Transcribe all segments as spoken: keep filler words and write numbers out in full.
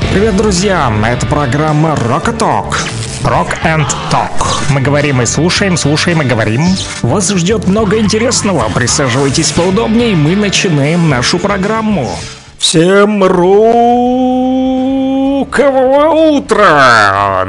Привет, друзья! Это программа Rock Talk. Rock and Talk. Мы говорим и слушаем, слушаем и говорим. Вас ждет много интересного. Присаживайтесь поудобнее, мы начинаем нашу программу. Всем рокового утра,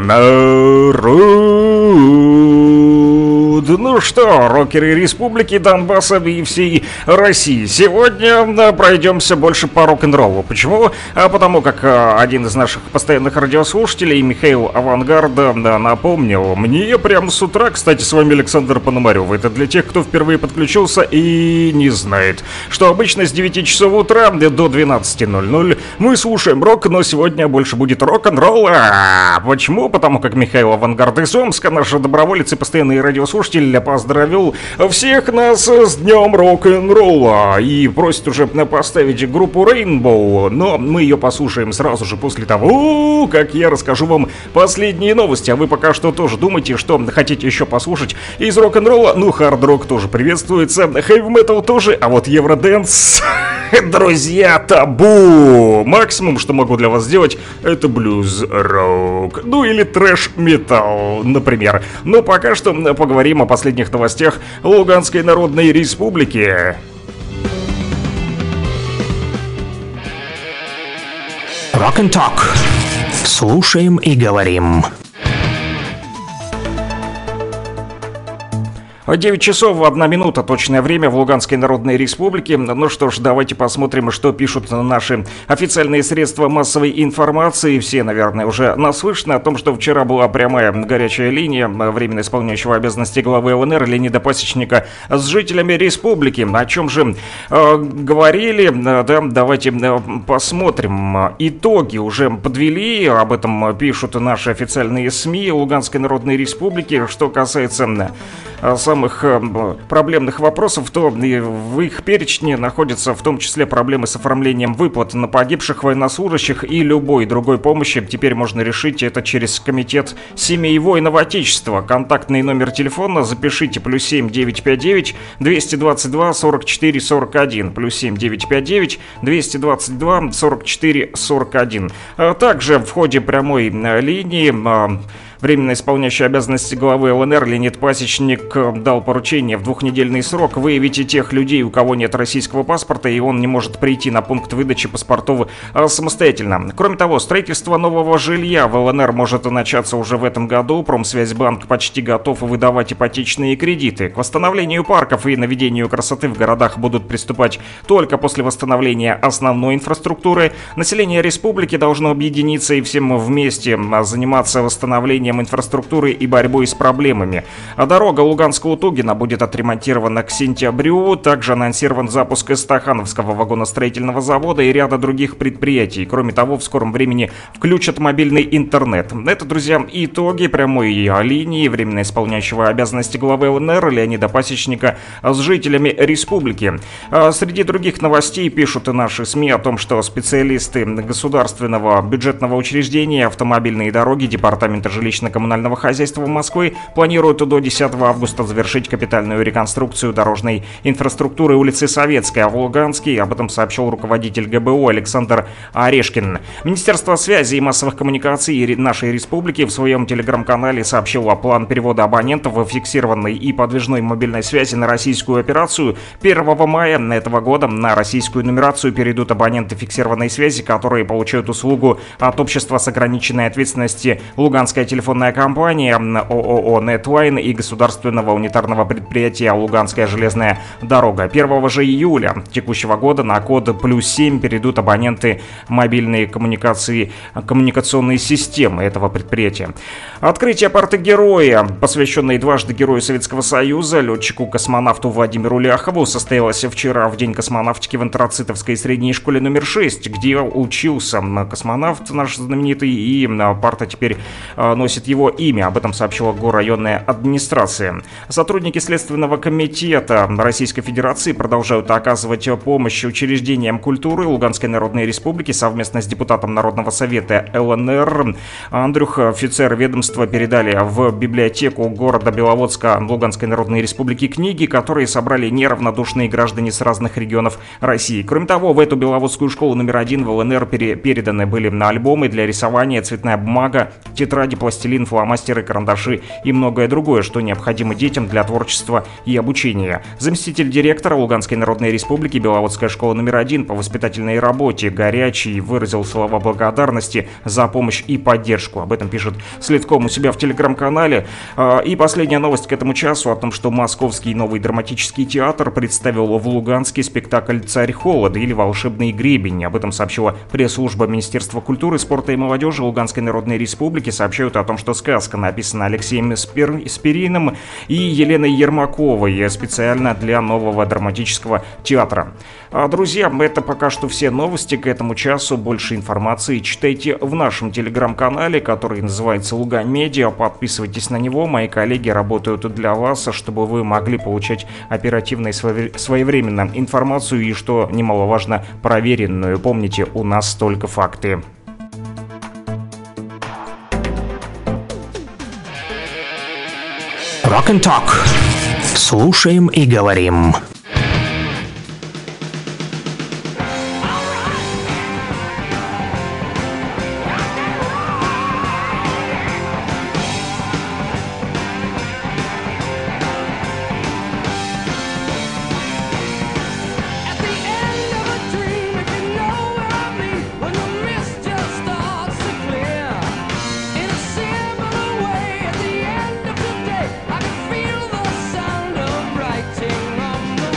народ! Ну что, рокеры Республики Донбасса и всей России, сегодня пройдемся больше по рок-н-роллу. Почему? А потому как один из наших постоянных радиослушателей, Михаил Авангарда, напомнил мне прямо с утра, кстати, с вами Александр Пономарев. Это для тех, кто впервые подключился и не знает, что обычно с девяти часов утра до двенадцати ноль-ноль мы слушаем рок, но сегодня больше будет рок-н-ролла. Почему? Потому как Михаил Авангард из Омска, наш доброволец и постоянный радиослушатель, поздравил всех нас с днем рок-н-ролла и просит уже поставить группу Rainbow, но мы ее послушаем сразу же после того, как я расскажу вам последние новости. А вы пока что тоже думаете, что хотите еще послушать из рок-н-ролла? Ну, хард-рок тоже приветствуется, хэви-метал тоже, а вот евродэнс... Друзья, табу! Максимум, что могу для вас сделать, это блюз-рок. Ну или трэш-метал, например. Но пока что поговорим о последних новостях Луганской Народной Республики. Rock and Talk. Слушаем и говорим. девять часов одна минута, точное время в Луганской Народной Республике. Ну что ж, давайте посмотрим, что пишут наши официальные средства массовой информации. Все, наверное, уже наслышаны о том, что вчера была прямая горячая линия временно исполняющего обязанности главы ЛНР Леонида Пасечника с жителями республики. О чем же э, говорили? Да, давайте посмотрим. Итоги уже подвели, об этом пишут наши официальные СМИ Луганской Народной Республики. Что касается самых проблемных вопросов, то в их перечне находятся в том числе проблемы с оформлением выплат на погибших военнослужащих и любой другой помощи. Теперь можно решить это через Комитет семей воинов Отечества. Контактный номер телефона запишите: плюс семь девятьсот пятьдесят девять двести двадцать два сорок четыре сорок один, плюс семь девятьсот пятьдесят девять двести двадцать два сорок четыре сорок один. Также в ходе прямой линии временно исполняющий обязанности главы ЛНР Леонид Пасечник дал поручение в двухнедельный срок выявить тех людей, у кого нет российского паспорта, и он не может прийти на пункт выдачи паспортов самостоятельно. Кроме того, строительство нового жилья в ЛНР может начаться уже в этом году. Промсвязьбанк почти готов выдавать ипотечные кредиты. К восстановлению парков и наведению красоты в городах будут приступать только после восстановления основной инфраструктуры. Население республики должно объединиться и всем вместе заниматься восстановлением инфраструктуры и борьбой с проблемами. А дорога Луганск-Лутугина будет отремонтирована к сентябрю. Также анонсирован запуск Стахановского вагоностроительного завода и ряда других предприятий. Кроме того, в скором времени включат мобильный интернет. Это, друзья, итоги прямой линии временно исполняющего обязанности главы ЛНР Леонида Пасечника с жителями республики. А среди других новостей пишут и наши СМИ о том, что специалисты государственного бюджетного учреждения автомобильные дороги Департамента жилищного коммунального хозяйства Москвы планируют до десятого августа завершить капитальную реконструкцию дорожной инфраструктуры улицы Советской, а в Луганске. Об этом сообщил руководитель ГБУ Александр Орешкин. Министерство связи и массовых коммуникаций нашей республики в своем телеграм-канале сообщило план перевода абонентов фиксированной и подвижной мобильной связи на российскую операцию. первого мая этого года на российскую нумерацию перейдут абоненты фиксированной связи, которые получают услугу от общества с ограниченной ответственности Луганская телефонная компания, ООО «Нетлайн» и государственного унитарного предприятия «Луганская железная дорога». первого же июля текущего года на код плюс семь перейдут абоненты мобильной коммуникации, коммуникационной системы этого предприятия. Открытие парты-героя, посвященной дважды Герою Советского Союза, летчику-космонавту Владимиру Ляхову, состоялось вчера в День космонавтики в Антрацитовской средней школе номер шесть, где учился космонавт наш знаменитый, и парта теперь носит носит его имя. Об этом сообщила горрайонная администрация. Сотрудники Следственного комитета Российской Федерации продолжают оказывать помощь учреждениям культуры Луганской Народной Республики совместно с депутатом Народного совета ЛНР. Андрюх, офицер ведомства, передали в библиотеку города Беловодска Луганской Народной Республики книги, которые собрали неравнодушные граждане с разных регионов России. Кроме того, в эту Беловодскую школу номер один в ЛНР пере- переданы были на альбомы для рисования, цветная бумага, тетради, пластилин, фломастеры, карандаши и многое другое, что необходимо детям для творчества и обучения. Заместитель директора Луганской Народной Республики Беловодская школа номер один по воспитательной работе Горячий выразил слова благодарности за помощь и поддержку. Об этом пишет Следком у себя в телеграм-канале. И последняя новость к этому часу о том, что Московский новый драматический театр представил в Луганске спектакль «Царь холода» или «Волшебный гребень». Об этом сообщила пресс-служба Министерства культуры, спорта и молодежи Луганской Народной Республики. Сообщают о том, что сказка написана Алексеем Спир... Спириным и Еленой Ермаковой специально для нового драматического театра. Друзья, это пока что все новости к этому часу. Больше информации читайте в нашем телеграм-канале, который называется Лугань Медиа. Подписывайтесь на него. Мои коллеги работают для вас, чтобы вы могли получать оперативно и своевременно информацию и, что немаловажно, проверенную. Помните, у нас только факты. Rock and Talk. Слушаем и говорим. Feel the sound of writing on the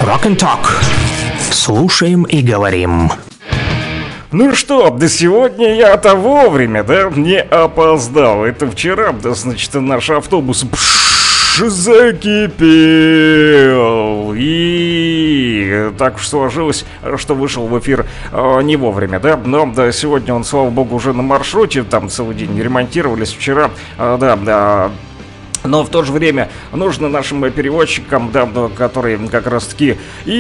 Rock and Talk. Слушаем и говорим. Ну что, да сегодня я-то вовремя, да, не опоздал. Это вчера, да, значит, наш автобус закипел. И так уж сложилось, что вышел в эфир э, не вовремя, да. Но да, сегодня он, слава богу, уже на маршруте. Там целый день ремонтировались вчера. Э, да, да. Но в то же время нужно нашим переводчикам, да, которые как раз-таки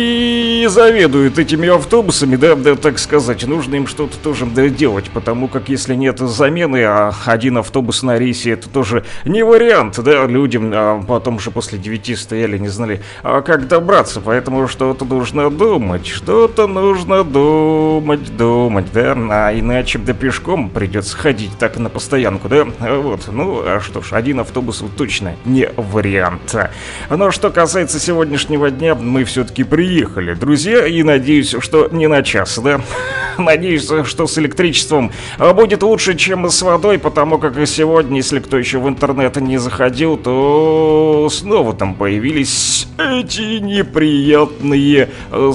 и заведуют этими автобусами, да, да, так сказать, нужно им что-то тоже да, делать, потому как если нет замены, а один автобус на рейсе, это тоже не вариант, да, людям а потом же после девяти стояли, не знали, а как добраться, поэтому что-то нужно думать, что-то нужно думать, думать, да, а иначе да пешком придется ходить так на постоянку, да, вот, ну, а что ж, один автобус вот точно не вариант. Но что касается сегодняшнего дня, мы все-таки приехали, друзья, и надеюсь, что не на час, да? Надеюсь, что с электричеством будет лучше, чем с водой, потому как и сегодня, если кто еще в интернет не заходил, то снова там появились эти неприятные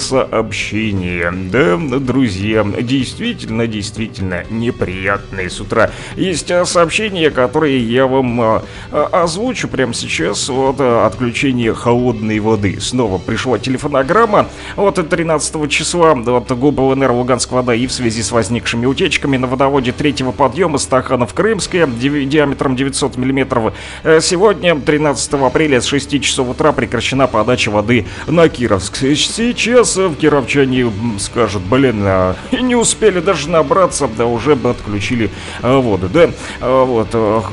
сообщения. Да, друзья, действительно, действительно неприятные с утра. Есть сообщения, которые я вам озвучу прямо сейчас. Вот отключение холодной воды. Снова пришла телефонограмма. Вот тринадцатого числа от ГУБЛНР Луганская вода и в связи с возникшими утечками на водоводе третьего подъема Стаханов-Крымская диаметром девятьсот миллиметров. Сегодня, тринадцатого апреля, с шести часов утра прекращена подача воды на Кировск. Сейчас в кировчане скажут, блин, не успели даже набраться, да уже бы отключили воду, да? Вот,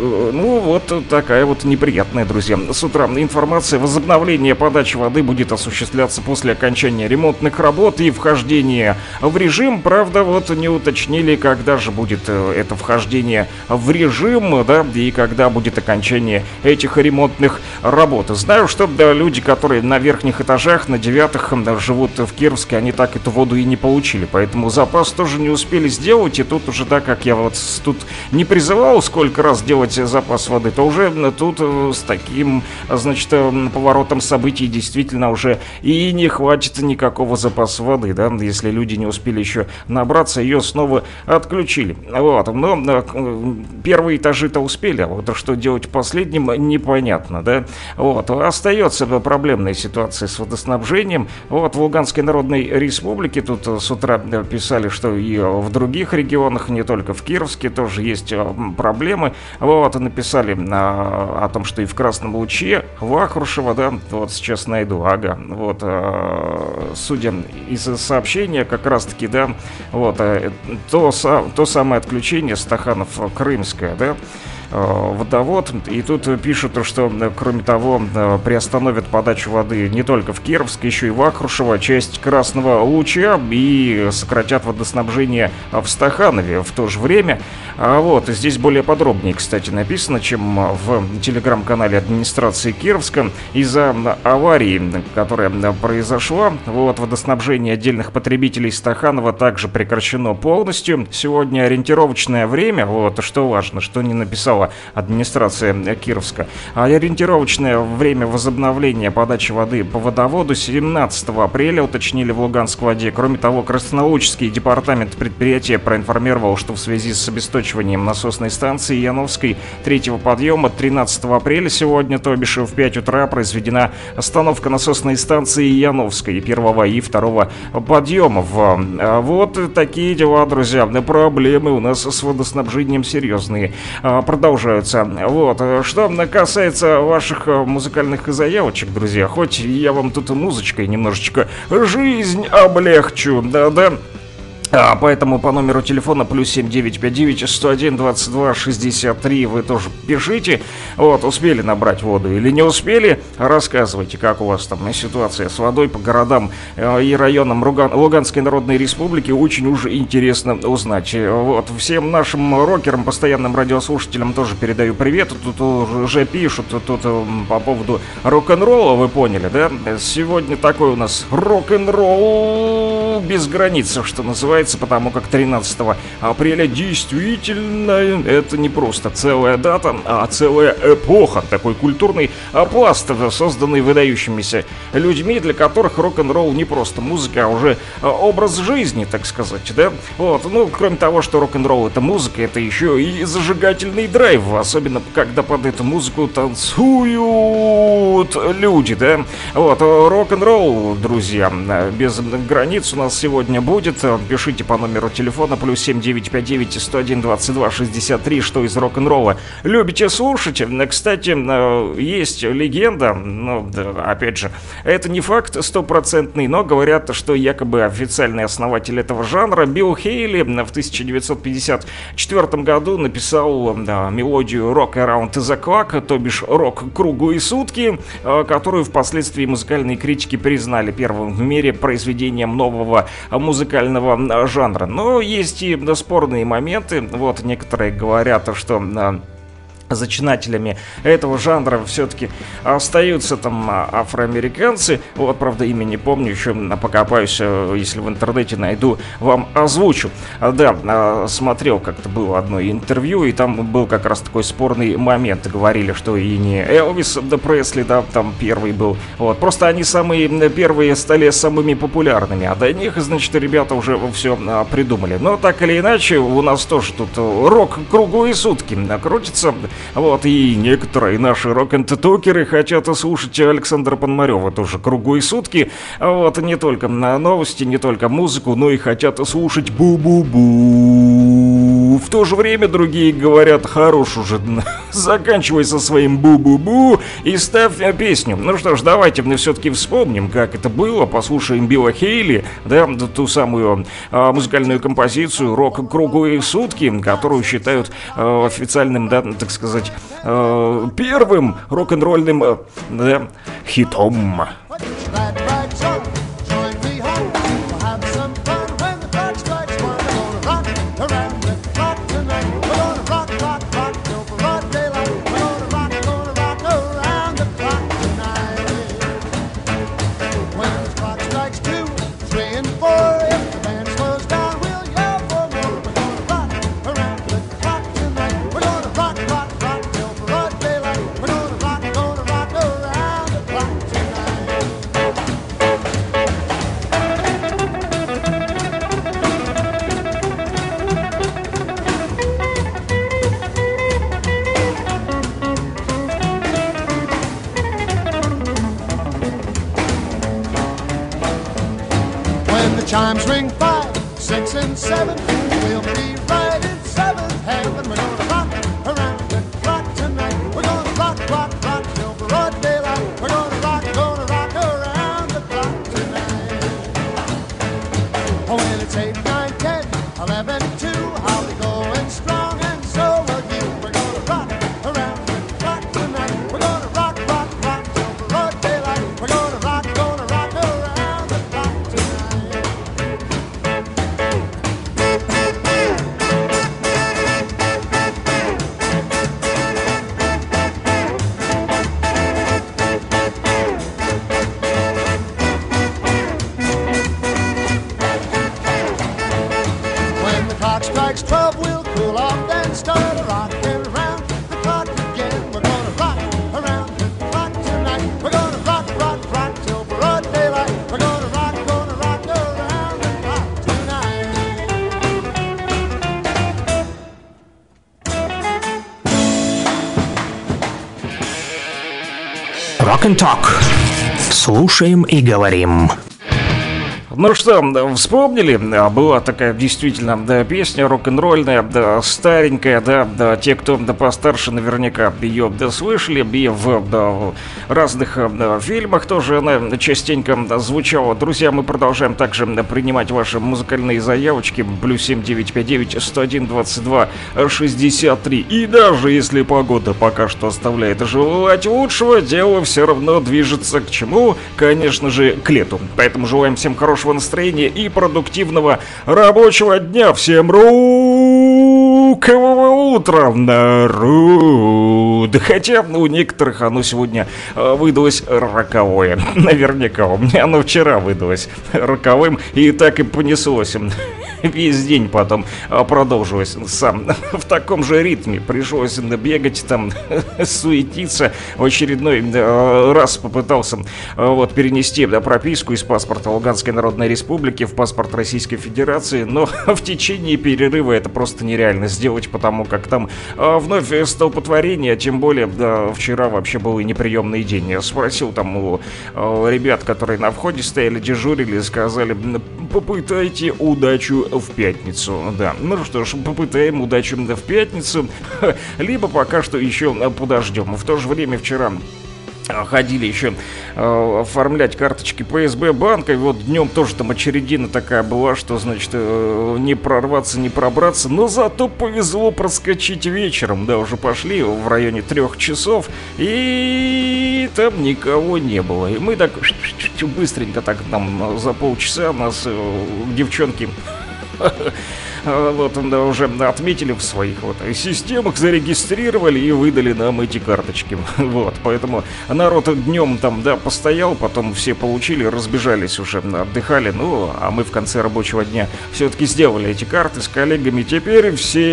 ну вот такая вот неприятная, друзья. С утра информация: возобновление подачи воды будет осуществляться после окончания ремонтных работ и вхождения в режим. Правда, вот не уточнили, когда же будет это вхождение в режим, да, и когда будет окончание этих ремонтных работ. Знаю, что да, люди, которые на верхних этажах, на девятых, да, живут в Кировске, они так эту воду и не получили, поэтому запас тоже не успели сделать, и тут уже, да, как я вот тут не призывал сколько раз делать запас воды, то уже тут с таким, значит, поворотом событий действительно уже и не хватит никакого запаса воды, да, если люди не успели еще набраться, ее снова отключили. Вот, но первые этажи-то успели, а вот что делать последним, непонятно, да. Вот, остается проблемная ситуация с водоснабжением. Вот, в Луганской Народной Республике тут с утра писали, что и в других регионах, не только в Кировске, тоже есть проблемы. Вот, написали о, о том, что и в Красном Луче, Вахрушево, да, вот сейчас найду, ага, вот, судя из сообщения, как раз-таки, да, вот, то, то самое отключение Стаханов-Крымская, да, водовод, и тут пишут, что, кроме того, приостановят подачу воды не только в Кировск, еще и в Вахрушево, часть Красного Луча, и сократят водоснабжение в Стаханове в то же время. А вот здесь более подробнее, кстати, написано, чем в телеграм-канале администрации Кировска. Из-за аварии, которая произошла, вот, водоснабжение отдельных потребителей Стаханова также прекращено полностью. Сегодня ориентировочное время, вот, что важно, что не написала администрация Кировска. Ориентировочное время возобновления подачи воды по водоводу семнадцатого апреля, уточнили в Луганской воде. Кроме того, Краснолучский департамент предприятия проинформировал, что в связи с обесточиванием насосной станции Яновской третьего подъема тринадцатого апреля сегодня, то бишь в пять утра, произведена остановка насосной станции Яновской первого и второго подъемов. Вот такие дела, друзья. Проблемы у нас с водоснабжением серьезные продолжаются. Вот, что касается ваших музыкальных заявочек, друзья, хоть я вам тут музычкой немножечко жизнь облегчу, да-да. А, поэтому по номеру телефона плюс семь девять пять девять сто один двадцать два шестьдесят три вы тоже пишите. Вот, успели набрать воду или не успели, рассказывайте, как у вас там ситуация с водой по городам э, и районам Руган- Луганской Народной Республики. Очень уже интересно узнать. Вот, всем нашим рокерам, постоянным радиослушателям тоже передаю привет. Тут уже пишут тут по поводу рок-н-ролла, вы поняли, да? Сегодня такой у нас рок-н-ролл без границ, что называется. отмечается, потому как тринадцатого апреля действительно это не просто целая дата, а целая эпоха, такой культурный пласт, созданный выдающимися людьми, для которых рок-н-ролл не просто музыка, а уже образ жизни, так сказать, да? Вот, ну, кроме того, что рок-н-ролл — это музыка, это еще и зажигательный драйв, особенно когда под эту музыку танцуют люди, да? Вот, рок-н-ролл, друзья, без границ у нас сегодня будет. Пишите по номеру телефона плюс семь девять пять девять сто один двадцать два шестьдесят три, что из рок-н-ролла любите слушать. Кстати, есть легенда, ну, опять же, это не факт стопроцентный, но говорят, что якобы официальный основатель этого жанра Билл Хейли в тысяча девятьсот пятьдесят четвёртом году написал да, мелодию «Rock Around the Clock», то бишь «Рок круглые сутки», которую впоследствии музыкальные критики признали первым в мире произведением нового музыкального жанра. Но есть и спорные моменты. Вот некоторые говорят, что зачинателями этого жанра все-таки остаются там афроамериканцы. Вот, правда, имя не помню, еще покопаюсь, если в интернете найду, вам озвучу. Да, смотрел как-то было одно интервью, и там был как раз такой спорный момент. Говорили, что и не Элвис Пресли, да, там первый был. Вот, просто они самые первые стали самыми популярными, а до них, значит, ребята уже все придумали. Но так или иначе, у нас тоже тут рок круглые сутки крутится. Вот, и некоторые наши рок-н-токеры хотят слушать Александра Пономарева тоже круглые сутки. Вот, не только новости, не только музыку, но и хотят слушать бу-бу-бу. В то же время другие говорят: хорош уже, заканчивай со своим бу-бу-бу и ставь песню. Ну что ж, давайте мы все-таки вспомним, как это было, послушаем Билла Хейли, да, ту самую а, музыкальную композицию «Рок круглые сутки», которую считают а, официальным, да, так сказать, а, первым рок-н-ролльным а, да, хитом. Chimes ring five, six, and seven. We'll be right in seventh heaven. We're gonna rock around the clock tonight. We're gonna rock, rock, rock till broad daylight. We're gonna rock, gonna rock around the clock tonight. Oh, when it's eight, nine, ten, eleven, two, I'll be going strong, and so will you. We're gonna rock around the clock tonight. We're gonna rock, rock, rock till broad daylight. We're gonna rock, gonna rock around the clock tonight. Strikes twelve, we'll cool off, then start a rockin' around the clock again. We're gonna rock around the clock tonight. We're gonna rock, rock, rock till broad daylight. We're gonna rock, gonna rock around the clock tonight. Rock and Talk. Слушаем и говорим. Ну что, вспомнили? Была такая действительно да, песня рок-н-ролльная, да, старенькая, да, да, те, кто да, постарше, наверняка ее да, слышали, и в да, разных да, фильмах тоже она частенько да, звучала. Друзья, мы продолжаем также да, принимать ваши музыкальные заявочки, плюс семь девять пять девять сто один двадцать два шестьдесят три. И даже если погода пока что оставляет желать лучшего, дело все равно движется к чему? Конечно же, к лету. Поэтому желаем всем хорошего настроения и продуктивного рабочего дня. Всем рокового утра, народ. Хотя у некоторых оно сегодня выдалось роковое. Наверняка у меня оно вчера выдалось роковым, и так и понеслось. весь день потом продолжилось сам в таком же ритме. Пришлось бегать там, суетиться. В очередной раз попытался вот перенести да, прописку из паспорта Луганской Народной Республики в паспорт Российской Федерации, но в течение перерыва это просто нереально сделать, потому как там вновь столпотворение, тем более да, вчера вообще был и неприемный день. Я спросил там у ребят, которые на входе стояли, дежурили, сказали: попытайте удачу в пятницу. Да, ну что ж, попытаем удачу в пятницу, либо пока что еще подождем. В то же время вчера ходили еще э, оформлять карточки пэ эс бэ банка, и вот днем тоже там очередина такая была, что, значит, э, не прорваться, не пробраться, но зато повезло проскочить вечером, да, уже пошли в районе трех часов, и там никого не было, и мы так быстренько так там за полчаса нас э, девчонки вот, да, уже отметили в своих вот системах, зарегистрировали и выдали нам эти карточки. Вот, поэтому народ днем там, да, постоял, потом все получили, разбежались уже, отдыхали. Ну, а мы в конце рабочего дня все-таки сделали эти карты с коллегами. Теперь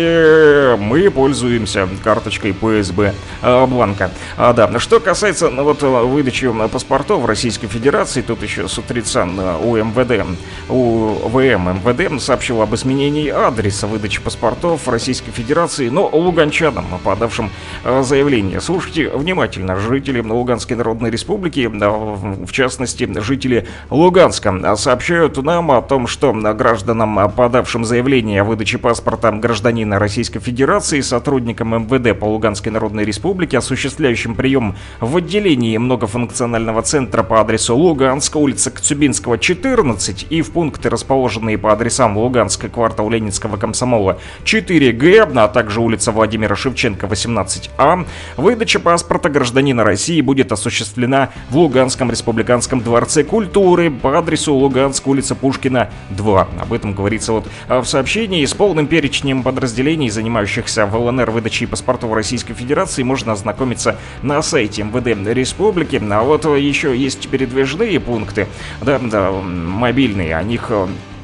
все мы пользуемся карточкой пэ эс бэ банка. А, да, что касается ну, вот выдачи паспортов Российской Федерации, тут еще с утреца у эм вэ дэ, у вэ эм эм вэ дэ сообщил об изменении адреса выдачи паспортов Российской Федерации, но луганчанам, подавшим э, заявление. Слушайте внимательно, жители Луганской Народной Республики, да, в частности, жители Луганска, сообщают нам о том, что гражданам, подавшим заявление о выдаче паспорта гражданина Российской Федерации, сотрудникам эм вэ дэ по Луганской Народной Республике, осуществляющим прием в отделении многофункционального центра по адресу Луганска, улица Коцюбинского, четырнадцать, и в пункты, расположенные по адресам Луганской, квартал Ленинского комсомола четыре гэ, а также улица Владимира Шевченко, восемнадцать а, выдача паспорта гражданина России будет осуществлена в Луганском республиканском дворце культуры по адресу Луганск, улица Пушкина, два. Об этом говорится вот в сообщении. С полным перечнем подразделений, занимающихся в эл эн эр выдачей паспортов Российской Федерации, можно ознакомиться на сайте эм вэ дэ Республики. А вот еще есть передвижные пункты, да, да, мобильные, о них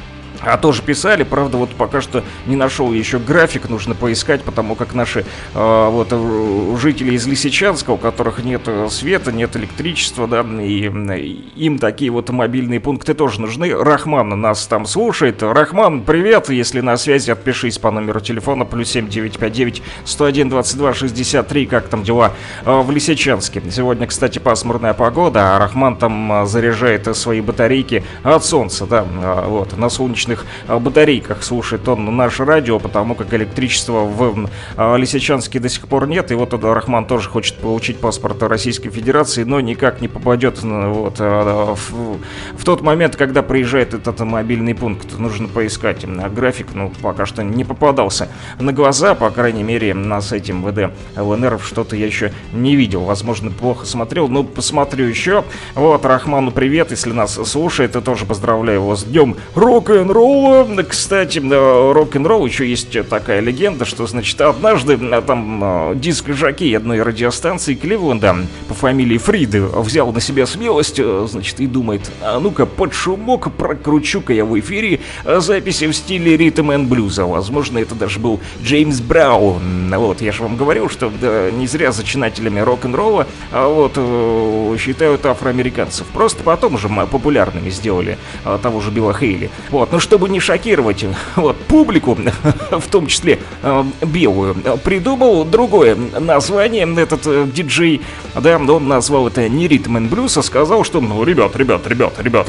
А тоже писали, правда, вот пока что не нашел еще график, нужно поискать, потому как наши э, вот жители из Лисичанска, у которых нет света, нет электричества, да, и им такие вот мобильные пункты тоже нужны. Рахман нас там слушает. Рахман, привет, если на связи, отпишись по номеру телефона плюс семь девятьсот пятьдесят девять сто один двадцать два шестьдесят три, как там дела э, в Лисичанске. Сегодня, кстати, пасмурная погода, а Рахман там заряжает свои батарейки от солнца, да, э, вот, на солнечном батарейках слушает он наше радио, потому как электричества в Лисичанске до сих пор нет. И вот Рахман тоже хочет получить паспорт Российской Федерации, но никак не попадет вот, в, в тот момент, когда приезжает этот мобильный пункт. Нужно поискать график, ну, пока что не попадался на глаза, по крайней мере, на сайте эм вэ дэ эл эн эр что-то я еще не видел. Возможно, плохо смотрел, но посмотрю еще. Вот, Рахману привет, если нас слушает, я тоже поздравляю его с днем рок-н-ролла. Кстати, рок-н-ролл, еще есть такая легенда, что, значит, однажды там диск-жокей одной радиостанции Кливленда по фамилии Фриды взял на себя смелость, значит, и думает: а ну-ка, под шумок прокручу-ка я в эфире записи в стиле ритм энд блюза. Возможно, это даже был Джеймс Браун. Вот, я же вам говорил, что да, не зря зачинателями рок-н-ролла вот, считают афроамериканцев. Просто потом уже популярными сделали того же Билла Хейли. Вот, ну чтобы не шокировать вот, публику, в том числе э, белую, придумал другое название этот э, диджей, да, он назвал это не ритм энд блюз, а сказал, что, ну, ребят, ребят, ребят, ребят,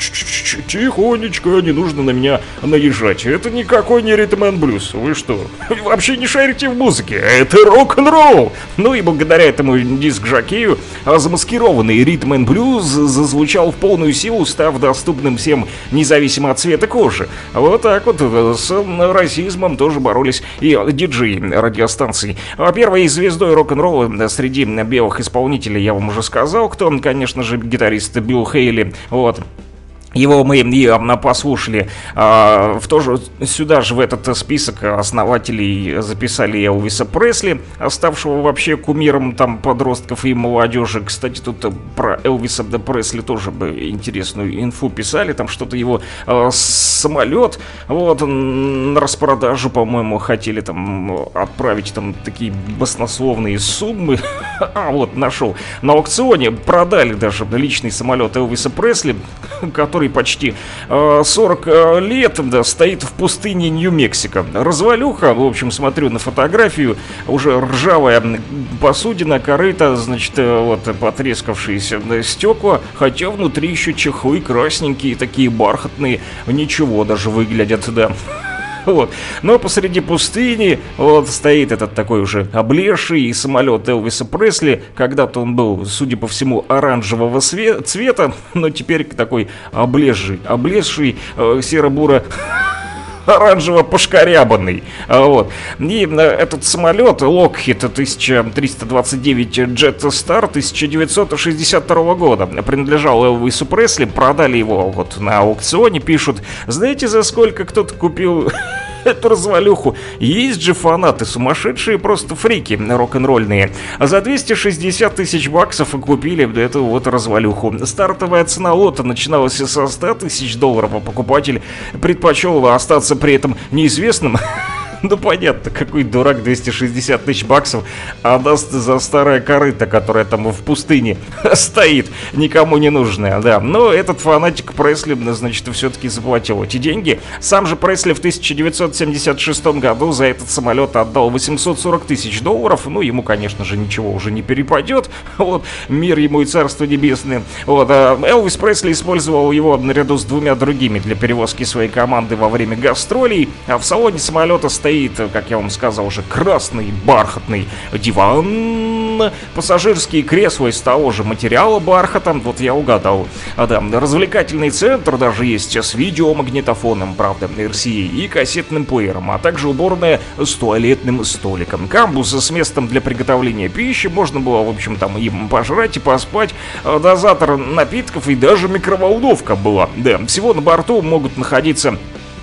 тихонечко, не нужно на меня наезжать, это никакой не ритм энд блюз, вы что, вообще не шарите в музыке, это рок-н-ролл. Ну и благодаря этому диск-жокею замаскированный ритм энд блюз зазвучал в полную силу, став доступным всем независимо от цвета кожи. Вот так вот с расизмом тоже боролись и диджеи радиостанций. Первой звездой рок-н-ролла среди белых исполнителей я вам уже сказал, кто, конечно же, гитарист Билл Хейли. Вот. Его мы и послушали. А, в тоже, сюда же в этот список основателей записали Элвиса Пресли, ставшего вообще кумиром там подростков и молодежи. Кстати, тут про Элвиса Пресли тоже бы интересную инфу писали. Там что-то его а, самолет вот на распродажу, по-моему, хотели там отправить там такие баснословные суммы. А вот нашел на аукционе, продали даже личный самолет Элвиса Пресли, который почти э, сорок лет, да, стоит в пустыне Нью-Мексико. Развалюха, в общем, смотрю на фотографию, уже ржавая посудина, корыто, значит, э, вот потрескавшиеся стекла, хотя внутри еще чехлы красненькие, такие бархатные, ничего даже выглядят, да. Вот. Но посреди пустыни вот стоит этот такой уже облезший самолет Элвиса Пресли. Когда-то он был, судя по всему, оранжевого цвета, но теперь такой облезший, облезший э, серо-буро оранжево-пошкарябанный. Вот. И этот самолет Lockheed тысяча триста двадцать девять Jetstar тысяча девятьсот шестьдесят второго года принадлежал Элвису Пресли. Продали его вот на аукционе, пишут. Знаете, за сколько кто-то купил эту развалюху? Есть же фанаты, сумасшедшие просто фрики рок-н-ролльные. За двести шестьдесят тысяч баксов и купили эту вот развалюху. Стартовая цена лота начиналась со ста тысяч долларов, а покупатель предпочел остаться при этом неизвестным. Ну понятно, какой дурак двести шестьдесят тысяч баксов отдаст за старое корыто, которое там в пустыне стоит, никому не нужное, да. Но этот фанатик Пресли, значит, все-таки заплатил эти деньги. Сам же Пресли в тысяча девятьсот семьдесят шестом году за этот самолет отдал восемьсот сорок тысяч долларов. Ну, ему, конечно же, ничего уже не перепадет. Вот, мир ему и царство небесное. Вот, а Элвис Пресли использовал его наряду с двумя другими для перевозки своей команды во время гастролей. А в салоне самолета стоит, как я вам сказал уже, красный бархатный диван, пассажирские кресла из того же материала бархата, вот я угадал. А, да, развлекательный центр даже есть с видеомагнитофоном, правда, эр си эй, и кассетным плеером, а также уборная с туалетным столиком. Камбус с местом для приготовления пищи, можно было, в общем, там и пожрать, и поспать, дозатор напитков и даже микроволновка была. Да, всего на борту могут находиться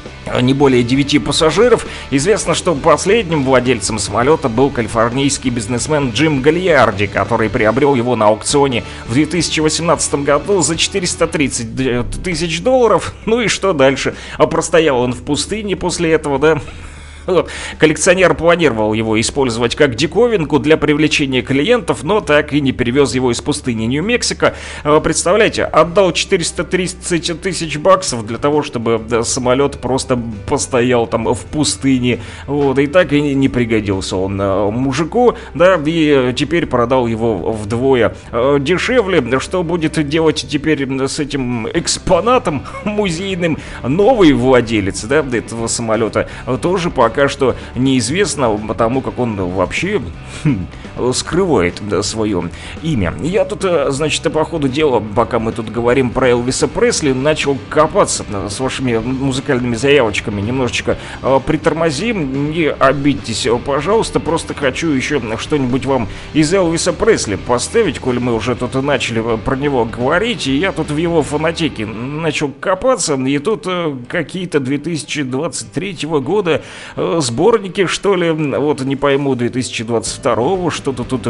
не более девяти пассажиров. Известно, что последним владельцем самолета был калифорнийский бизнесмен Джим Гальярди, который приобрел его на аукционе в две тысячи восемнадцатом году за четыреста тридцать тысяч долларов. Ну и что дальше? А простоял он в пустыне после этого, да? Вот. Коллекционер планировал его использовать как диковинку для привлечения клиентов, но так и не перевез его из пустыни Нью-Мексико. Представляете, отдал четыреста тридцать тысяч баксов для того, чтобы, да, самолет просто постоял там в пустыне. Вот, и так и не пригодился он мужику, да, и теперь продал его вдвое дешевле. Что будет делать теперь с этим экспонатом музейным новый владелец, да, этого самолета, тоже пока что неизвестно, потому как он вообще хм, скрывает, да, свое имя. Я тут, значит, по ходу дела, пока мы тут говорим про Элвиса Пресли, начал копаться с вашими музыкальными заявочками. Немножечко э, притормозим, не обидьтесь, пожалуйста. Просто хочу еще что-нибудь вам из Элвиса Пресли поставить, коль мы уже тут начали про него говорить. И я тут в его фонотеке начал копаться, и тут э, какие-то две тысячи двадцать третьего года сборники, что ли, вот не пойму, две тысячи двадцать второго, что-то тут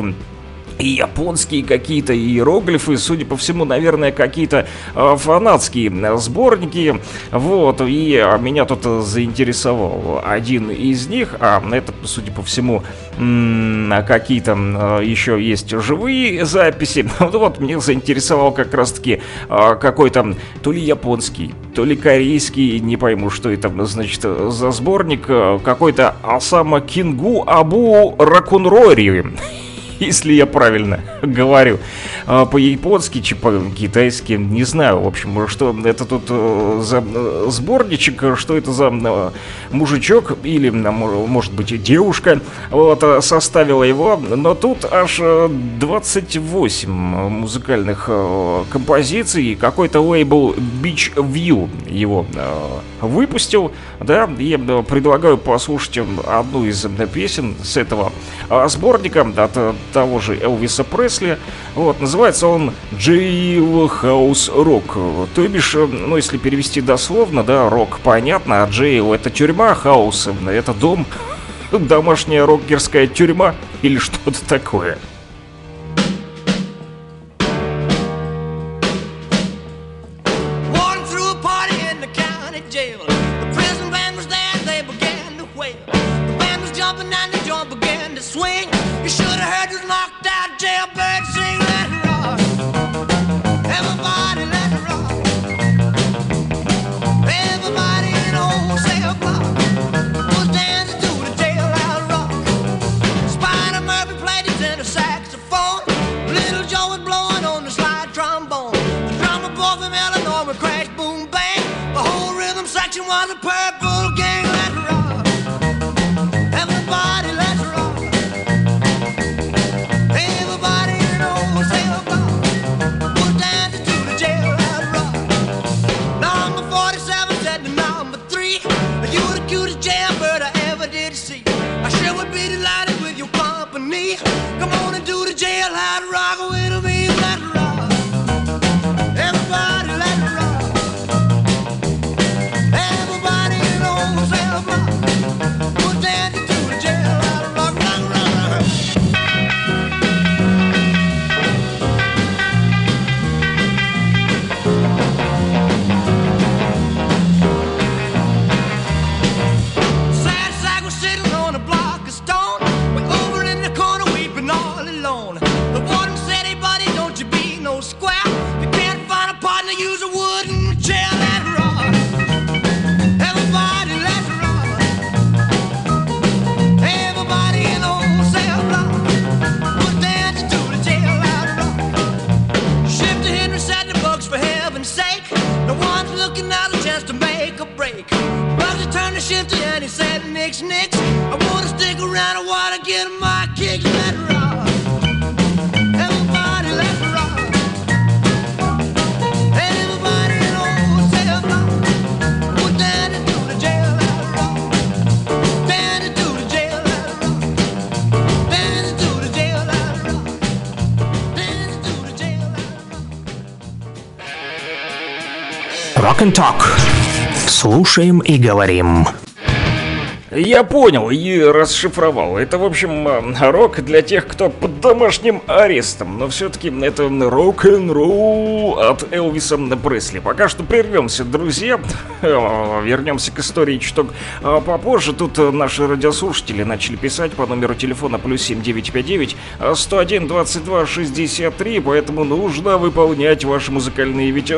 и японские какие-то иероглифы, судя по всему, наверное, какие-то э, фанатские сборники, вот, и а, меня тут заинтересовал один из них, а это, судя по всему, м- какие-то э, еще есть живые записи, вот, мне заинтересовал как раз-таки э, какой-то то ли японский, то ли корейский, не пойму, что это, значит, за сборник, какой-то Осама Кингу Абу Ракунрори, если я правильно говорю, по-японски, по-китайски, не знаю, в общем, что это тут за сборничек, что это за мужичок или, может быть, девушка, вот, составила его, но тут аж двадцать восемь музыкальных композиций, какой-то лейбл Beach View его выпустил, да, и предлагаю послушать одну из песен с этого сборника от того же Элвиса Пресли. Вот, называется он Jailhouse Rock. То бишь, ну, если перевести дословно, да, рок понятно, а jail — это тюрьма, хаус — это дом, домашняя рокерская тюрьма или что-то такое. Rock and Talk. Слушаем и говорим. Я понял и расшифровал. Это, в общем, рок для тех, кто под домашним арестом. Но все-таки это рок-н-ролл от Элвиса Пресли. Пока что прервемся, друзья. Вернемся к истории чуток попозже. Тут наши радиослушатели начали писать по номеру телефона плюс семь девятьсот пятьдесят девять сто один двадцать два шестьдесят три. Поэтому нужно выполнять ваши музыкальные ведь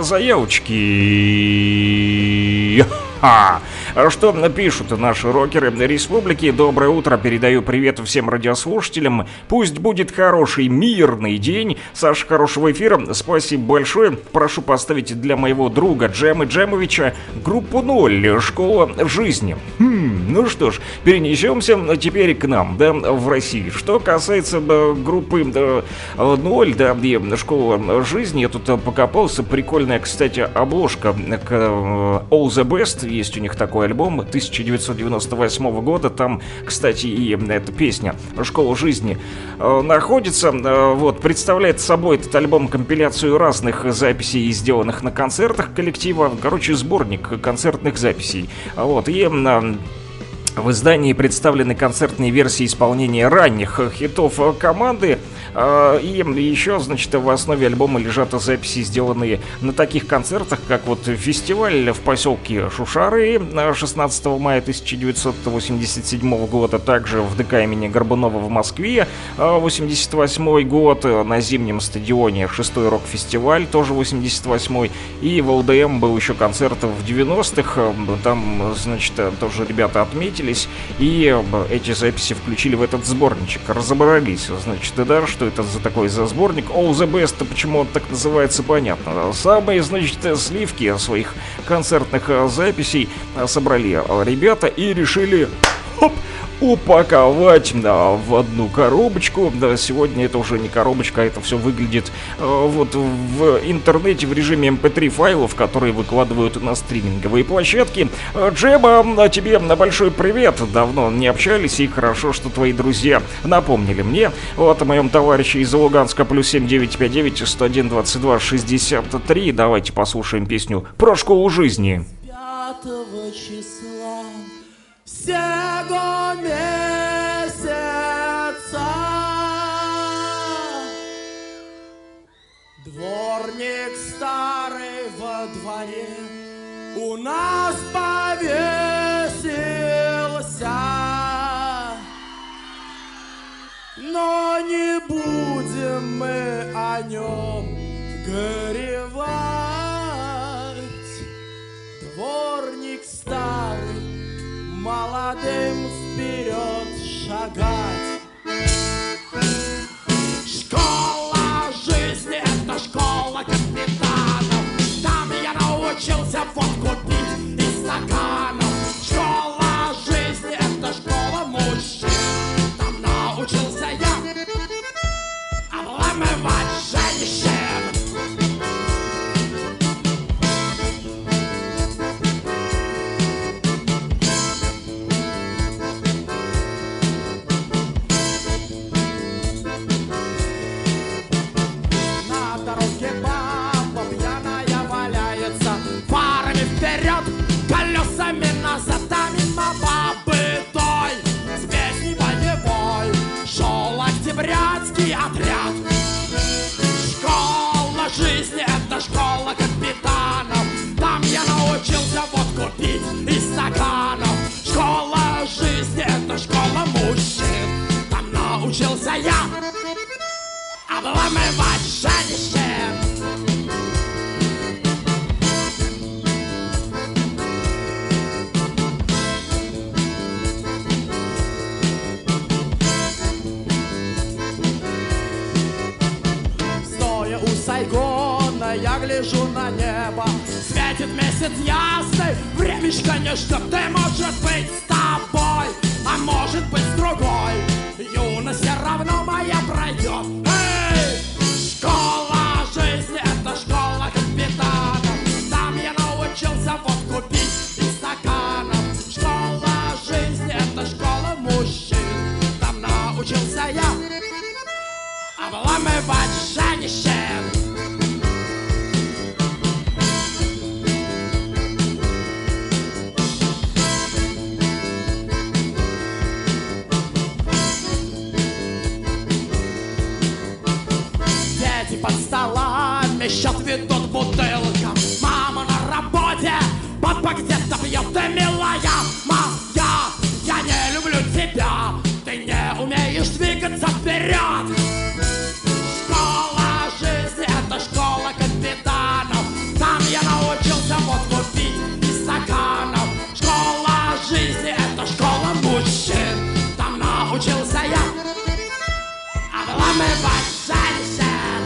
заявочки. А что пишут наши рокеры республики? Доброе утро, передаю привет всем радиослушателям. Пусть будет хороший, мирный день. Саша, хорошего эфира, спасибо большое. Прошу поставить для моего друга Джема Джемовича группу ноль, школа жизни. Хм, ну что ж, перенесемся теперь к нам, да, в России. Что касается да, группы да, ноль, да, школа жизни, я тут покопался. Прикольная, кстати, обложка к All the Best. Есть у них такой альбом тысяча девятьсот девяносто восьмого года. Там, кстати, и эта песня «Школа жизни» э, находится. Э, вот, представляет собой этот альбом компиляцию разных записей, сделанных на концертах коллектива. Короче, сборник концертных записей. Вот, и... Э, В издании представлены концертные версии исполнения ранних хитов команды. И еще, значит, в основе альбома лежат записи, сделанные на таких концертах, как вот фестиваль в поселке Шушары шестнадцатого мая тысяча девятьсот восемьдесят седьмого года, также в ДК имени Горбунова в Москве восемьдесят восьмой год, на зимнем стадионе шестой рок-фестиваль, тоже восемьдесят восьмой, и в ЛДМ был еще концерт в девяностых, там, значит, тоже ребята отметились, и эти записи включили в этот сборничек, разобрались, значит, да, что это за такой за сборник. All the Best, почему он так называется, понятно. Самые, значит, сливки своих концертных записей собрали ребята и решили, хоп, упаковать, да, в одну коробочку. Да, сегодня это уже не коробочка, это все выглядит э, вот в интернете в режиме эм пэ три файлов, которые выкладывают на стриминговые площадки. Джема, тебе на большой привет. Давно не общались, и хорошо, что твои друзья напомнили мне. Вот о моем товарище из Луганска, плюс семь девять пять девять сто один двадцать два шестьдесят три. Давайте послушаем песню про школу жизни. Пятого числа всего месяца дворник старый во дворе у нас повесился, но не будем мы о нем горевать. Дворник старый, молодым вперед шагать. Школа жизни — это школа капитанов. Там я научился водку пить из стаканов. Школа жизни — это школа мужчин. Там научился я обламывать женщин. Колесами назад, мимо бабы той, с песней боевой шел октябрятский отряд. Школа жизни — это школа капитанов. Там я научился водку пить из стаканов. Школа жизни — это школа мужчин. Там научился я обламывать женщин. Сайгона я гляжу на небо, светит месяц ясный, времечко не ждет. Ты, может быть, с тобой, а может быть, с другой. Юность все равно моя пройдет. Эй! Школа жизни — это школа капитанов. Там я научился водку пить из стаканов. Школа жизни — это школа мужчин. Там научился я обламывать женщин. Под столами счет ведут бутылкам. Мама на работе, папа где-то пьет. Ты, милая моя, я не люблю тебя. Ты не умеешь двигаться вперед. Школа жизни — это школа капитанов. Там я научился водку пить из стаканов. Школа жизни — это школа мужчин. Там научился я обламывать женщин.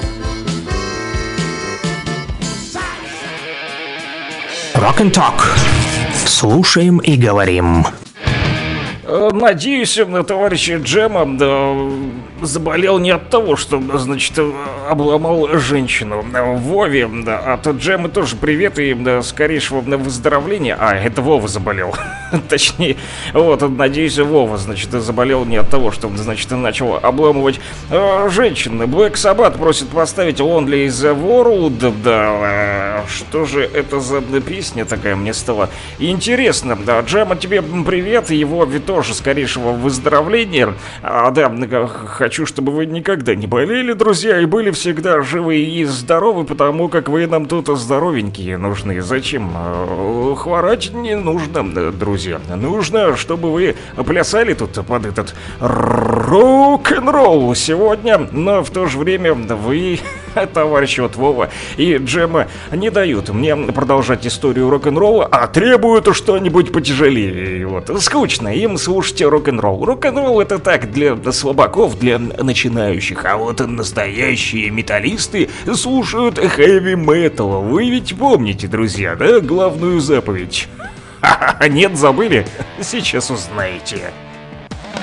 Rock and Talk. Слушаем и говорим. Надеюсь, товарищ Джема да, заболел не от того, что, значит, обломал женщину. Вове, да, от Джемы тоже привет и да, скорейшего выздоровления. А, это Вова заболел. Точнее, вот, надеюсь, Вова, значит, заболел не от того, что, значит, начал обламывать э, женщин. Black Sabbath просит поставить Only the World. Да, что же это за песня такая, мне стало интересно. Да, Джема, тебе привет, и Вове тоже скорейшего выздоровления. А, да, хочу, чтобы вы никогда не болели, друзья, и были всегда живы и здоровы, потому как вы нам тут здоровенькие нужны. Зачем? Хворать не нужно, друзья. Нужно, чтобы вы плясали тут под этот рок-н-ролл сегодня, но в то же время вы, товарищи вот Вова и Джема, не дают мне продолжать историю рок-н-ролла, а требуют что-нибудь потяжелее. Вот. Скучно им слушать рок-н-ролл. Рок-н-ролл — это так, для слабаков, для начинающих, а вот настоящие металлисты слушают хэви-метал. Вы ведь помните, друзья, да, главную заповедь? Ха-ха, нет, забыли? Сейчас узнаете.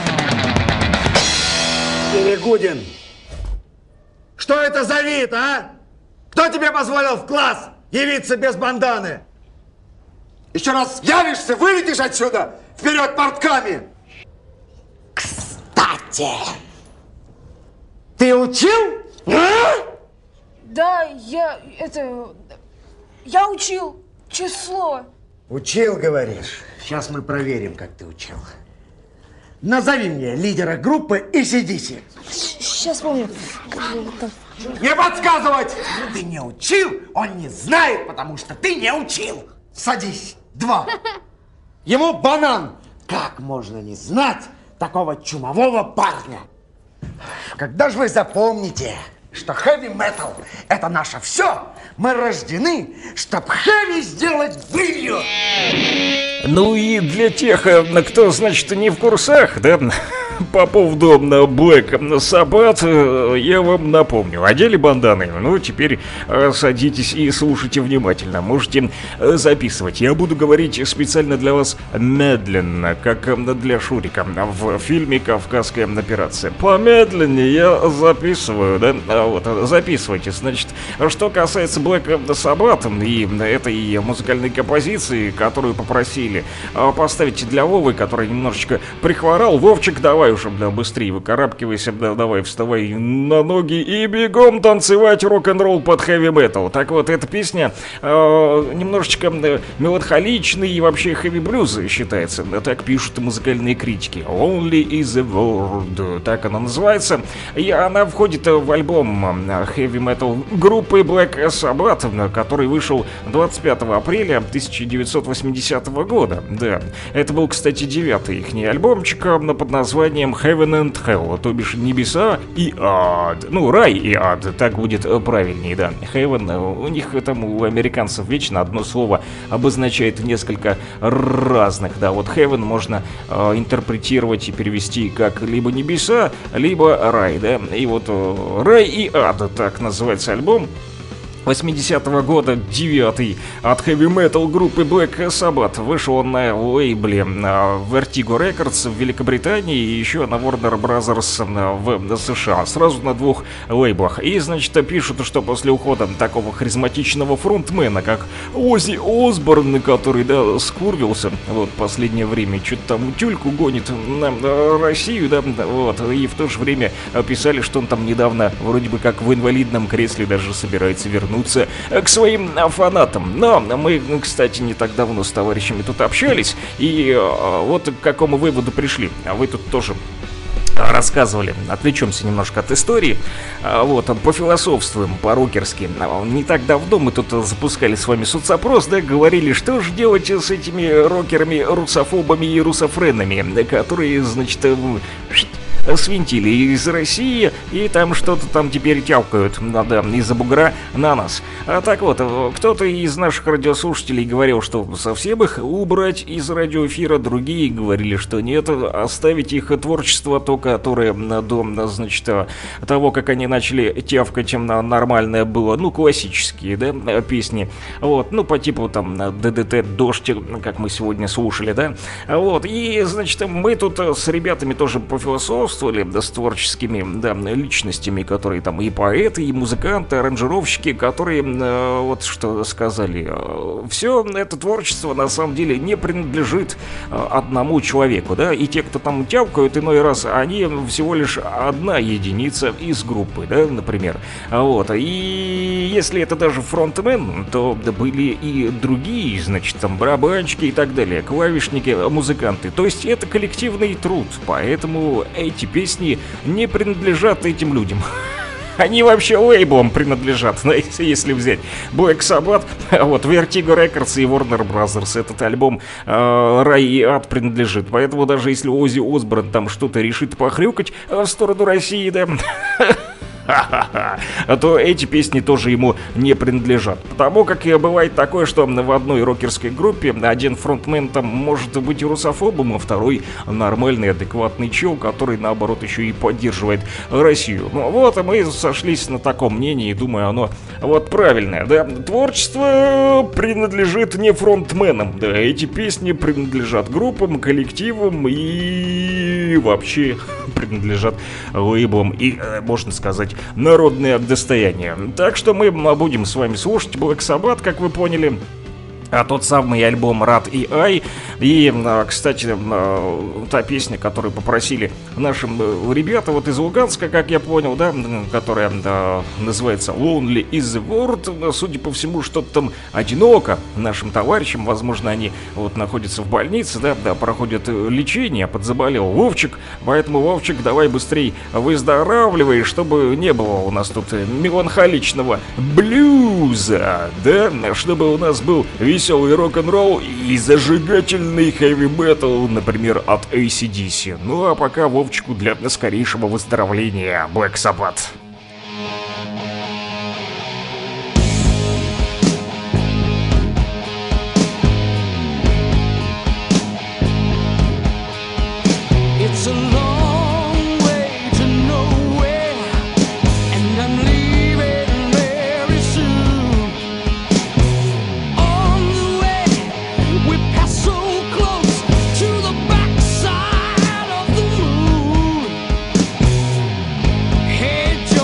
Перегудин, что это за вид, а? Кто тебе позволил в класс явиться без банданы? Еще раз явишься, вылетишь отсюда! Вперед портками! Кстати, ты учил? А? Да, я, это, я учил число. Учил, говоришь? Сейчас мы проверим, как ты учил. Назови мне лидера группы и сидите. Сейчас помню. Не подсказывать! Ты не учил, он не знает, потому что ты не учил. Садись. Два. Ему банан. Как можно не знать такого чумового парня? Когда же вы запомните, что хэви-метал – это наше все, мы рождены, чтобы хэви сделать былью. Ну и для тех, кто, значит, не в курсах, да, по поводу Black Sabbath, я вам напомню. Одели банданы, ну теперь садитесь и слушайте внимательно. Можете записывать. Я буду говорить специально для вас медленно, как для Шурика в фильме «Кавказская операция». Помедленнее я записываю, да, вот, записывайте. Значит, что касается Black Sabbath и этой музыкальной композиции, которую попросили поставить для Вовы, который немножечко прихворал. Вовчик, давай уже, да, быстрее выкарабкивайся, да, давай вставай на ноги и бегом танцевать рок-н-ролл под хэви-метал. Так вот, эта песня э, немножечко меланхоличный и вообще хэви-блюз считается. Так пишут музыкальные критики. Only is a world, так она называется. И она входит в альбом хэви-метал группы Black Sabbath, который вышел двадцать пятого апреля тысяча девятьсот восьмидесятого года. Да, это был, кстати, девятый ихний альбомчик под названием Heaven and Hell, то бишь небеса и ад. Ну, рай и ад, так будет правильнее, да. Heaven, у них там, у американцев, вечно одно слово обозначает несколько разных, да. Вот Heaven можно э, интерпретировать и перевести как либо небеса, либо рай, да. И вот э, рай и ад, так называется альбом восьмидесятого года, девятый от хэви-метал группы Black Sabbath. Вышел он на лейбле Vertigo Records в Великобритании и еще на Warner Brothers в США. Сразу на двух лейблах. И, значит, пишут, что после ухода такого харизматичного фронтмена, как Оззи Осборн, который, да, скурвился вот последнее время, что-то там тюльку гонит на Россию, да, вот, и в то же время писали, что он там недавно вроде бы как в инвалидном кресле даже собирается вернуться к своим фанатам. Но мы, кстати, не так давно с товарищами тут общались, и вот к какому выводу пришли. А вы тут тоже рассказывали. Отвлечемся немножко от истории. Вот, пофилософствуем по-рокерски. Не так давно мы тут запускали с вами соцопрос, да, говорили, что же делать с этими рокерами, русофобами и русофренами, которые, значит, свинтили из России, и там что-то там теперь тявкают, да, из-за бугра на нас. А так вот, кто-то из наших радиослушателей говорил, что совсем их убрать из радиоэфира, другие говорили, что нет, оставить их творчество, то, которое до, значит, того, как они начали тявкать, нормальное было, ну, классические, да, песни, вот, ну, по типу там ДДТ «Дождь», как мы сегодня слушали, да, вот, и, значит, мы тут с ребятами тоже пофилософствовали, да, с творческими, да, личностями, которые там и поэты, и музыканты, аранжировщики, которые э, вот что сказали. Э, все это творчество на самом деле не принадлежит э, одному человеку, да, и те, кто там тявкают иной раз, они всего лишь одна единица из группы, да, например. Вот, и если это даже фронтмен, то да, были и другие, значит, там барабанщики и так далее, клавишники, музыканты. То есть это коллективный труд, поэтому эти песни не принадлежат этим людям. Они вообще лейблам принадлежат, знаете, если взять Black Sabbath, вот, Vertigo Records и Warner Brothers. Этот альбом э, «Рай и ад» принадлежит. Поэтому даже если Оззи Осборн там что-то решит похрюкать в сторону России, да, то эти песни тоже ему не принадлежат. Потому как бывает такое, что в одной рокерской группе один фронтмен там может быть русофобом, а второй нормальный, адекватный чел, который наоборот еще и поддерживает Россию. Ну вот, и мы сошлись на таком мнении, и думаю, оно вот правильное, да. Творчество принадлежит не фронтменам, да, эти песни принадлежат группам, коллективам и или вообще принадлежат лейблам и, можно сказать, народное достояние. Так что мы будем с вами слушать Black Sabbath, как вы поняли. А тот самый альбом Рад и Ай. И, кстати, та песня, которую попросили наши ребята вот из Луганска, как я понял, да, которая да, называется Lonely is the World. Судя по всему, что-то там одиноко нашим товарищам. Возможно, они вот находятся в больнице, да, да, проходят лечение, подзаболел Вовчик. Поэтому, Вовчик, давай быстрей выздоравливай, чтобы не было у нас тут меланхоличного блюза, да, чтобы у нас был весь веселый рок-н-ролл и зажигательный хэви-метал, например, от эй си ди си. Ну а пока Вовчику для скорейшего выздоровления Black Sabbath. It's a long way to nowhere, and I'm leaving very soon. On the way, we pass so close to the backside of the moon. Hey, Joe.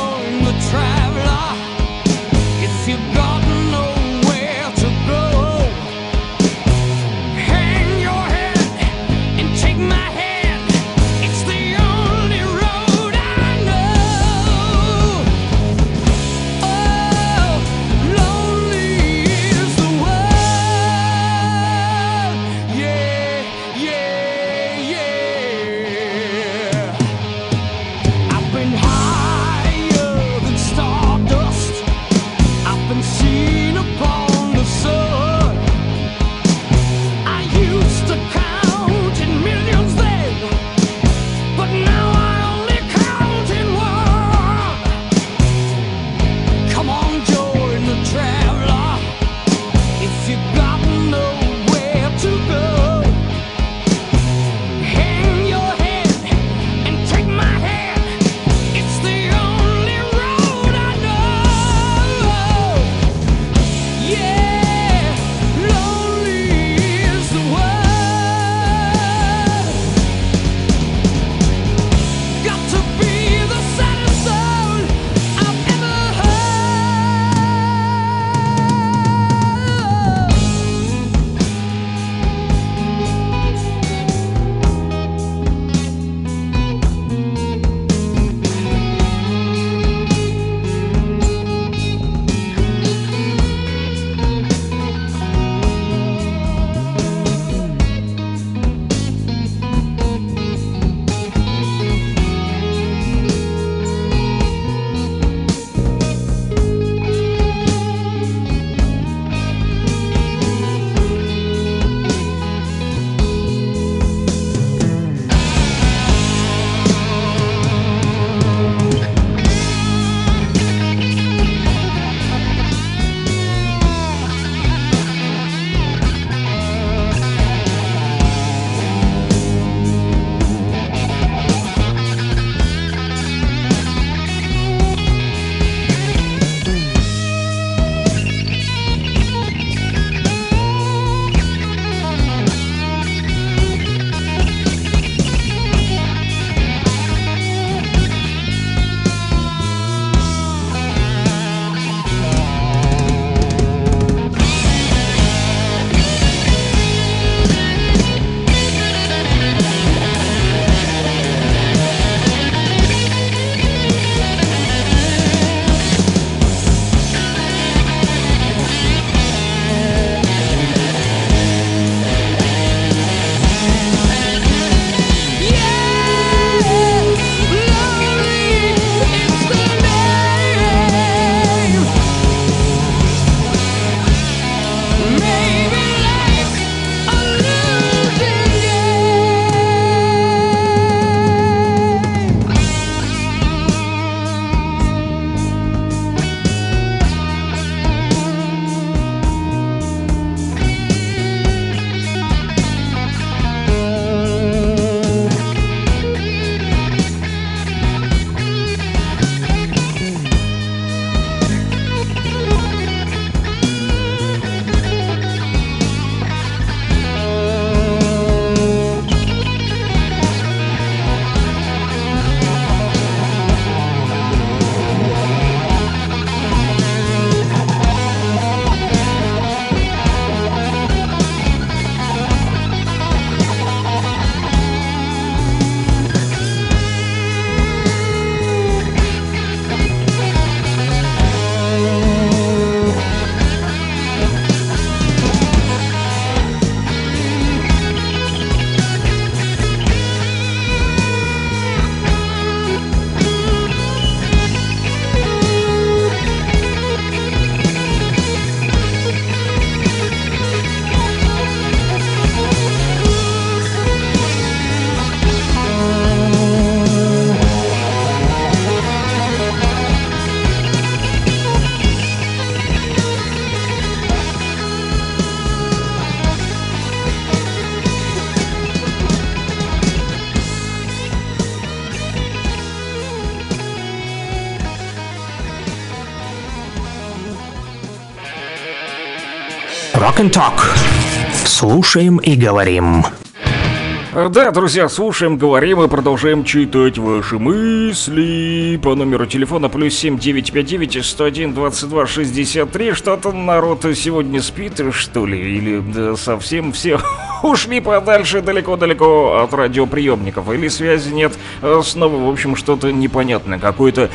Rock and Talk. Слушаем и говорим. Да, друзья, слушаем, говорим и продолжаем читать ваши мысли по номеру телефона плюс семь девятьсот пятьдесят девять сто один двадцать два шестьдесят три. Что-то народ сегодня спит, что ли? Или да, совсем все ушли подальше, далеко-далеко от радиоприемников? Или связи нет? Снова, в общем, что-то непонятное. Какое-то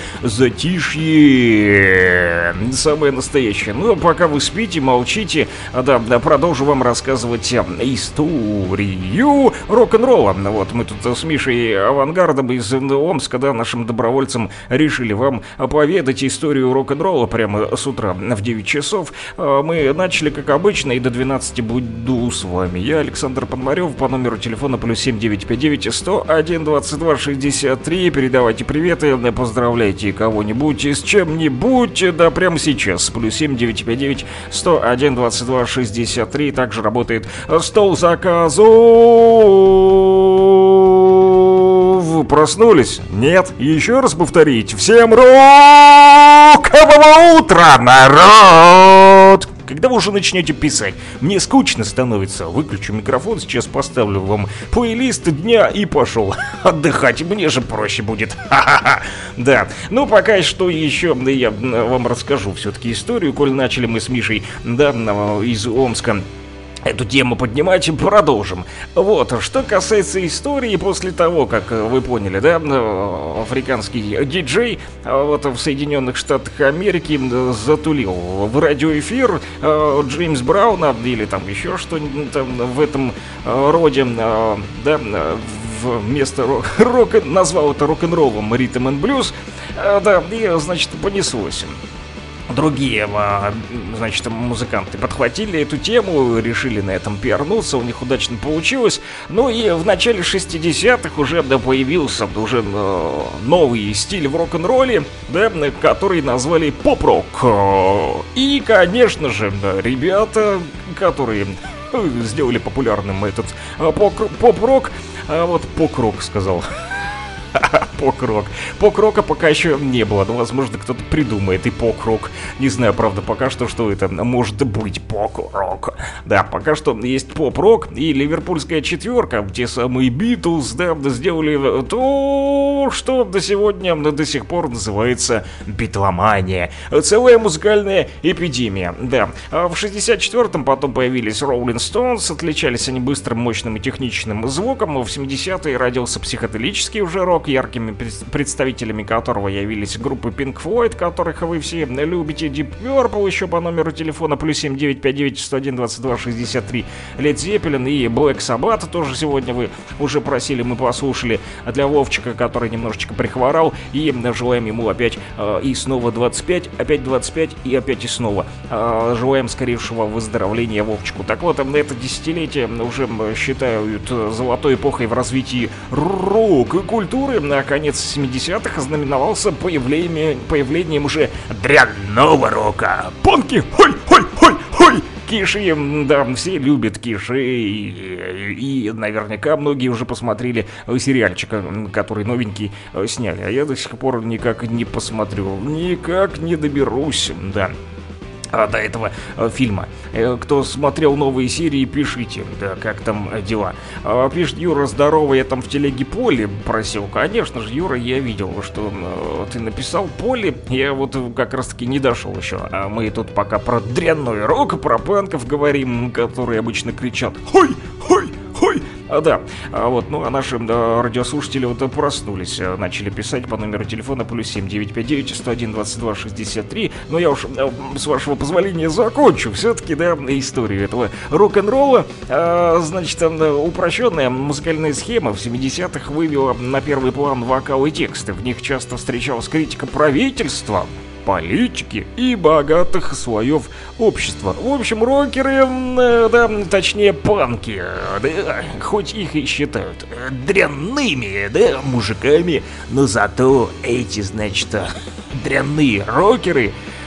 затишье. Самое настоящее. Ну, пока вы спите, молчите, да, да, продолжу вам рассказывать историю рок-н-ролла. Вот мы тут с Мишей Авангардом из Омска, да, нашим добровольцам, решили вам поведать историю рок-н-ролла прямо с утра в девять часов. Мы начали, как обычно, и до двенадцати буду с вами. Я, Александр Пономарев, по номеру телефона плюс семь девятьсот пятьдесят девять сто один двадцать два шестьдесят три. Передавайте приветы, поздравляйте кого-нибудь с чем-нибудь, да, прямо сейчас. Плюс семь девятьсот пятьдесят девять сто один двадцать два шестьдесят три. Также работает стол заказов. Проснулись? Нет? Еще раз повторить. Всем рокового утра, народ! Когда вы уже начнете писать? Мне скучно становится. Выключу микрофон, сейчас поставлю вам плейлист дня и пошел отдыхать. Мне же проще будет. Ха-ха-ха. Да. Ну, пока что еще я вам расскажу все-таки историю, коль начали мы с Мишей, да, из Омска эту тему поднимать, продолжим. Вот, что касается истории, после того, как вы поняли, да, африканский диджей вот в Соединенных Штатах Америки затулил в радиоэфир Джеймс Брауна или там еще что-нибудь там в этом роде, да, вместо рока, назвал это рок-н-роллом, ритм энд блюз, да, и, значит, понеслось. Другие, значит, музыканты подхватили эту тему, решили на этом пиарнуться, у них удачно получилось. Ну и в начале шестидесятых уже да, появился уже новый стиль в рок-н-ролле, да, который назвали поп-рок. И, конечно же, ребята, которые сделали популярным этот поп-рок, вот пок-рок сказал. Пок-рок. Пок-рока пока еще не было, но, возможно, кто-то придумает и пок-рок. Не знаю, правда, пока что, что это может быть пок-рок. Да, пока что есть поп-рок и ливерпульская четверка, те самые Битлз, да, сделали то, что до сегодня до сих пор называется битломания. Целая музыкальная эпидемия, да. А в шестьдесят четвёртом потом появились Rolling Stones, отличались они быстрым, мощным и техничным звуком. В семидесятые родился психоделический уже рок, яркими представителями которого явились группы Pink Floyd, которых вы все любите, Deep Purple, еще по номеру телефона плюс семь девятьсот пятьдесят девять сто один двадцать два шестьдесят три, Led Zeppelin и Black Sabbath, тоже сегодня вы уже просили, мы послушали, для Вовчика, который немножечко прихворал, и желаем ему опять э, и снова двадцать пять, опять двадцать пять и опять и снова. Э, желаем скорейшего выздоровления Вовчику. Так вот, это десятилетие уже считают золотой эпохой в развитии рок-культуры. На конец семидесятых ознаменовался появлением, появлением уже дрянного рока. Панки! Хой, хой, хой, хой! Киши, да, все любят Киши, и, и наверняка многие уже посмотрели сериальчик, который новенький сняли, а я до сих пор никак не посмотрю, никак не доберусь, да. До этого э, фильма. Э, кто смотрел новые серии, пишите, да, как там э, дела. Э, пишет Юра, здорово, я там в телеге Поле просил. Конечно же, Юра, я видел, что э, ты написал Поле. Я вот как раз таки не дошел еще. А мы тут пока про дрянной рок, про панков говорим, которые обычно кричат «Хой! Хой! Хой!» А, да, а вот, ну а наши да, радиослушатели вот проснулись, начали писать по номеру телефона плюс семь девятьсот пятьдесят девять сто один двадцать два шестьдесят три. Но я уж, с вашего позволения, закончу все-таки, да, историю этого рок-н-ролла. А, значит, упрощенная музыкальная схема в семидесятых вывела на первый план вокал и тексты. В них часто встречалась критика правительства, политики и богатых слоев общества. В общем, рокеры, да, точнее панки, да, хоть их и считают дрянными, да, мужиками, но зато эти, значит, дрянные рокеры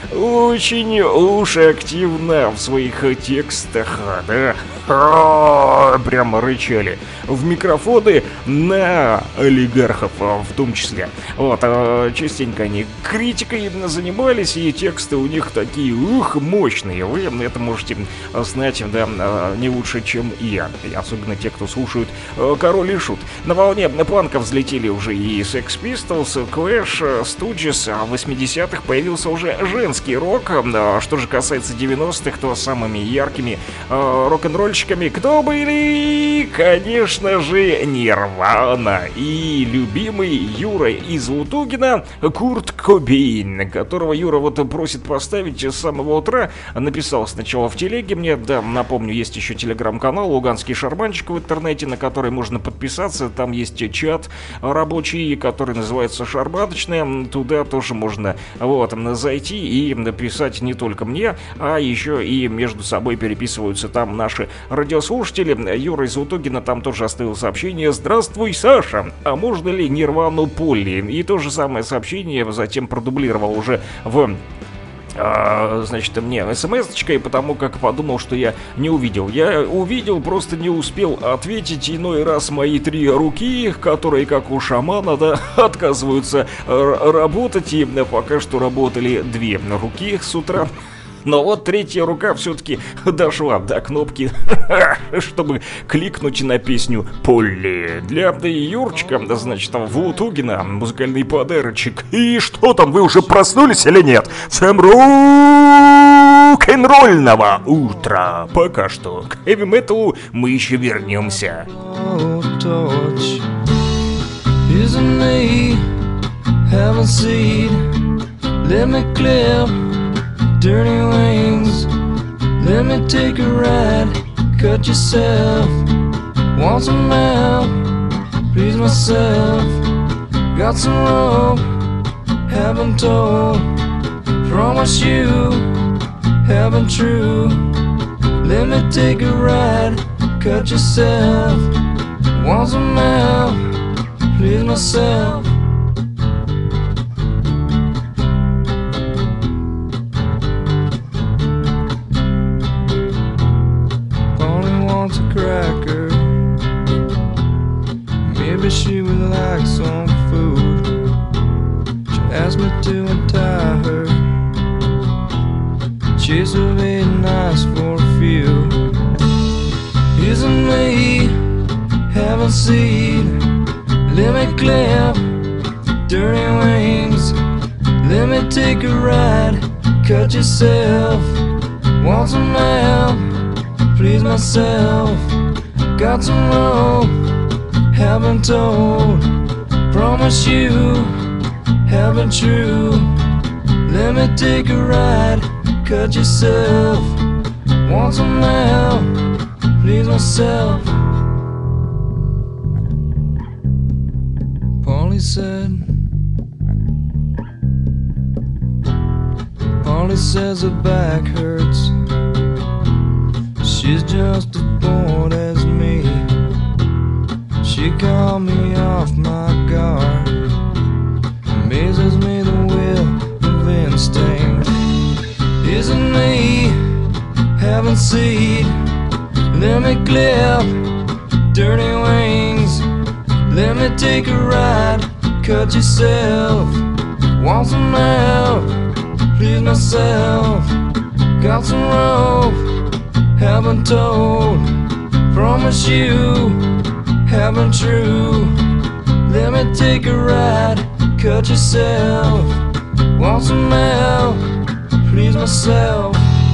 очень уж активно в своих текстах, да, а, прямо рычали в микрофоны на олигархов в том числе. Вот, а, частенько они критикой занимались, и тексты у них такие, ух, мощные. Вы это можете знать, да, не лучше, чем и я. И особенно те, кто слушают Король и Шут. На волне панка взлетели уже и Sex Pistols, Clash, Stooges, а в восьмидесятых появился уже женский рок. Что же касается девяностых, то самыми яркими э, рок-н-ролльщиками кто были? Конечно же, Нирвана и любимый Юра из Лутугина Курт Кобейн, которого Юра вот просит поставить с самого утра. Написал сначала в телеге мне, да, напомню, есть еще телеграм-канал «Луганский шарманчик» в интернете, на который можно подписаться. Там есть чат рабочий, который называется «Шарматочная». Туда тоже можно вот зайти и написать не только мне, а еще и между собой переписываются там наши радиослушатели. Юра из Лутугина там тоже оставил сообщение: «Здравствуй, Саша, а можно ли Нирвану Полли?» И то же самое сообщение затем продублировал уже в... А, значит, мне смс-очкой, потому как подумал, что я не увидел. Я увидел, просто не успел ответить. Иной раз мои три руки, которые, как у шамана, да, отказываются работать. И пока что работали две руки с утра. Но вот третья рука все-таки дошла до кнопки, чтобы кликнуть на песню «Полли». Для Юрчика, значит, в Лутугина музыкальный подарочек. И что там, вы уже проснулись или нет? Всем рок-н-ролльного утра. Пока что к хэви-металу мы еще вернемся. Dirty wings, let me take a ride. Cut yourself, want some help, please myself. Got some rope, haven't told. Promise you, haven't true. Let me take a ride. Cut yourself, want some help, please myself. Cracker, maybe she would like some food. She asked me to untie her, chase of eight nights for a few. Isn't me, haven't seen. Let me clap, dirty wings. Let me take a ride. Cut yourself, want some help, please myself. Got some rope, haven't told. Promise you, haven't true. Let me take a ride. Cut yourself, want some help, please myself. Polly said, Polly says her back hurts. She's just as bored as me. She called me off my guard. Amazes me the will of instinct. Isn't me, haven't seen. Let me clip, dirty wings. Let me take a ride. Cut yourself, want some help, please myself. Got some rope, haven't told. Promise you, haven't true. Let me take a ride. Cut yourself, want some help, please myself.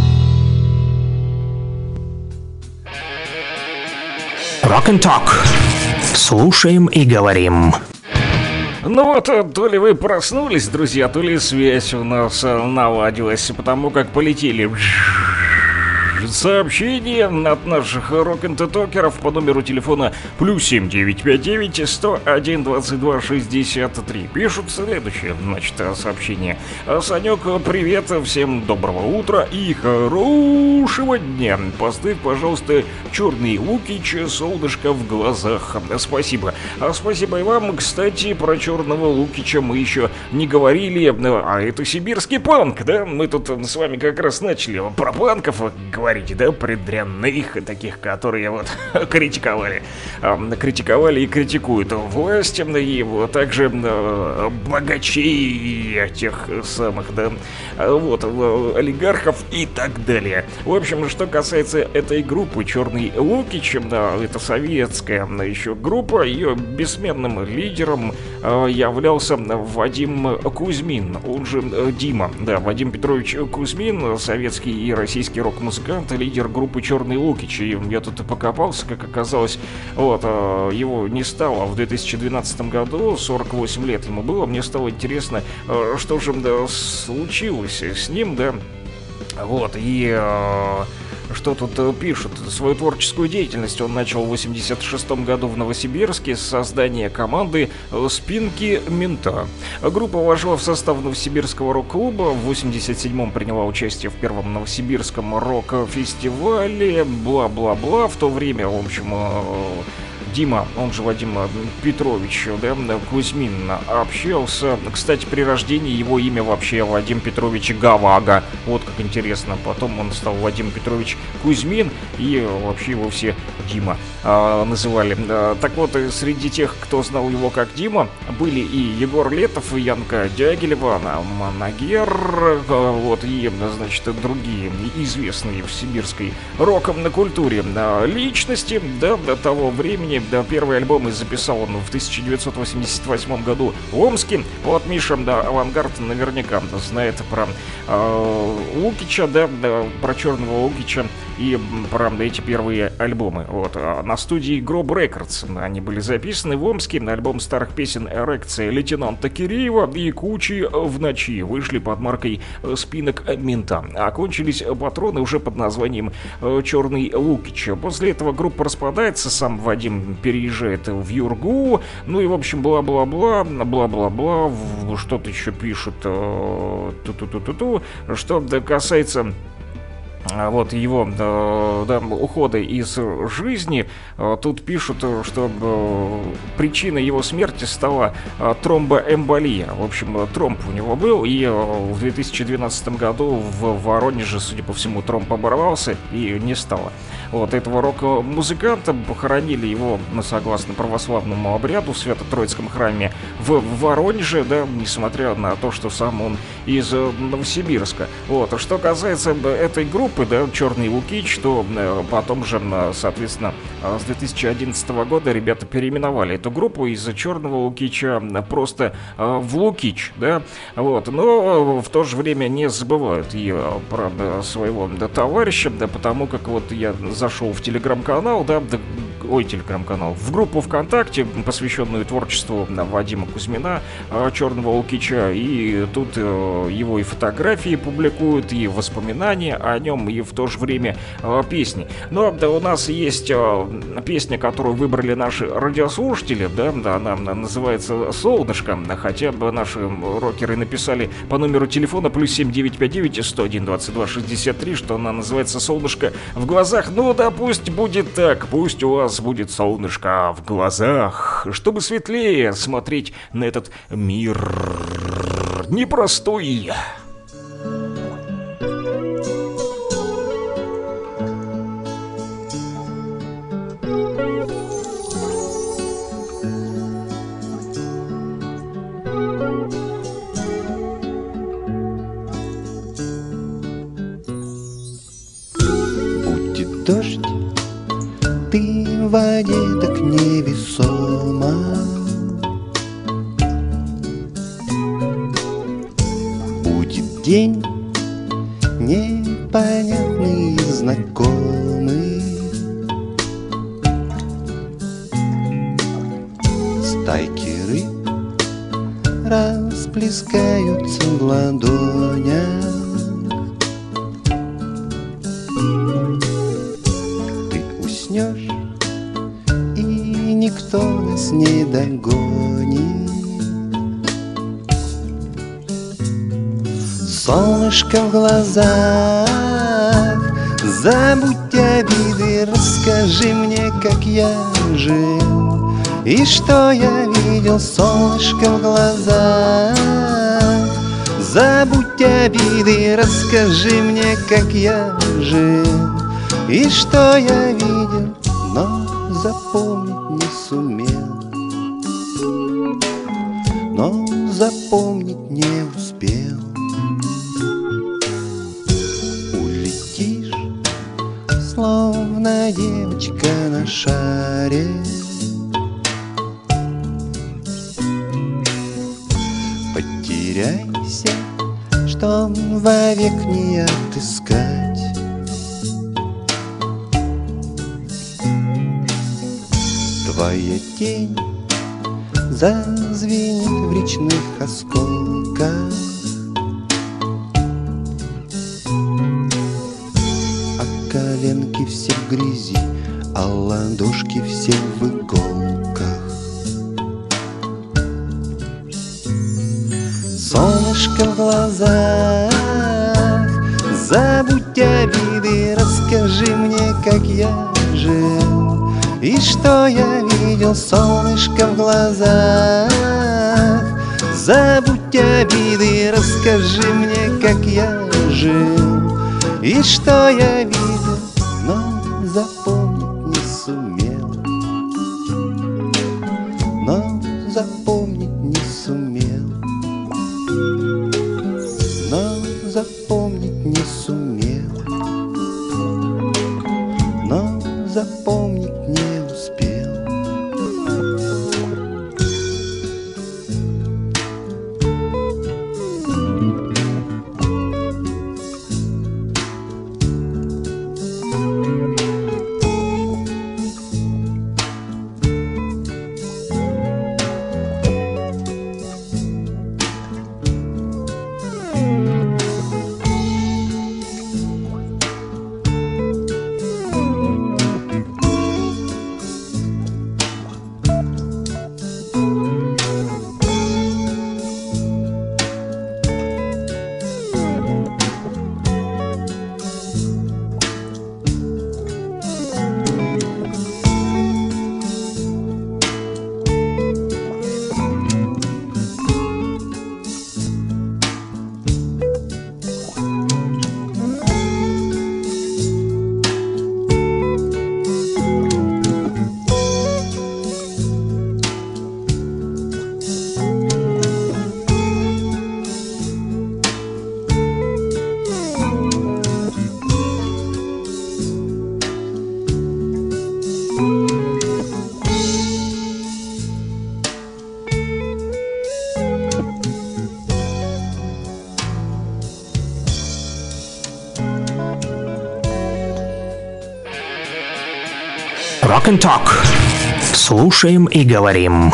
Rock and Talk. Слушаем и говорим. Ну вот, то ли вы проснулись, друзья, то ли связь у нас наладилась, потому как полетели сообщение от наших рок-н-токеров по номеру телефона плюс семь девять пять девять сто один двадцать два шестьдесят три. Пишут следующее, значит, сообщение. Санек, привет, всем доброго утра и хорошего дня. Поставь, пожалуйста, Черный Лукич, солнышко в глазах. Спасибо. А спасибо и вам. Кстати, про Черного Лукича мы еще не говорили, а это сибирский панк, да? Мы тут с вами как раз начали про панков говорить, да, предрянных таких, которые вот критиковали, критиковали и критикуют власть, и вот также богачей тех самых, да, вот, олигархов и так далее. В общем, что касается этой группы Черный Лукич, да, это советская еще группа, ее бессменным лидером являлся Вадим Кузьмин, он же Дима, да, Вадим Петрович Кузьмин, советский и российский рок-музыкант, лидер группы Черный Лукич. И я тут и покопался, как оказалось, вот, его не стало в две тысячи двенадцатом году, сорок восемь лет ему было. Мне стало интересно, что же, да, случилось с ним, да, вот, и... Что тут пишут? Свою творческую деятельность он начал в восемьдесят шестом году в Новосибирске с создания команды «Спинки Мента». Группа вошла в состав Новосибирского рок-клуба, в восемьдесят седьмом приняла участие в первом Новосибирском рок-фестивале, бла-бла-бла. В то время, в общем... Дима, он же Вадим Петрович, да, Кузьмин, общался. Кстати, при рождении его имя вообще Вадим Петрович Гавага. Вот как интересно. Потом он стал Вадим Петрович Кузьмин, и вообще его все Дима а, называли. А, так вот, среди тех, кто знал его как Дима, были и Егор Летов, и Янка Дягилева, Манагер, а, вот, и, значит, другие известные в сибирской рок-культуре личности, да, до того времени. Да, первый альбом записал он в тысяча девятьсот восемьдесят восьмом году в Омске. Вот Миша, да, Авангард наверняка знает про э, Лукича, да, да, про Черного Лукича и про да, эти первые альбомы. Вот, а на студии Гроб Рекордс они были записаны в Омске. На альбом старых песен «Эрекция лейтенанта Киреева» и «Кучи в ночи» вышли под маркой «Спинок Мента». Окончились патроны уже под названием «Черный Лукич». После этого группа распадается, сам Вадим переезжает в Юргу, ну и в общем бла-бла-бла, бла-бла-бла, что-то еще пишут, ту-ту-ту-ту-ту, что касается... Вот его да, да, ухода из жизни. Тут пишут, что причиной его смерти стала тромбоэмболия. В общем, тромб у него был, и в две тысячи двенадцатом году в Воронеже, судя по всему, тромб оборвался и не стало. Вот этого рок-музыканта похоронили его, согласно православному обряду, в Свято-Троицком храме в Воронеже, да, несмотря на то, что сам он из Новосибирска. Вот. Что касается этой группы, да, Черный Лукич, то потом же, соответственно, с две тысячи одиннадцатого года ребята переименовали эту группу из Черного Лукича просто в Лукич, да, вот, но в то же время не забывают и про своего да, товарища, да, потому как вот я зашел в телеграм-канал, да, да, ой, телеграм-канал, в группу ВКонтакте, посвященную творчеству Вадима Кузьмина, Черного Лукича, и тут его и фотографии публикуют, и воспоминания о нем, и в то же время песни. Но да, у нас есть песня, которую выбрали наши радиослушатели, да, да, она называется «Солнышко», хотя бы наши рокеры написали по номеру телефона плюс семь девять пять девять сто один двадцать два шестьдесят три, что она называется «Солнышко в глазах». Ну да, пусть будет так, пусть у вас будет солнышко в глазах, чтобы светлее смотреть на этот мир непростой. Будет дождь, ты в воде так невесомо. Будет день непонятный и знакомый. Стайки рыб расплескаются в ладонях. уснешь, и никто нас не догонит. Солнышко в глазах, забудь обиды, расскажи мне, как я жил и что я видел. Солнышко в глазах, забудь обиды, расскажи мне, как я жил и что я видел, но запомнить не сумел, но запомнить не успел. Улетишь, словно девочка на шаре, потеряйся, чтоб вовек не отыскать. Твоя тень зазвенит в речных осколках, а коленки все в грязи, а ладошки все в иголках. Солнышко в глазах, забудь обиды, расскажи мне, как я жил и что я видел. Солнышко в глазах, забудь обиды, расскажи мне, как я жил и что я видел, но запомнить не сумел, но запомнить не сумел, но запомнить не сумел, но запомнить не успел. Rock and Talk. Слушаем и говорим.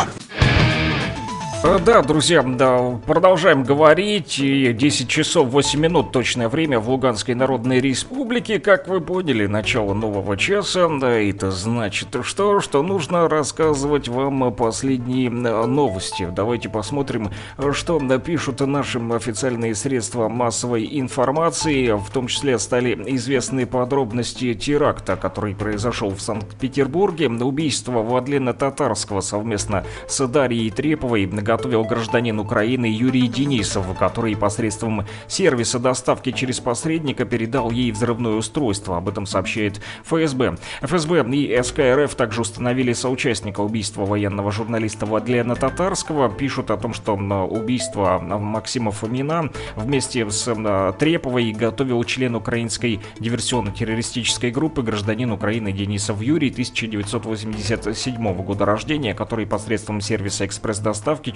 Да, друзья, да, продолжаем говорить. И десять часов восемь минут точное время в Луганской Народной Республике. Как вы поняли, начало нового часа. Да, это значит что? Что нужно рассказывать вам последние новости. Давайте посмотрим, что пишут наши официальные средства массовой информации. В том числе стали известны подробности теракта, который произошел в Санкт-Петербурге. Убийство Владлена Татарского совместно с Дарьей Треповой готовил гражданин Украины Юрий Денисов, который посредством сервиса доставки через посредника передал ей взрывное устройство. Об этом сообщает ФСБ. ФСБ и СК РФ также установили соучастника убийства военного журналиста Владлена Татарского. Пишут о том, что убийство Максима Фомина вместе с Треповой готовил член украинской диверсионно-террористической группы гражданин Украины Денисов Юрий, тысяча девятьсот восемьдесят седьмого года рождения, который посредством сервиса экспресс-доставки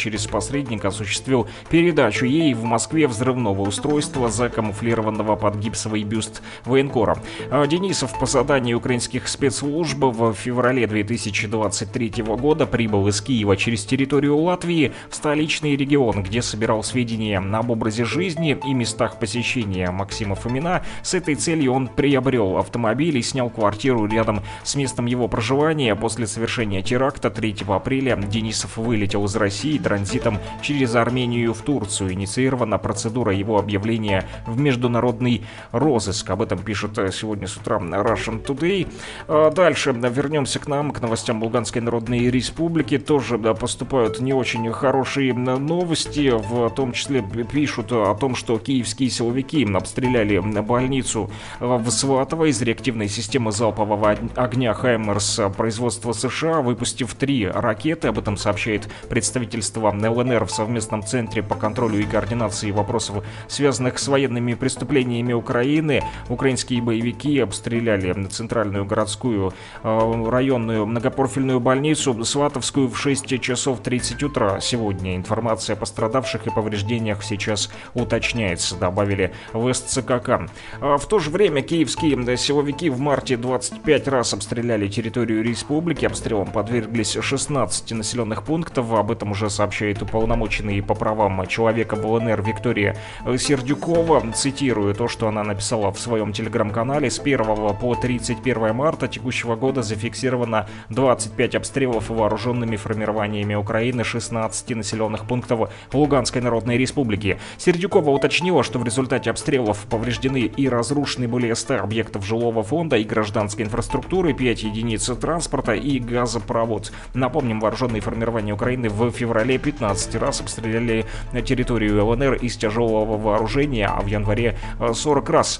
через посредника осуществил передачу ей в Москве взрывного устройства, закамуфлированного под гипсовый бюст военкора. Денисов по заданию украинских спецслужб в феврале две тысячи двадцать третьего года прибыл из Киева через территорию Латвии в столичный регион, где собирал сведения об образе жизни и местах посещения Максима Фомина. С этой целью он приобрел автомобиль и снял квартиру рядом с местом его проживания. После совершения теракта третьего апреля Денисов вылетел из России транзитом через Армению в Турцию. Инициирована процедура его объявления в международный розыск. Об этом пишет сегодня с утра Russian Today. Дальше вернемся к нам, к новостям Луганской Народной Республики. Тоже поступают не очень хорошие новости. В том числе пишут о том, что киевские силовики обстреляли больницу в Сватово из реактивной системы залпового огня «Хаймерс» производства США, выпустив три ракеты. Об этом сообщает представительство ЛНР в совместном центре по контролю и координации вопросов, связанных с военными преступлениями Украины. Украинские боевики обстреляли центральную городскую э, районную многопрофильную больницу Сватовскую в шесть часов тридцать утра сегодня. Информация о пострадавших и повреждениях сейчас уточняется, добавили в СЦКК. А в то же время киевские силовики в марте двадцать пять раз обстреляли территорию республики. Обстрелам подверглись шестнадцать населенных пунктов. Об этом уже сообщает уполномоченный по правам человека в ЛНР Виктория Сердюкова. Цитирую то, что она написала в своем телеграм-канале. С первого по тридцать первое марта текущего года зафиксировано двадцать пять обстрелов вооруженными формированиями Украины шестнадцати населенных пунктов Луганской Народной Республики. Сердюкова уточнила, что в результате обстрелов повреждены и разрушены более ста объектов жилого фонда и гражданской инфраструктуры, пять единиц транспорта и газопровод. Напомним, вооруженные формирования Украины в феврале пятнадцать раз обстреляли территорию ЛНР из тяжелого вооружения, а в январе сорок раз.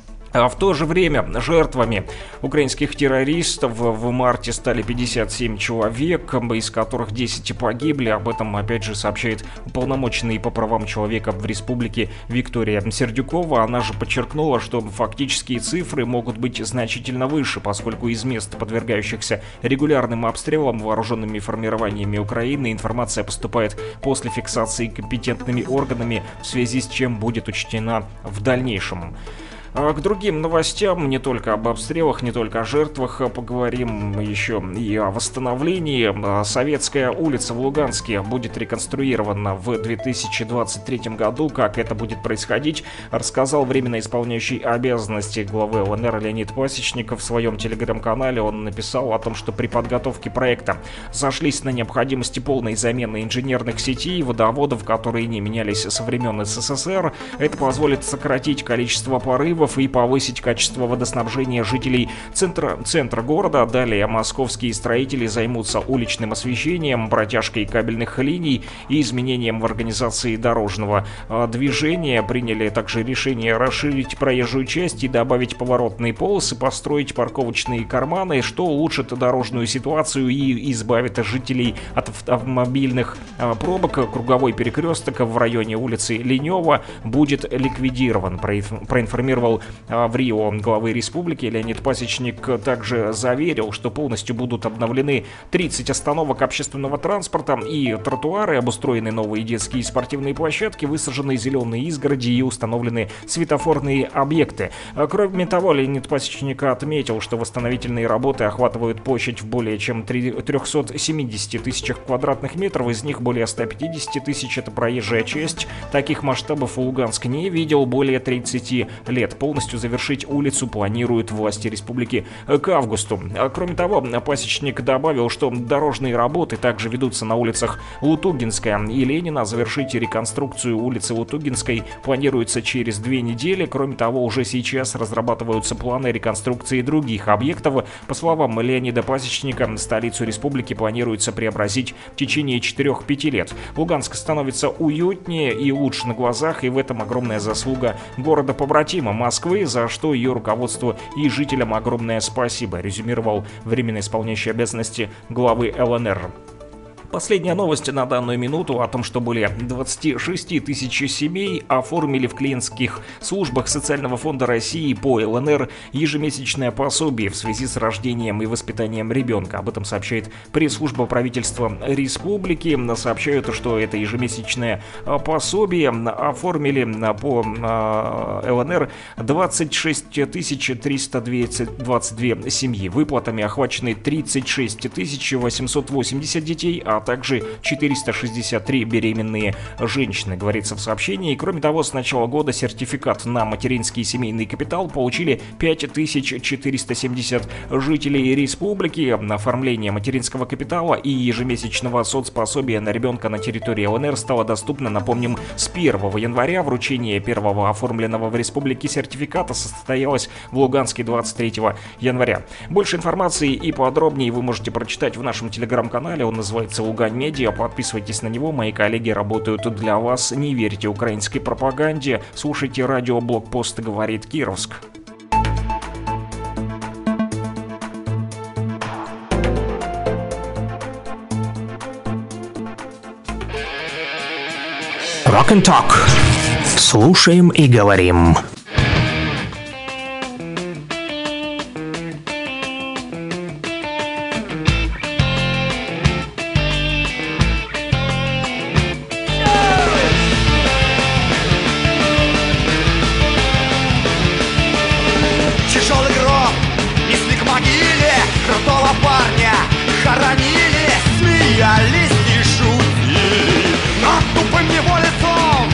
А в то же время жертвами украинских террористов в марте стали пятьдесят семь человек, из которых десять погибли. Об этом, опять же, сообщает уполномоченный по правам человека в республике Виктория Сердюкова. Она же подчеркнула, что фактические цифры могут быть значительно выше, поскольку из мест, подвергающихся регулярным обстрелам вооруженными формированиями Украины, информация поступает после фиксации компетентными органами, в связи с чем будет учтена в дальнейшем. К другим новостям, не только об обстрелах, не только о жертвах, поговорим еще и о восстановлении. Советская улица в Луганске будет реконструирована в две тысячи двадцать третьем году. Как это будет происходить, рассказал временно исполняющий обязанности главы ЛНР Леонид Пасечников в своем телеграм-канале. Он написал о том, что при подготовке проекта сошлись на необходимости полной замены инженерных сетей и водоводов, которые не менялись со времен СССР. Это позволит сократить количество порывов и повысить качество водоснабжения жителей центра, центра города. Далее московские строители займутся уличным освещением, протяжкой кабельных линий и изменением в организации дорожного э, движения. Приняли также решение расширить проезжую часть и добавить поворотные полосы, построить парковочные карманы, что улучшит дорожную ситуацию и избавит жителей от автомобильных э, пробок. Круговой перекресток в районе улицы Ленева будет ликвидирован, проинформировал в Рио главы республики. Леонид Пасечник также заверил, что полностью будут обновлены тридцать остановок общественного транспорта и тротуары, обустроены новые детские и спортивные площадки, высажены зеленые изгороди и установлены светофорные объекты. Кроме того, Леонид Пасечник отметил, что восстановительные работы охватывают площадь в более чем трёхсот семидесяти тысячах квадратных метров, из них более ста пятидесяти тысяч — это проезжая часть. Таких масштабов Луганск не видел более тридцати лет. Полностью завершить улицу планируют власти республики к августу. Кроме того, Пасечник добавил, что дорожные работы также ведутся на улицах Лутугинская и Ленина. Завершить реконструкцию улицы Лутугинской планируется через две недели. Кроме того, уже сейчас разрабатываются планы реконструкции других объектов. По словам Леонида Пасечника, столицу республики планируется преобразить в течение четырёх-пяти лет. Луганск становится уютнее и лучше на глазах, и в этом огромная заслуга города-побратима Москвы, за что ее руководству и жителям огромное спасибо, резюмировал временно исполняющий обязанности главы ЛНР. Последняя новость на данную минуту о том, что более двадцать шесть тысяч семей оформили в клиентских службах Социального фонда России по эл эн эр ежемесячное пособие в связи с рождением и воспитанием ребенка. Об этом сообщает пресс-служба правительства республики. Сообщают, что это ежемесячное пособие оформили по эл эн эр двадцать шесть тысяч триста двадцать две семьи. Выплатами охвачены тридцать шесть тысяч восемьсот восемьдесят детей, а также четыреста шестьдесят три беременные женщины, говорится в сообщении. И кроме того, с начала года сертификат на материнский семейный капитал получили пять тысяч четыреста семьдесят жителей республики. Оформление материнского капитала и ежемесячного соцпособия на ребенка на территории эл эн эр стало доступно, напомним, с первого января. Вручение первого оформленного в республике сертификата состоялось в Луганске двадцать третьего января. Больше информации и подробнее вы можете прочитать в нашем телеграм-канале. Он называется Лугань Медиа. Подписывайтесь на него. Мои коллеги работают для вас. Не верьте украинской пропаганде. Слушайте радио Блокпост говорит Кировск. Rock and Talk. Слушаем и говорим. Тяжелый гроб несли к могиле крутого парня, хоронили, смеялись и шутили над тупым его лицом.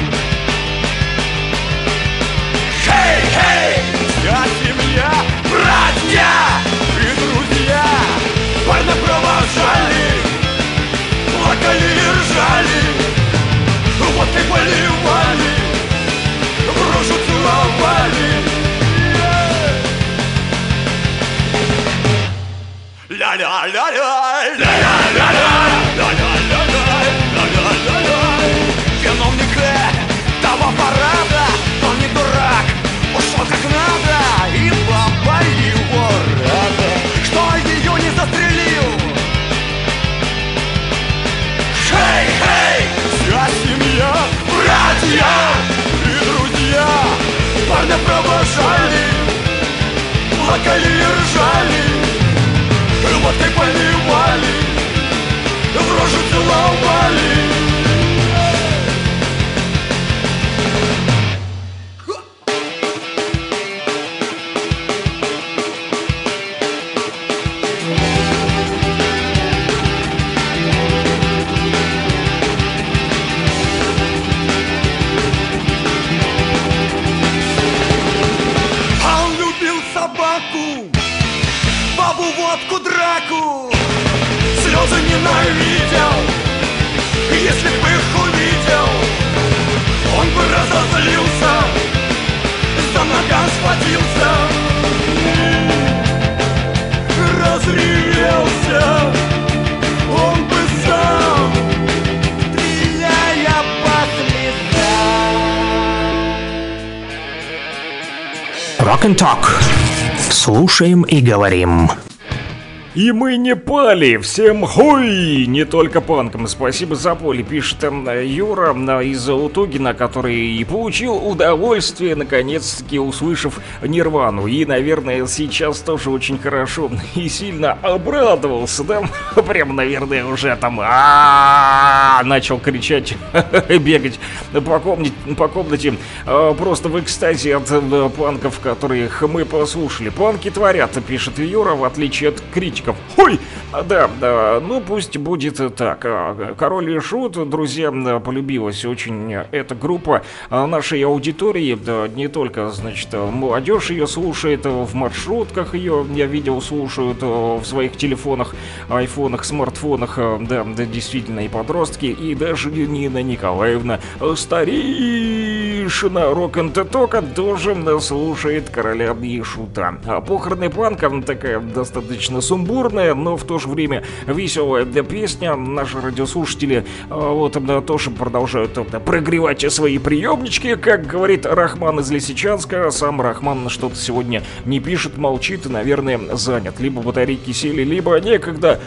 Хей, хей, вся семья, братья и друзья парня провожали, плакали и ржали, водкой поливали, в рожу целовали. Виновник этого парада, он не дурак, ушел как надо, и баба его рада, что ее не застрелил. Хей, хей, вся семья, братья и друзья парня провожали, плакали и ржали, водкой поливали, в рожу целовали. А он любил собаку, бабу, водку, драку, слезы ненавидел. Если бы их увидел, он бы разозлился, за ногам схватился, разревелся. Он бы сам, стреляя по слезам. Rock and Talk. Слушаем и говорим. И мы не пали, всем хуй, не только панкам. Спасибо за поле, пишет Юра из Утугина, который и получил удовольствие, наконец-таки услышав Нирвану. И, наверное, сейчас тоже очень хорошо и сильно обрадовался, да? Прям, наверное, уже там начал кричать, бегать по комнате, по комнате, просто в экстазе от панков, которых мы послушали. Панки творят, пишет Юра, в отличие от критиков. Ой, да, да, ну пусть будет так. Король и Шут, друзья, полюбилась очень эта группа нашей аудитории. Да, не только, значит, молодежь ее слушает, в маршрутках ее, я видел, слушают в своих телефонах, айфонах, смартфонах, да, да, действительно, и подростки, и даже Нина Николаевна, старейшая Гришина Рок-н-Тока тоже слушает короля и шута. А похороны панка такая достаточно сумбурная, но в то же время веселая песня. Наши радиослушатели вот тоже продолжают прогревать свои приемнички, как говорит Рахман из Лисичанска. Сам Рахман что-то сегодня не пишет, молчит и, наверное, занят. Либо батарейки сели, либо некогда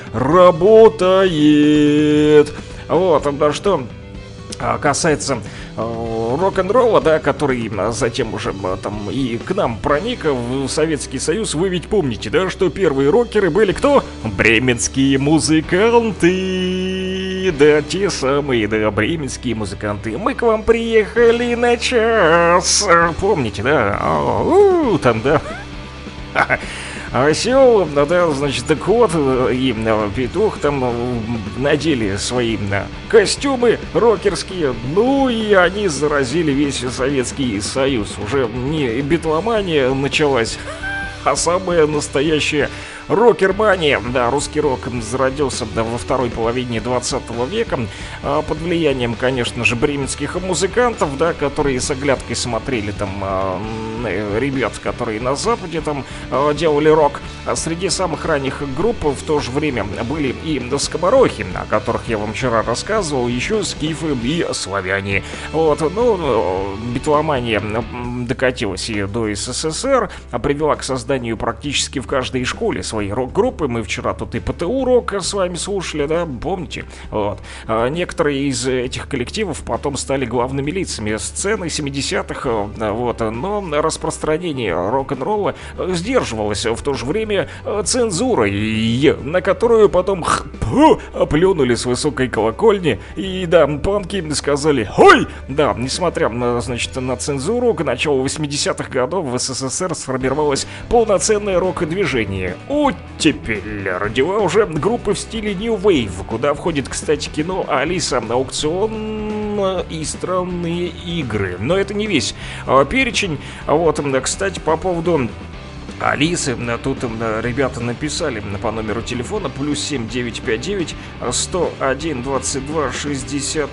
работает. Вот, да что касается э, рок-н-ролла, да, который затем уже там и к нам проник в Советский Союз. Вы ведь помните, да, что первые рокеры были кто? Бременские музыканты. Да, те самые, да, бременские музыканты. Мы к вам приехали на час. Помните, да? О, там, да. Осел, да, значит, кот и петух там надели свои костюмы рокерские, ну и они заразили весь Советский Союз. Уже не битломания началась, а самая настоящая рокермания. Да, русский рок зародился да, во второй половине двадцатого века а, под влиянием, конечно же, бременских музыкантов, да, которые с оглядкой смотрели там а, ребят, которые на Западе там а, делали рок. А среди самых ранних групп в то же время были и скоморохи, о которых я вам вчера рассказывал, еще скифы и славяне. Вот, ну, битломания докатилась и до СССР, привела к созданию практически в каждой школе своей рок-группы. Мы вчера тут и ПТУ рок с вами слушали, да, помните? Вот. А некоторые из этих коллективов потом стали главными лицами сцены семидесятых, вот, но распространение рок-н-ролла сдерживалось в то же время цензурой, на которую потом плюнули с высокой колокольни, и да, панки сказали «Ой!». Да, несмотря на, значит, на цензуру, к началу восьмидесятых годов в СССР сформировалось полноценное рок-движение. Оттепель родила уже группы в стиле New Wave, куда входит, кстати, кино «Алиса», «Аукцион» и «Странные игры». Но это не весь а, перечень. Вот, кстати, по поводу Алисы, тут ребята написали по номеру телефона плюс семь девятьсот пятьдесят девять сто один двадцать два шестьдесят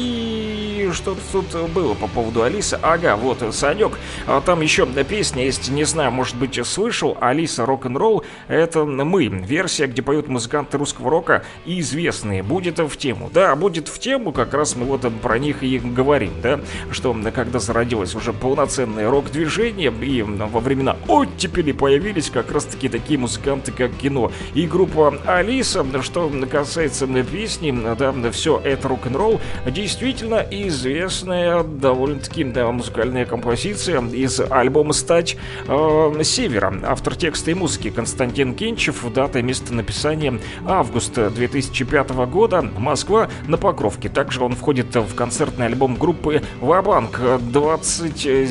три. Что-то тут было по поводу Алисы. Ага, вот, Санек, там еще песня есть, не знаю, может быть, слышал. Алиса рок-н-ролл, это мы. Версия, где поют музыканты русского рока и известные. Будет в тему. Да, будет в тему, как раз мы вот про них и говорим, да, что когда зародилось уже полноценное рок-движение и во времена оттепели появились как раз таки такие музыканты, как кино и группа Алиса. Что касается песни, да, все это рок-н-ролл, действительно известная довольно-таки да, музыкальная композиция из альбома «Стать э, Севера». Автор текста и музыки Константин Кинчев. Дата и место написания август две тысячи пятого года. Москва, на Покровке. Также он входит в концертный альбом группы «Ва-банк» двадцатая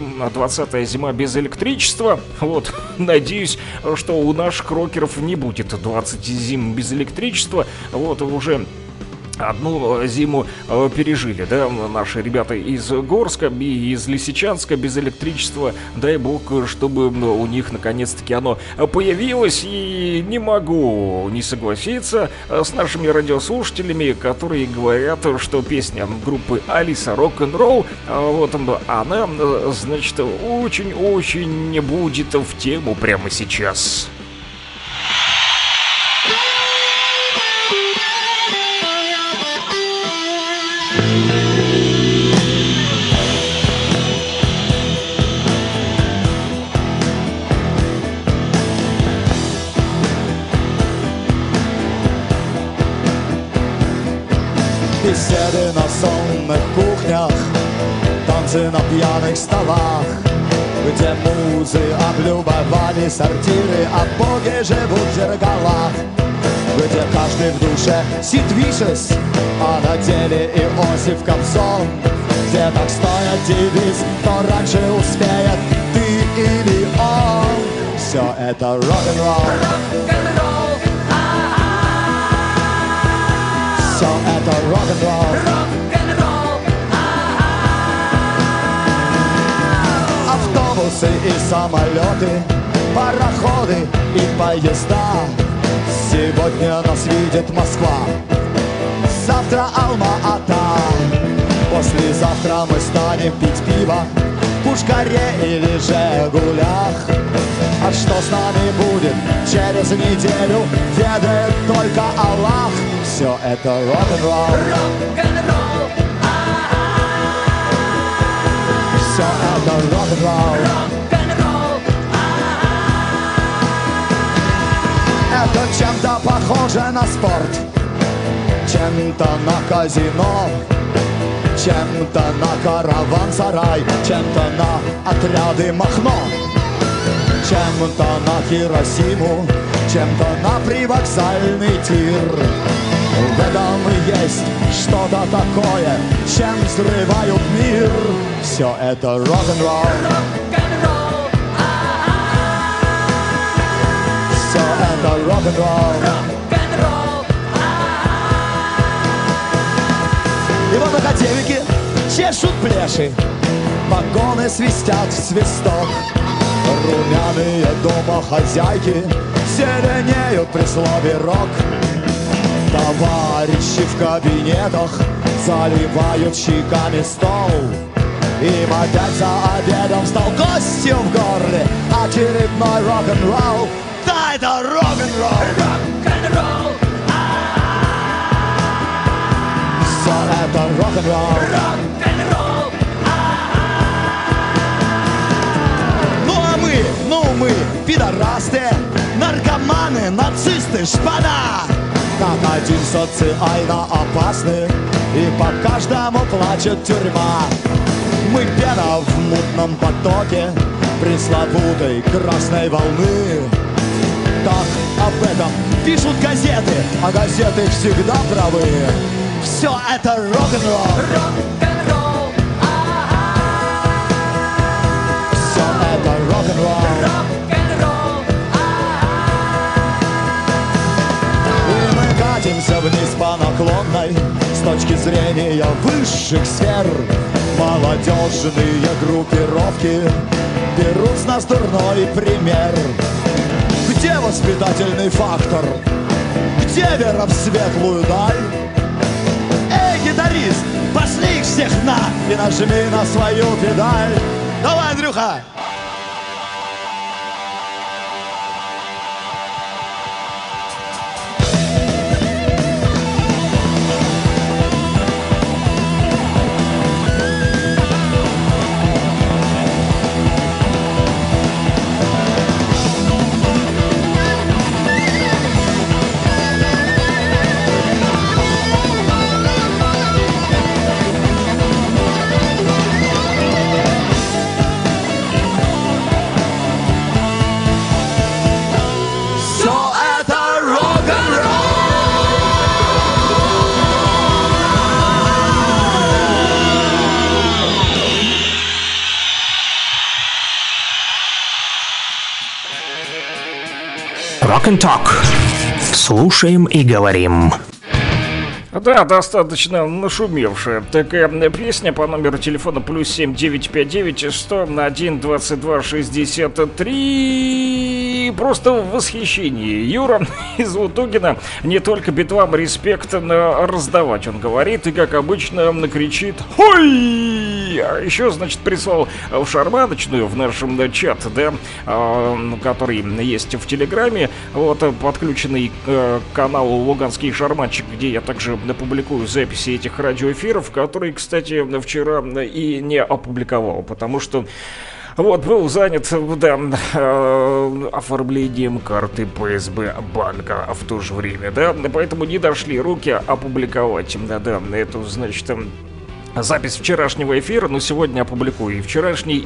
зима без электричества. Вот, надеюсь, что у наших рокеров не будет двадцать зим без электричества. Вот, уже одну зиму э, пережили, да, наши ребята из Горска и из Лисичанска без электричества. Дай бог, чтобы у них наконец-таки оно появилось. И не могу не согласиться с нашими радиослушателями, которые говорят, что песня группы Алиса рок-н-ролл, вот она, значит, очень-очень не будет в тему прямо сейчас. Беседы на сонных кухнях, танцы на пьяных столах, где музы облюбовали сортиры, а боги живут в зеркалах, где каждый в душе Сид Вишес, а на деле Иосиф Кобзон, где так стоит девиз, кто раньше успеет, ты или он. Все это рок-н-ролл. Все это рок-н-ролл. Автобусы и самолеты, пароходы и поезда. Сегодня нас видит Москва, завтра Алма-Ата. После И завтра мы станем пить пиво в Пушкаре или Жигулях. А что с нами будет через неделю, ведает только Аллах. Все это рок-н-ролл. Рок-н-ролл. Все это рок-н-ролл. Рок-н-ролл. Это чем-то похоже на спорт, чем-то на казино, чем-то на караван-сарай, чем-то на отряды Махно, чем-то на Хиросиму, чем-то на привокзальный тир. В этом есть что-то такое, чем взрывают мир. Все это рок-н-ролл. Рок-н-ролл. Все это рок-н-ролл. Рок-н-ролл. И вот академики чешут плеши, вагоны свистят в свисток. Румяные домохозяйки зеленеют при слове «рок». Товарищи в кабинетах заливают щеками стол. Им опять за обедом стал гостем в горле очередной рок-н-ролл. Да, это рок-н-ролл. Рок-н-ролл. Все это рок-н-ролл. Рок-н-ролл. Ну а мы, ну мы, пидорасты, наркоманы, нацисты, шпана. Как один социально опасны, и по каждому плачет тюрьма. Мы пена в мутном потоке пресловутой красной волны. Так об этом пишут газеты, а газеты всегда правы. Все это рок-н-ролл. Рок-н-ролл. Все это рок-н-ролл. Рок-н-ролл. И мы катимся вниз по наклонной с точки зрения высших сфер. Молодежные группировки берут с нас дурной пример. Где воспитательный фактор? Где вера в светлую даль? Эй, гитарист, пошли их всех на и нажми на свою педаль. Давай, Андрюха! Rock and Talk. Слушаем и говорим. Да, достаточно нашумевшая такая песня по номеру телефона плюс семь девятьсот пятьдесят девять сто один двадцать два шестьдесят три. Просто в восхищении. Юра из Лутугина не только битвам респект раздавать, он говорит, и как обычно кричит «Хой!». А еще, значит, прислал в шарманочную в нашем чат, да, который есть в Телеграме, вот, подключенный к каналу «Луганский шарманчик», где я также публикую записи этих радиоэфиров, которые, кстати, вчера и не опубликовал, потому что вот, был занят, да, э, оформлением карты пэ эс бэ банка в то же время, да, поэтому не дошли руки опубликовать, да-да, эту, значит, запись вчерашнего эфира, но сегодня опубликую и вчерашний,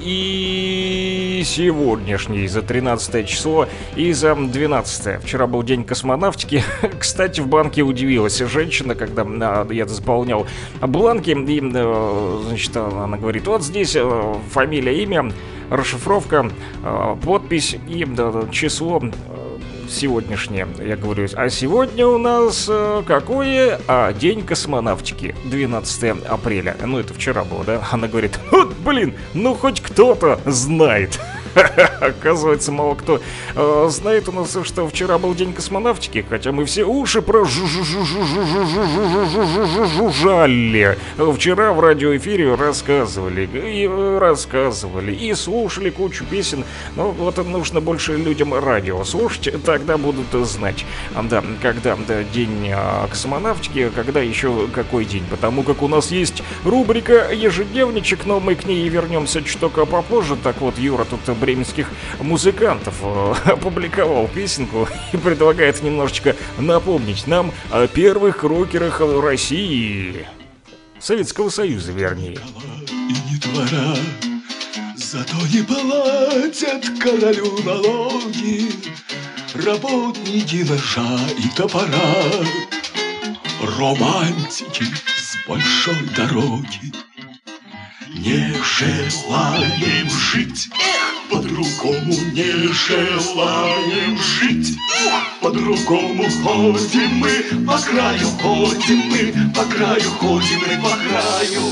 и сегодняшний за тринадцатое число, и за двенадцатое. Вчера был день космонавтики. Кстати, в банке удивилась женщина, когда я заполнял бланки, и, значит, она говорит, вот здесь фамилия, имя, расшифровка, подпись и число сегодняшнее. Я говорю, а сегодня у нас э, какое? А, день космонавтики, двенадцатое апреля. Ну, это вчера было, да? Она говорит, вот, блин, ну хоть кто-то знает. Оказывается, мало кто э, знает у нас, что вчера был день космонавтики, хотя мы все уши прожужжали. Вчера в радиоэфире рассказывали, и рассказывали, и слушали кучу песен. Но вот нужно больше людям радио слушать, тогда будут знать, да, когда да, день э, космонавтики, когда еще какой день. Потому как у нас есть рубрика «Ежедневничек», но мы к ней вернемся чуток попозже. Так вот, Юра тут бременских музыкантов э, опубликовал песенку и предлагает немножечко напомнить нам о первых рокерах России. Советского Союза, вернее. И не двора, зато не платят королю налоги работники ножа и топора, романтики с большой дороги. Не желаем жить, эх, по-другому не желаем жить, по-другому ходим мы, по краю ходим мы, по краю ходим мы, по краю.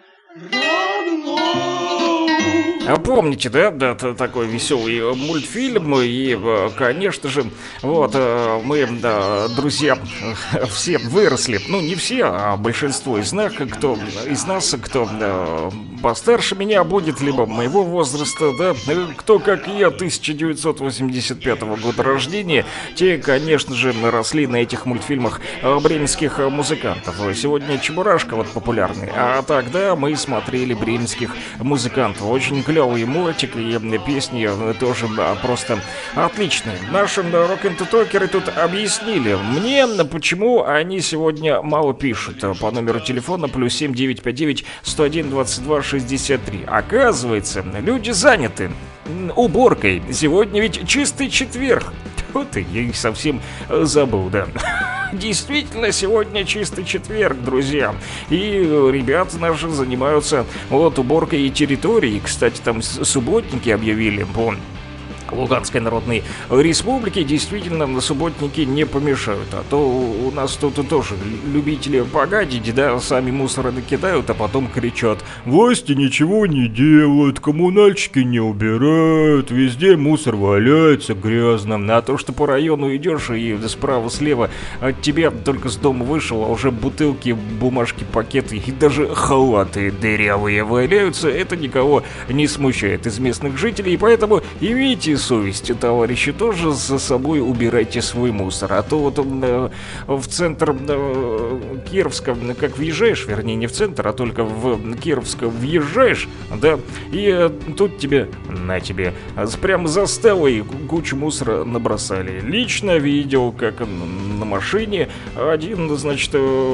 А помните, да, да, такой веселый мультфильм, и, конечно же, вот, мы, да, друзья, все выросли, ну, не все, а большинство из нас, кто, из нас, кто да, постарше меня будет, либо моего возраста, да, кто, как и я, тысяча девятьсот восемьдесят пятого года рождения, те, конечно же, росли на этих мультфильмах бременских музыкантов. Сегодня Чебурашка вот популярный, а тогда мы смотрели бременских музыкантов. Очень клевые мультики и песни тоже да, просто отличные. Наши рок-н-токеры тут объяснили мне, почему они сегодня мало пишут по номеру телефона плюс семь девятьсот пятьдесят девять сто один двадцать два шестьдесят три. Оказывается, люди заняты уборкой. Сегодня ведь чистый четверг. Вот и я их совсем забыл, да. Действительно, сегодня чистый четверг, друзья. И ребята наши занимаются вот уборкой территории. Кстати, там субботники объявили по Луганской Народной Республике. Действительно, субботники не помешают. А то у нас тут тоже любители погадить, да, сами мусор накидают, а потом кричат: власти ничего не делают, коммунальщики не убирают, везде мусор валяется грязно. А то, что по району идешь и справа-слева от тебя только с дома вышел, а уже бутылки, бумажки, пакеты и даже халаты дырявые валяются, это никого не смущает из местных жителей. И поэтому имейте совесть, товарищи, тоже за собой убирайте свой мусор. А то вот э, в центр э, Кировска, как въезжаешь, вернее не в центр, а только в Кировск въезжаешь, да, и э, тут тебе, на тебе, прямо за стелой кучу мусора набросали. Лично видел, как на машине один, значит,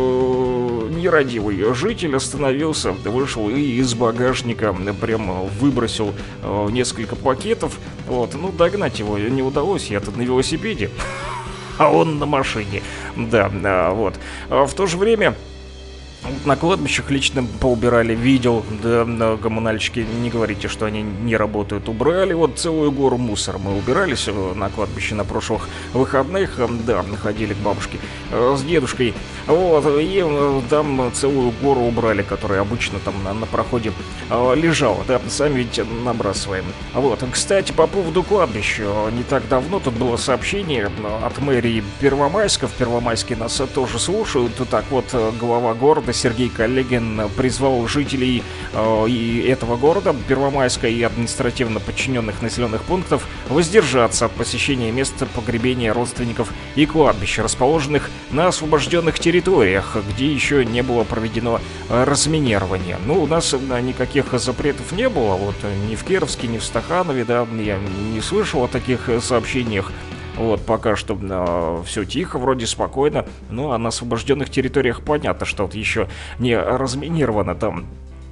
э, нерадивый житель остановился, вышел и из багажника прямо выбросил э, несколько пакетов. Вот, ну, догнать его не удалось, я тут на велосипеде, а он на машине. Да, да, вот. А в то же время на кладбищах лично поубирали, видел, да, коммунальщики, не говорите, что они не работают, убрали вот целую гору мусора. Мы убирались на кладбище на прошлых выходных, да, ходили к бабушке с дедушкой, вот, и там целую гору убрали, которая обычно там на, на проходе лежала, да, сами ведь набрасываем. Вот, кстати, по поводу кладбища, не так давно тут было сообщение от мэрии Первомайска, в Первомайске нас тоже слушают, так вот, глава города Сергей Коллегин призвал жителей э, и этого города, Первомайска, и административно подчиненных населенных пунктов воздержаться от посещения места погребения родственников и кладбищ, расположенных на освобожденных территориях, где еще не было проведено э, разминирование. Ну, у нас э, никаких запретов не было, вот ни в Кировске, ни в Стаханове, да, я не слышал о таких э, сообщениях. Вот, пока что э, все тихо, вроде спокойно. Ну, а на освобожденных территориях понятно, что вот еще не разминировано там.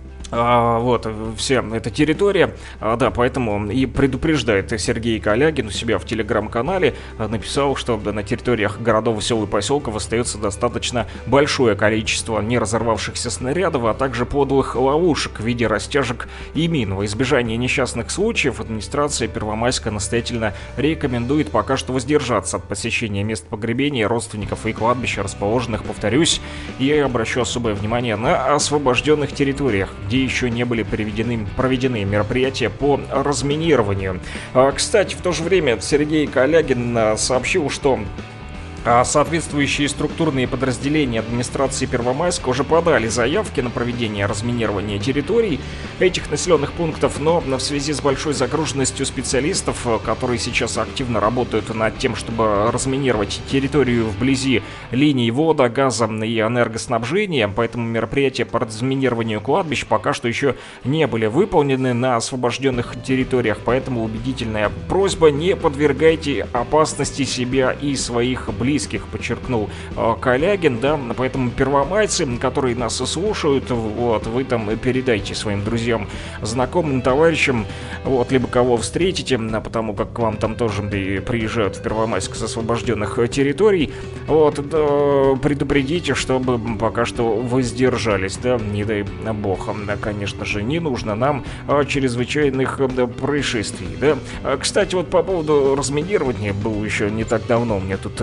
А, вот, вся эта территория, а, да, поэтому и предупреждает Сергей Калягин у себя в телеграм-канале, а, написал, что да, на территориях городов, сел и поселков остается достаточно большое количество не разорвавшихся снарядов, а также подлых ловушек в виде растяжек и мин. Во избежание несчастных случаев администрация Первомайска настоятельно рекомендует пока что воздержаться от посещения мест погребения родственников и кладбища, расположенных, повторюсь, и обращу особое внимание на освобожденных территориях, где где еще не были проведены, проведены мероприятия по разминированию. А, кстати, в то же время Сергей Калягин а, сообщил, что соответствующие структурные подразделения администрации Первомайска уже подали заявки на проведение разминирования территорий этих населенных пунктов, но в связи с большой загруженностью специалистов, которые сейчас активно работают над тем, чтобы разминировать территорию вблизи линий вода, газа и энергоснабжения, поэтому мероприятия по разминированию кладбищ пока что еще не были выполнены на освобожденных территориях, поэтому убедительная просьба: не подвергайте опасности себя и своих близких. Близких, подчеркнул э, Калягин, да, поэтому первомайцы, которые нас слушают, вот, вы там передайте своим друзьям, знакомым, товарищам, вот, либо кого встретите, потому как к вам там тоже приезжают в Первомайск с освобожденных территорий, вот, да, предупредите, чтобы пока что воздержались, да, не дай бог, конечно же, не нужно нам а, чрезвычайных да, происшествий, да. Кстати, вот по поводу разминирования, был еще не так давно, мне тут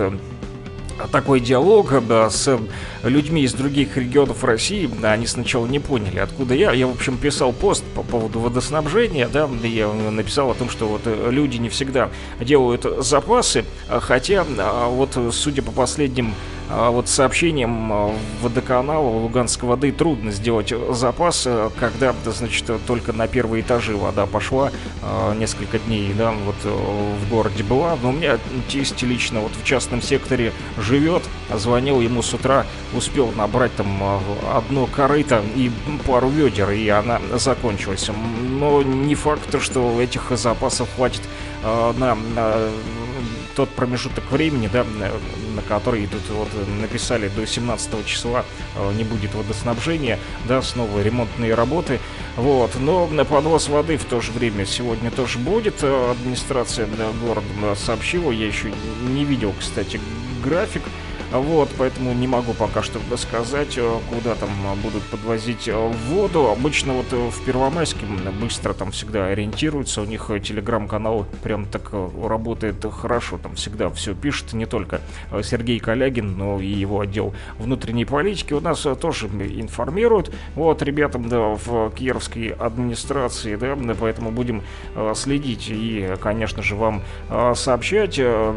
такой диалог да, с людьми из других регионов России. Они сначала не поняли, откуда я. Я, в общем, писал пост по поводу водоснабжения, да, я написал о том, что вот люди не всегда делают запасы, хотя вот, судя по последним вот сообщениям водоканала Луганской воды, трудно сделать запас, когда, значит, только на первые этажи вода пошла, несколько дней, да, вот в городе была, но у меня тесть лично вот в частном секторе живет, звонил ему с утра, успел набрать там одно корыто и пару ведер, и она закончилась, но не факт, что этих запасов хватит на, на тот промежуток времени, да, на который тут вот написали до семнадцатого числа не будет водоснабжения, да, снова ремонтные работы, вот, но на подвоз воды в то же время сегодня тоже будет. Администрация да, города сообщила, я еще не видел, кстати, график. Вот, поэтому не могу пока что сказать, куда там будут подвозить воду. Обычно вот в Первомайске быстро там всегда ориентируются. У них телеграм-канал прям так работает хорошо. Там всегда все пишет, не только Сергей Калягин, но и его отдел внутренней политики. У нас тоже информируют. Вот, ребятам, да, в кировской администрации, да, поэтому будем следить и, конечно же, вам сообщать,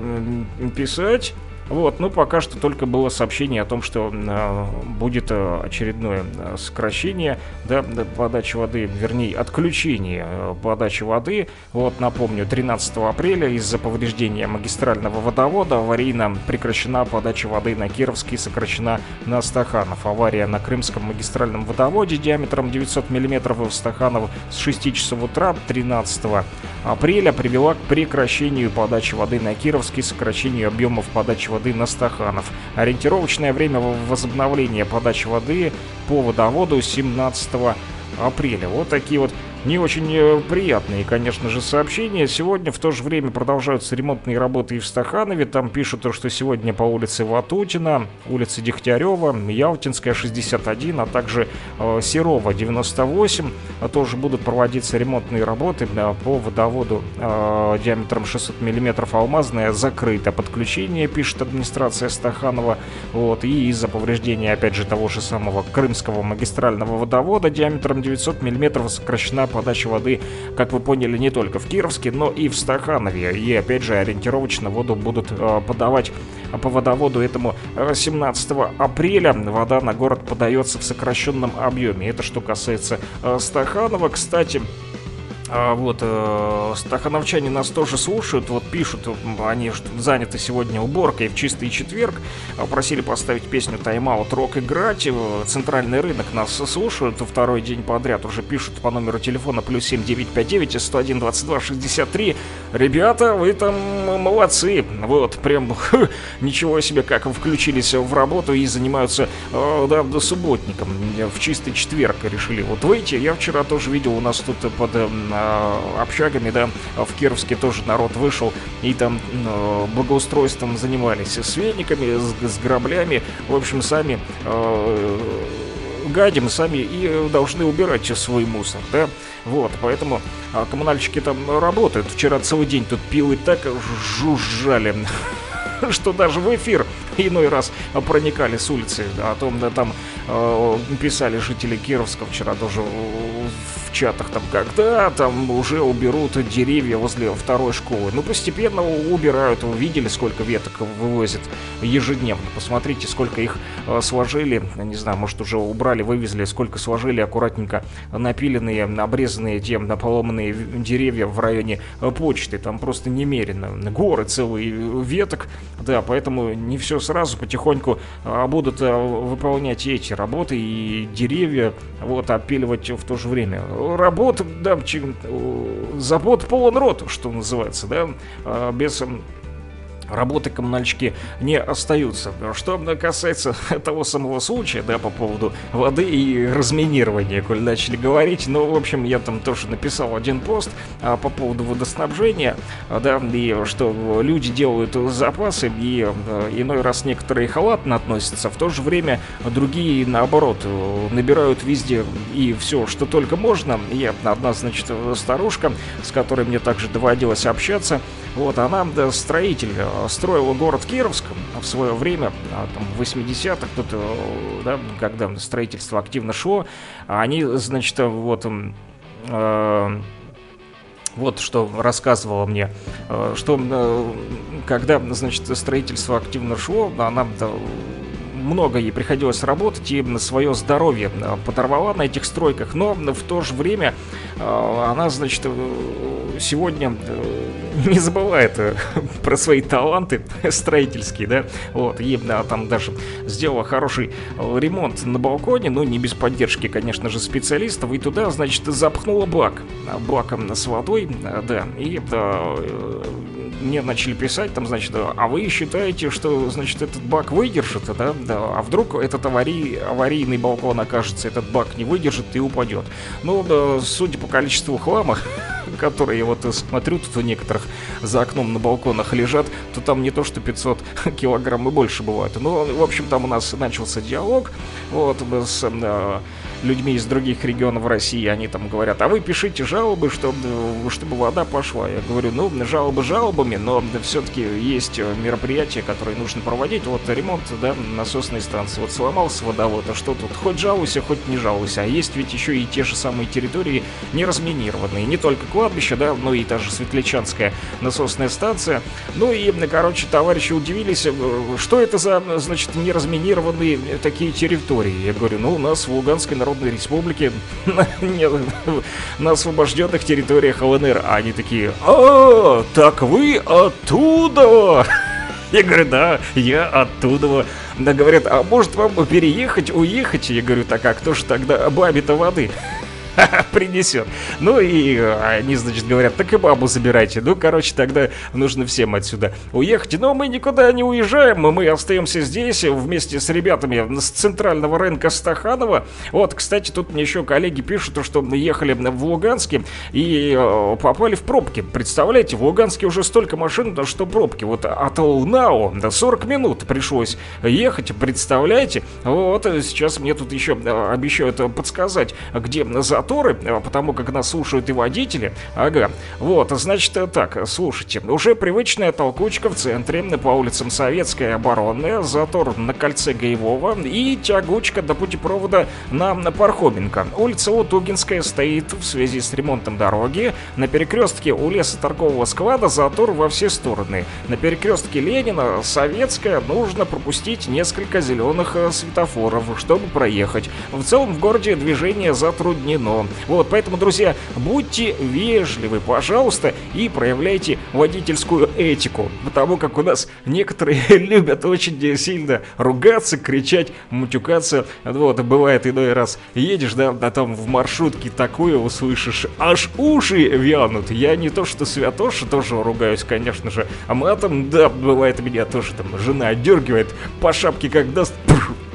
писать. Вот, ну пока что только было сообщение о том, что э, будет э, очередное э, сокращение, да, подачи воды, вернее, отключение э, подачи воды. Вот, напомню, тринадцатого апреля из-за повреждения магистрального водовода аварийно прекращена подача воды на Кировский, сокращена на Стаханов. Авария на Крымском магистральном водоводе диаметром девятьсот миллиметров в Стаханов с шести часов утра тринадцатого апреля привела к прекращению подачи воды на Кировский, сокращению объемов подачи воды на Стаханов. Ориентировочное время возобновления подачи воды по водоводу семнадцатого апреля. Вот такие вот не очень приятные, конечно же, сообщения. Сегодня в то же время продолжаются ремонтные работы и в Стаханове. Там пишут, что сегодня по улице Ватутина, улице Дегтярева, Ялтинская, шестьдесят один, а также э, Серова, девяносто восемь, а тоже будут проводиться ремонтные работы э, по водоводу э, диаметром шестьсот миллиметров. Алмазная закрыто подключение, пишет администрация Стаханова. Вот, и из-за повреждения, опять же, того же самого Крымского магистрального водовода диаметром девятьсот миллиметров сокращена подача воды, как вы поняли, не только в Кировске, но и в Стаханове. И опять же ориентировочно воду будут э, подавать по водоводу этому семнадцатого апреля. Вода на город подается в сокращенном объеме. Это что касается э, Стаханова. Кстати, А вот э, стахановчане нас тоже слушают, вот пишут, они заняты сегодня уборкой в чистый четверг, просили поставить песню «Тайм-аут», рок играть. Центральный рынок нас слушают второй день подряд, уже пишут по номеру телефона плюс семь девять пять девять сто один двадцать два шестьдесят три. Ребята, вы там молодцы, вот прям ничего себе, как включились в работу и занимаются э, да, до субботником, в чистый четверг решили вот выйти. Я вчера тоже видел, у нас тут под э, общагами, да, в Кировске тоже народ вышел и там э, благоустройством занимались, с вениками, с, с граблями, в общем, сами э, гадим, сами и должны убирать свой мусор, да, вот, поэтому а, коммунальщики там работают. Вчера целый день тут пилы так жужжали, что даже в эфир иной раз проникали с улицы. О том, да, там э, писали жители Кировска вчера тоже в чатах, там, когда там уже уберут деревья возле второй школы. Ну, постепенно убирают. Вы видели, сколько веток вывозят ежедневно? Посмотрите, сколько их э, сложили. Не знаю, может, уже убрали, вывезли, сколько сложили аккуратненько напиленные, обрезанные, те поломанные деревья в районе почты. Там просто немерено. Горы целые веток. Да, поэтому не все сразу, потихоньку а, будут а, выполнять эти работы и деревья вот опиливать в то же время. Работа, да, чем, забот полон рот, что называется, да, а, без работы коммунальщики не остаются. Что касается того самого случая, да, по поводу воды и разминирования, коль начали говорить, ну, в общем, я там тоже написал один пост а, по поводу водоснабжения, а, да, и что люди делают запасы, и а, иной раз некоторые халатно относятся, в то же время другие, наоборот, набирают везде и все, что только можно. И одна, значит, старушка, с которой мне также доводилось общаться, вот, она, да, строитель, строила город Кировск в свое время, там, в восьмидесятых, тут, да, когда строительство активно шло, они, значит, вот, э, вот что рассказывала мне, что э, когда, значит, строительство активно шло, она много ей приходилось работать и на свое здоровье подорвала на этих стройках, но в то же время она, значит, сегодня не забывает про свои таланты строительские, да, вот, и да, там даже сделала хороший ремонт на балконе, но не без поддержки, конечно же, специалистов, и туда, значит, запхнула бак, баком с водой, да, и да, мне начали писать, там, значит, а вы считаете, что, значит, этот бак выдержит, да, да, а вдруг этот аварий, аварийный балкон окажется, этот бак не выдержит и упадет. Ну, да, судя по количеству хлама, которые я вот смотрю, тут у некоторых за окном на балконах лежат, то там не то что пятьсот килограмм и больше бывает. Ну, в общем, там у нас начался диалог, вот, с э, людьми из других регионов России, они там говорят, а вы пишите жалобы, чтобы, чтобы вода пошла. Я говорю, ну, жалобы жалобами, но все-таки есть мероприятия, которые нужно проводить. Вот ремонт, да, насосной станции. Вот сломался водовод, а что тут? Хоть жалуйся, хоть не жалуйся. А есть ведь еще и те же самые территории не разминированные. Не только кладбище, да, но и та же Светличанская насосная станция. Ну и, короче, товарищи удивились, что это за, значит, неразминированные такие территории. Я говорю, ну, у нас в Луганской Народной Республике на освобожденных территориях ЛНР. А они такие, а, так вы оттуда? Я говорю, да, я оттуда. Да, говорят, а может вам переехать, уехать? Я говорю, так, а кто же тогда бабе-то воды принесет? Ну и они, значит, говорят, так и бабу забирайте. Ну, короче, тогда нужно всем отсюда уехать. Но мы никуда не уезжаем, мы остаемся здесь вместе с ребятами с центрального рынка Стаханова. Вот, кстати, тут мне еще коллеги пишут, что ехали в Луганске и попали в пробки. Представляете, в Луганске уже столько машин, что пробки. Вот от Лунау до сорок минут пришлось ехать, представляете? Вот, сейчас мне тут еще обещают подсказать, где за потому как нас слушают и водители. Ага, вот, значит, так, слушайте. Уже привычная толкучка в центре, по улицам Советская, Оборонная, затор на кольце Гаевого и тягучка до путепровода на, на Пархоменко. Улица Лутугинская стоит в связи с ремонтом дороги. На перекрестке у лесоторгового склада затор во все стороны. На перекрестке Ленина, Советская, нужно пропустить несколько зеленых светофоров, чтобы проехать. В целом в городе движение затруднено. Вот, поэтому, друзья, будьте вежливы, пожалуйста, и проявляйте водительскую этику, потому как у нас некоторые любят очень сильно ругаться, кричать, матюкаться. Вот, бывает иной раз едешь, да, а там в маршрутке такое услышишь, аж уши вянут. Я не то что святоша, тоже ругаюсь, конечно же, а матом, да, бывает, меня тоже там жена отдергивает, по шапке как даст,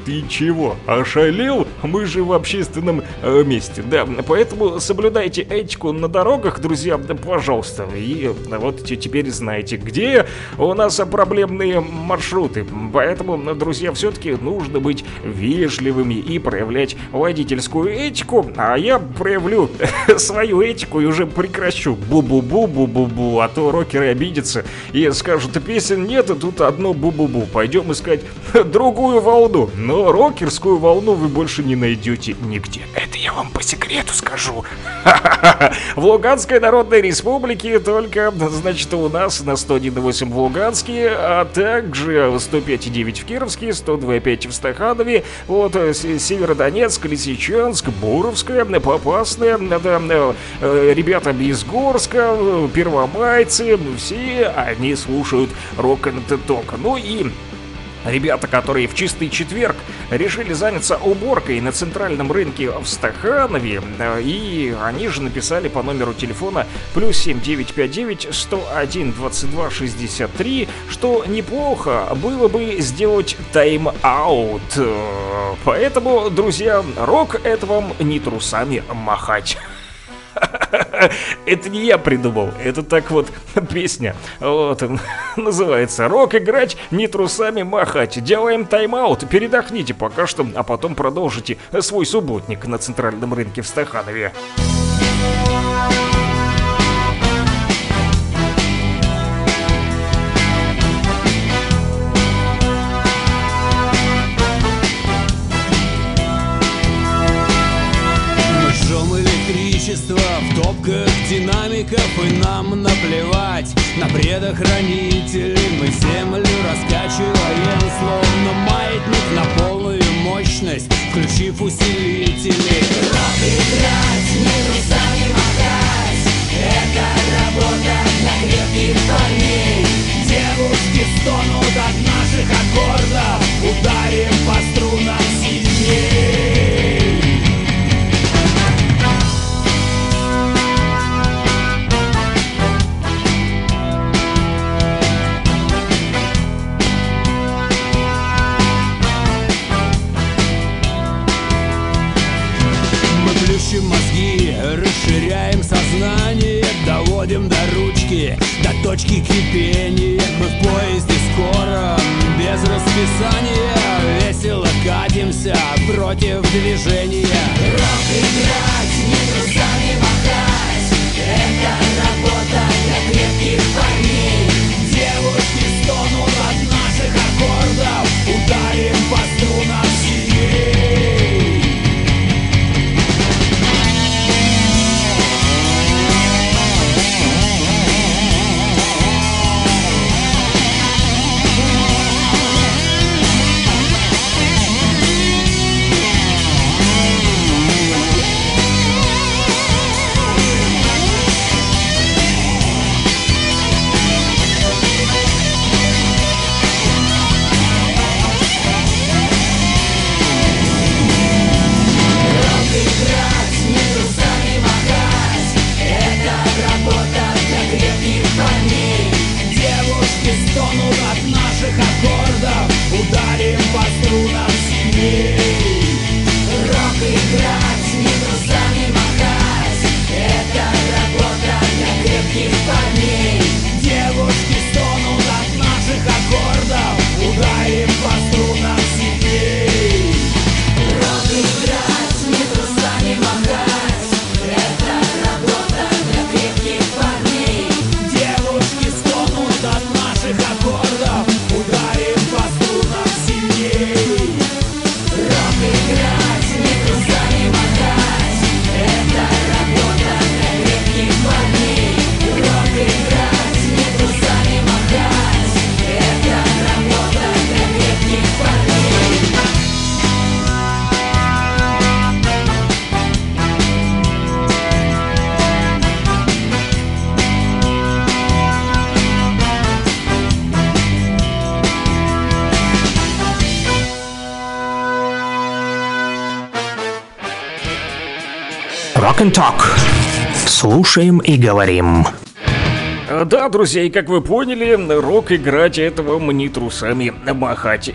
Ты чего, ошалел? Мы же в общественном э, месте, да. Поэтому соблюдайте этику на дорогах, друзья, да, пожалуйста. И вот теперь знаете, где у нас проблемные маршруты. Поэтому, друзья, все-таки нужно быть вежливыми и проявлять водительскую этику. А я проявлю свою этику и уже прекращу бу-бу-бу-бу-бу-бу. А то рокеры обидятся и скажут, песен нет, тут одно бу-бу-бу. Пойдем искать другую волну. Но рокерскую волну вы больше не найдете нигде. Это я вам по секрету скажу. В Луганской Народной Республике только, значит, у нас на сто один и восемь в Луганске, а также сто пять и девять в Кировске, сто два и пять в Стаханове, вот, Северодонецк, Лисичанск, Буровская, Попасная, да, ребята из Горска, первомайцы, все они слушают рок-н-ток. Ну и ребята, которые в чистый четверг решили заняться уборкой на центральном рынке в Стаханове, и они же написали по номеру телефона плюс семь девять пять девять сто один двадцать два шестьдесят три, что неплохо было бы сделать тайм-аут. Поэтому, друзья, рок — это вам не трусами махать. Это не я придумал, это так вот песня. Вот, называется «Рок играть, не трусами махать». Делаем тайм-аут, передохните пока что, а потом продолжите свой субботник на центральном рынке в Стаханове. В топках динамиков, и нам наплевать на предохранители. Мы землю раскачиваем, словно маятник на полную мощность, включив усилители. Рок играть, не трусами махать, это работа для крепких парней. Девушки стонут от наших аккордов, ударим по струнам сильней. Мозги, расширяем сознание, доводим до ручки, до точки кипения. Мы в поезде скоро, без расписания, весело катимся против движения. Рок играть, не трусами махать, это работа для крепких парней. Девушки стонут от наших аккордов, ударим по струнам сильней. Стонут от наших аккордов, ударим по струнам сильней. Рок играть, не трусами махать, это работа для крепких парней. Девушки стонут от наших аккордов, ударим по струнам сильней. Рок играть, не трусами махать, это работа для крепких парней. Девушки стонут от наших аккордов, ударим по струнам сильней. Рок играть, не трусами махать, это работа для крепких парней. Рок играть, не трусами махать, это работа для крепких парней. Rock and Talk. Слушаем и говорим. Да, друзья, и как вы поняли, рок играть — это вам не трусами махать.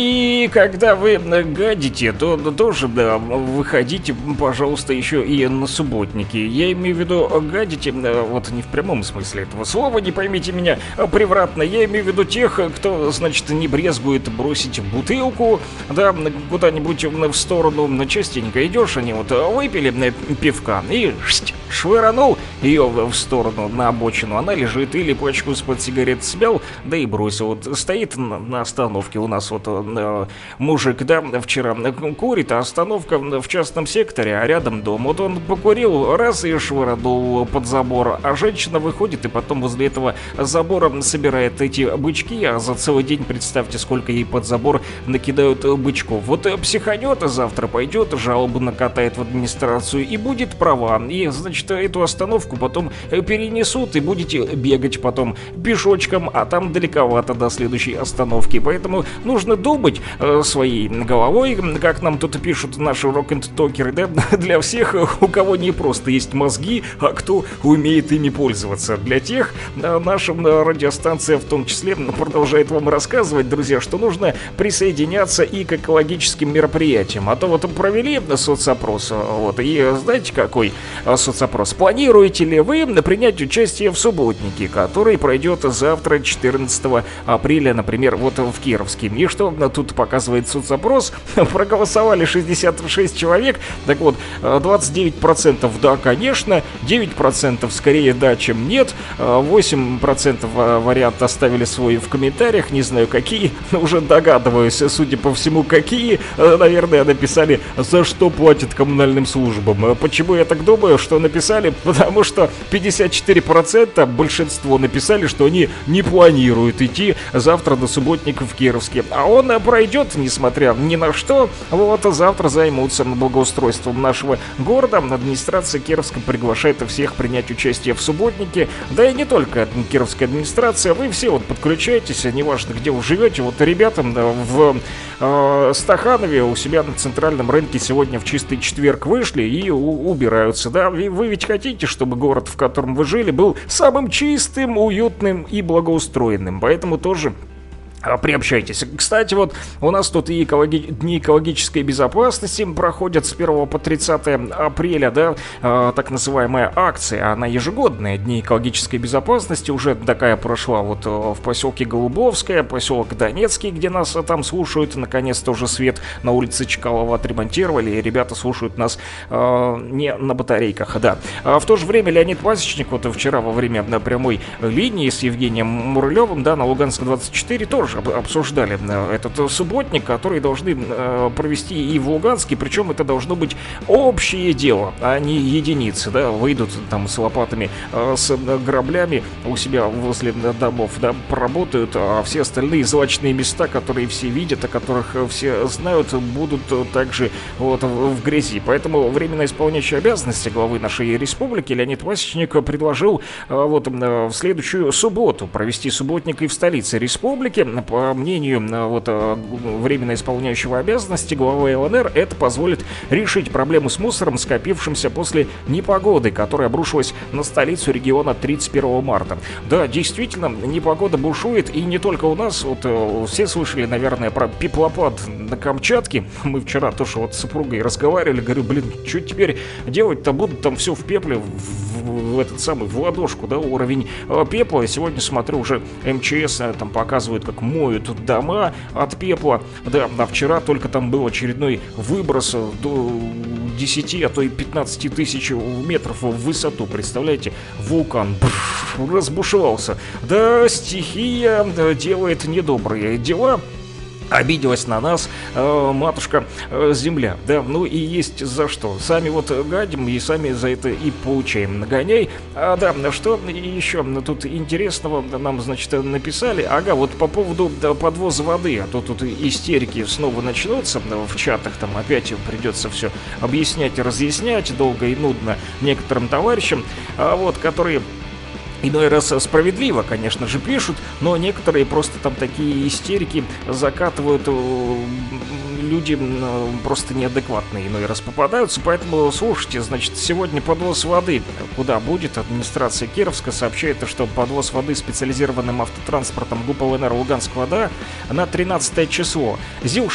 И когда вы гадите, то тоже, да, выходите, пожалуйста, еще и на субботники. Я имею в виду гадите, вот не в прямом смысле этого слова, не поймите меня превратно. Я имею в виду тех, кто, значит, не брезгует бросить бутылку, да, куда-нибудь в сторону. Частенько идешь, они вот выпили пивка и швыранул ее в сторону, на обочину. Она лежит, или пачку из-под сигарет смял, да и бросил. Вот стоит на, на остановке у нас вот э, мужик, да, вчера курит, а остановка в частном секторе, а рядом дом. Вот он покурил, раз и швырнул под забор, а женщина выходит и потом возле этого забора собирает эти бычки, а за целый день представьте, сколько ей под забор накидают бычков. Вот психанет, завтра пойдет, жалобу накатает в администрацию и будет права. И, значит, эту остановку потом перенесут и будете бегать потом пешочком, а там далековато до следующей остановки. Поэтому нужно думать э, своей головой, как нам тут пишут наши рок-н-токеры, да, для всех, у кого не просто есть мозги, а кто умеет ими пользоваться. Для тех э, наша радиостанция в том числе продолжает вам рассказывать, друзья, что нужно присоединяться и к экологическим мероприятиям. А то вот провели соцопрос, вот, и знаете, какой соцопрос? Планируете ли вы принять участие в субботнике, который пройдет завтра, четырнадцатого апреля, например, вот в Кировске? И что тут показывает соцопрос? Проголосовали шестьдесят шесть человек, так вот, двадцать девять процентов да, конечно, девять процентов скорее да, чем нет, восемь процентов вариант оставили свой в комментариях, не знаю какие, но уже догадываюсь, судя по всему, какие, наверное, написали, за что платят коммунальным службам. Почему я так думаю, что написали? Потому что пятьдесят четыре процента, большинство написали, что они не планируют идти завтра на субботник в Кировске. А он пройдет, несмотря ни на что. Вот завтра займутся благоустройством нашего города. Администрация Кировска приглашает всех принять участие в субботнике. Да и не только Кировская администрация. Вы все вот подключаетесь, неважно где вы живете. Вот ребятам в э, Стаханове у себя на центральном рынке сегодня в чистый четверг вышли и у- убираются. Да, вы, вы ведь хотите, чтобы город, в котором вы жили, был самым чистым, уютным и благоустроенным. Поэтому тоже приобщайтесь. Кстати, вот у нас тут и экологи... дни экологической безопасности проходят с первого по тридцатое апреля, да, э, так называемая акция, она ежегодная. Дни экологической безопасности уже такая прошла вот э, в поселке Голубовское, поселок Донецкий, где нас э, там слушают. Наконец-то уже свет на улице Чкалова отремонтировали, и ребята слушают нас э, не на батарейках, да. А в то же время Леонид Пасечник вот вчера во время на прямой линии с Евгением Мурлевым, да, на Луганск двадцать четыре тоже обсуждали этот субботник, который должны э, провести и в Луганске, причем это должно быть общее дело, а не единицы, да, выйдут там с лопатами, э, с граблями у себя возле домов, да, поработают, а все остальные злачные места, которые все видят, о которых все знают, будут также вот в грязи. Поэтому временно исполняющий обязанности главы нашей республики Леонид Пасечник предложил э, вот э, в следующую субботу провести субботник и в столице республики. По мнению вот, временно исполняющего обязанности главы ЛНР, это позволит решить проблему с мусором, скопившимся после непогоды, которая обрушилась на столицу региона тридцать первого марта. Да, действительно, непогода бушует, и не только у нас. Вот все слышали, наверное, про пеплопад на Камчатке. Мы вчера тоже вот с супругой разговаривали, говорю, блин, что теперь делать-то? Будут там все в пепле, в, в этот самый, в ладошку, да, уровень пепла. Сегодня смотрю, уже МЧС там показывает, как моют дома от пепла. Да, а вчера только там был очередной выброс до десяти, а то и пятнадцати тысяч метров в высоту. Представляете, вулкан бррр, разбушевался. Да, стихия делает недобрые дела. Обиделась на нас э, матушка э, земля, да, ну и есть за что. Сами вот гадим и сами за это и получаем нагоняй. А, да, что еще тут интересного нам, значит, написали? Ага, вот по поводу да, подвоза воды, а то тут истерики снова начнутся в чатах, там опять придется все объяснять и разъяснять долго и нудно некоторым товарищам, а вот, которые иной раз справедливо, конечно же, пишут, но некоторые просто там такие истерики закатывают. Люди люди просто неадекватные иной раз попадаются, поэтому слушайте, значит, сегодня подвоз воды куда будет? Администрация Кировска сообщает, что подвоз воды специализированным автотранспортом ГУП ЛНР Луганская вода на тринадцатое число. ЗИЛ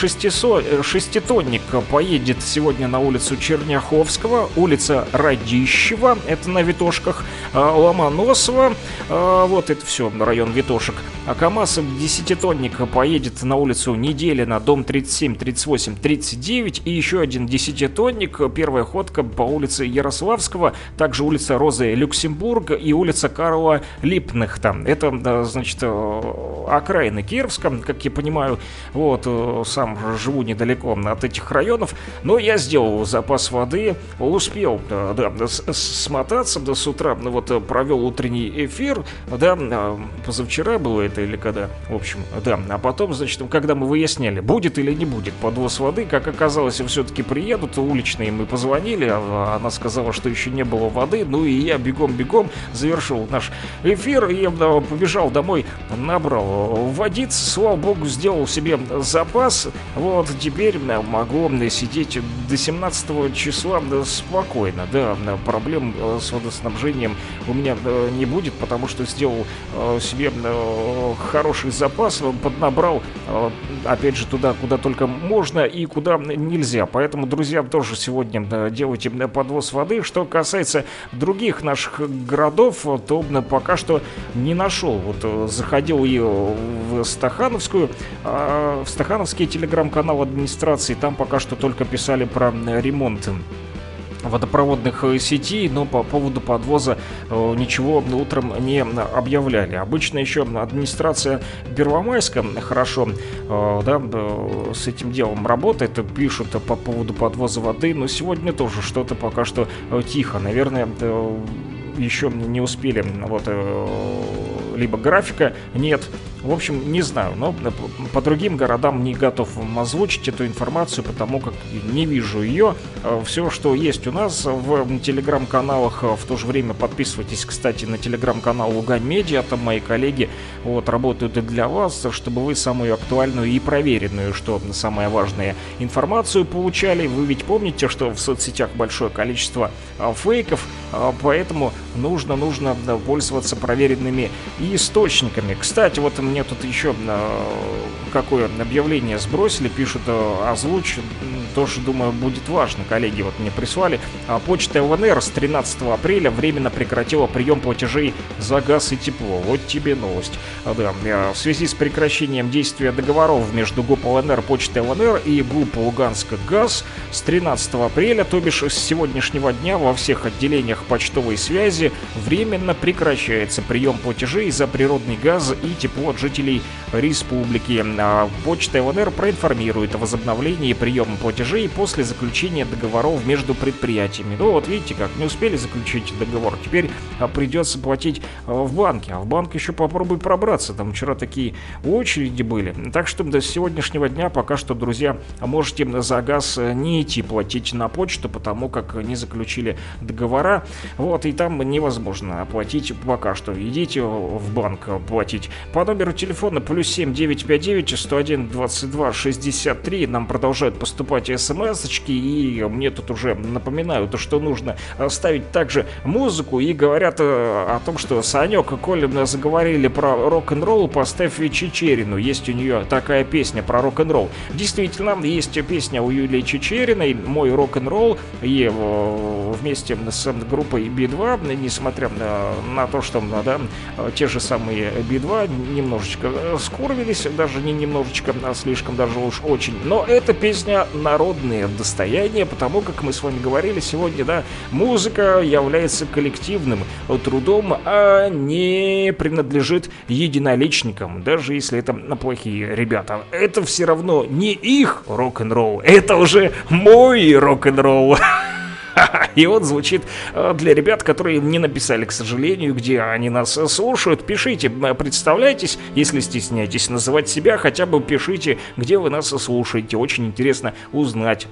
шеститонник поедет сегодня на улицу Черняховского, улица Радищева, это на Витошках, Ломоносова, вот это все, район Витошек. А КамАЗ десятитонник поедет на улицу Неделина, дом тридцать семь, тридцать восемь, тридцать девять. И еще один десятитонник, первая ходка по улице Ярославского, также улица Розы Люксембург и улица Карла Липнехта. Это, значит, окраины Кировска, как я понимаю. Вот, сам живу недалеко от этих районов, но я сделал запас воды, успел, да, да, смотаться, да, с утра, вот, провел утренний эфир, да, позавчера было это или когда, в общем, да, а потом, значит, когда мы выясняли, будет или не будет подвоз воды, как оказалось, все-таки приедут уличные, мы позвонили, а она сказала, что еще не было воды, ну и я бегом-бегом завершил наш эфир и побежал домой, набрал водицы, слава богу, сделал себе запас, вот, теперь могу сидеть до семнадцатого числа спокойно, да, проблем с водоснабжением у меня не будет, потому что сделал себе хороший запас, поднабрал, опять же, туда, куда только можно и куда нельзя. Поэтому, друзья, тоже сегодня делайте подвоз воды. Что касается других наших городов, то пока что не нашел. Вот заходил и в Стахановскую, в Стахановский телеграм-канал администрации, там пока что только писали про ремонт водопроводных сетей, но по поводу подвоза э, ничего утром не объявляли. Обычно еще администрация Первомайска хорошо э, да, э, с этим делом работает, пишут по поводу подвоза воды, но сегодня тоже что-то пока что э, тихо. Наверное, э, еще не успели, вот, э, либо графика нет. В общем, не знаю, но по другим городам не готов вам озвучить эту информацию, потому как не вижу ее. Все, что есть у нас в телеграм-каналах, в то же время подписывайтесь, кстати, на телеграм-канал Лугань Медиа, там мои коллеги вот, работают и для вас, чтобы вы самую актуальную и проверенную, что самое важное, информацию получали. Вы ведь помните, что в соцсетях большое количество фейков, поэтому нужно, нужно пользоваться проверенными источниками. Кстати, вот мне тут еще э, какое объявление сбросили, пишут, э, озвучь, тоже, думаю, будет важно, коллеги вот мне прислали. А почта ЛНР с тринадцатого апреля временно прекратила прием платежей за газ и тепло. Вот тебе новость. А, да, в связи с прекращением действия договоров между ГУП ЛНР, почтой ЛНР и ГУП Луганска ГАЗ с тринадцатого апреля, то бишь с сегодняшнего дня, во всех отделениях почтовой связи временно прекращается прием платежей за природный газ и тепло от жителей республики. Почта ЛНР проинформирует о возобновлении приема платежей после заключения договоров между предприятиями. Ну вот видите, как не успели заключить договор, теперь придется платить в банке, а в банк еще попробуй пробраться, там вчера такие очереди были. Так что до сегодняшнего дня пока что, друзья, можете за газ не идти платить на почту, потому как не заключили договора, вот, и там невозможно оплатить пока что. Идите в банк платить. По номеру телефона плюс семь девятьсот пятьдесят девять сто один двадцать два шестьдесят три нам продолжают поступать смс-очки, и мне тут уже напоминают, что нужно ставить также музыку, и говорят о том, что Санек, коли заговорили про рок-н-ролл, поставь Чичерину. Есть у нее такая песня про рок-н-ролл. Действительно, есть песня у Юлии Чичериной «Мой рок-н-ролл», и вместе с группой би два, несмотря на, на то, что, да, те же самые би два немножечко скурвились, даже не немножечко, а слишком даже уж очень. Но эта песня народное достояние, потому как мы с вами говорили сегодня, да, музыка является коллективным трудом, а не принадлежит единоличникам, даже если это плохие ребята. Это все равно не их рок-н-ролл, это уже мой рок-н-ролл. И вот звучит для ребят, которые не написали, к сожалению, где они нас слушают. Пишите, представляйтесь, если стесняетесь называть себя, хотя бы пишите, где вы нас слушаете. Очень интересно узнать.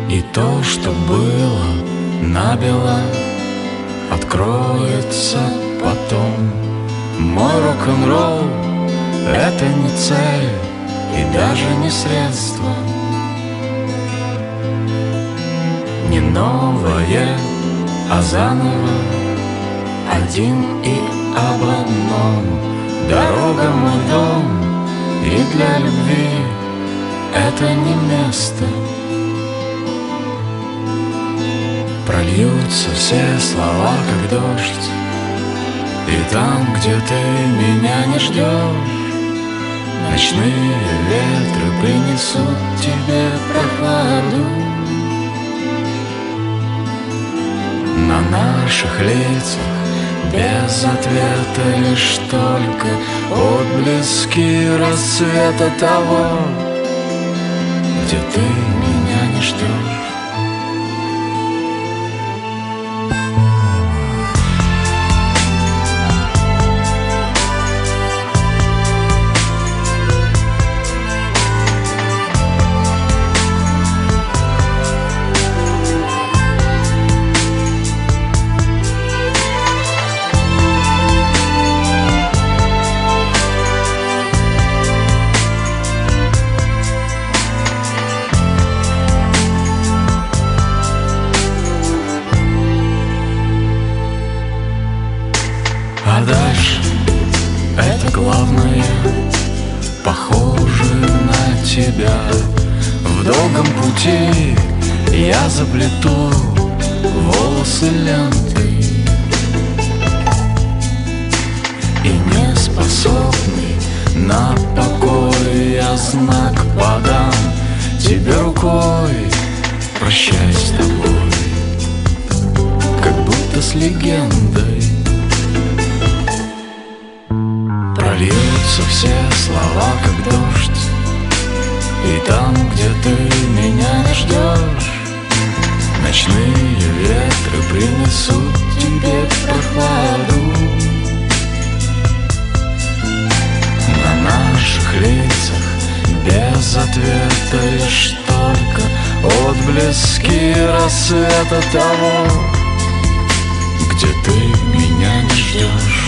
И то, что было набело, откроется потом. Мой рок-н-ролл — это не цель и даже не средство, не новое, а заново, один и об одном. Дорога мой дом, и для любви это не место. Прольются все слова, как дождь, и там, где ты меня не ждешь, ночные ветры принесут тебе прохладу. На наших лицах без ответа лишь только отблески рассвета того, где ты меня не ждешь. А дальше это главное, похоже на тебя. В долгом пути я заплету волосы лентой, и не способный на покой я знак подам тебе рукой. Прощай с тобой, как будто с легендой. Прольются все слова, как дождь, и там, где ты меня не ждешь, ночные ветры принесут тебе прохладу. На наших лицах без ответа лишь только отблески рассвета того, где ты меня не ждешь.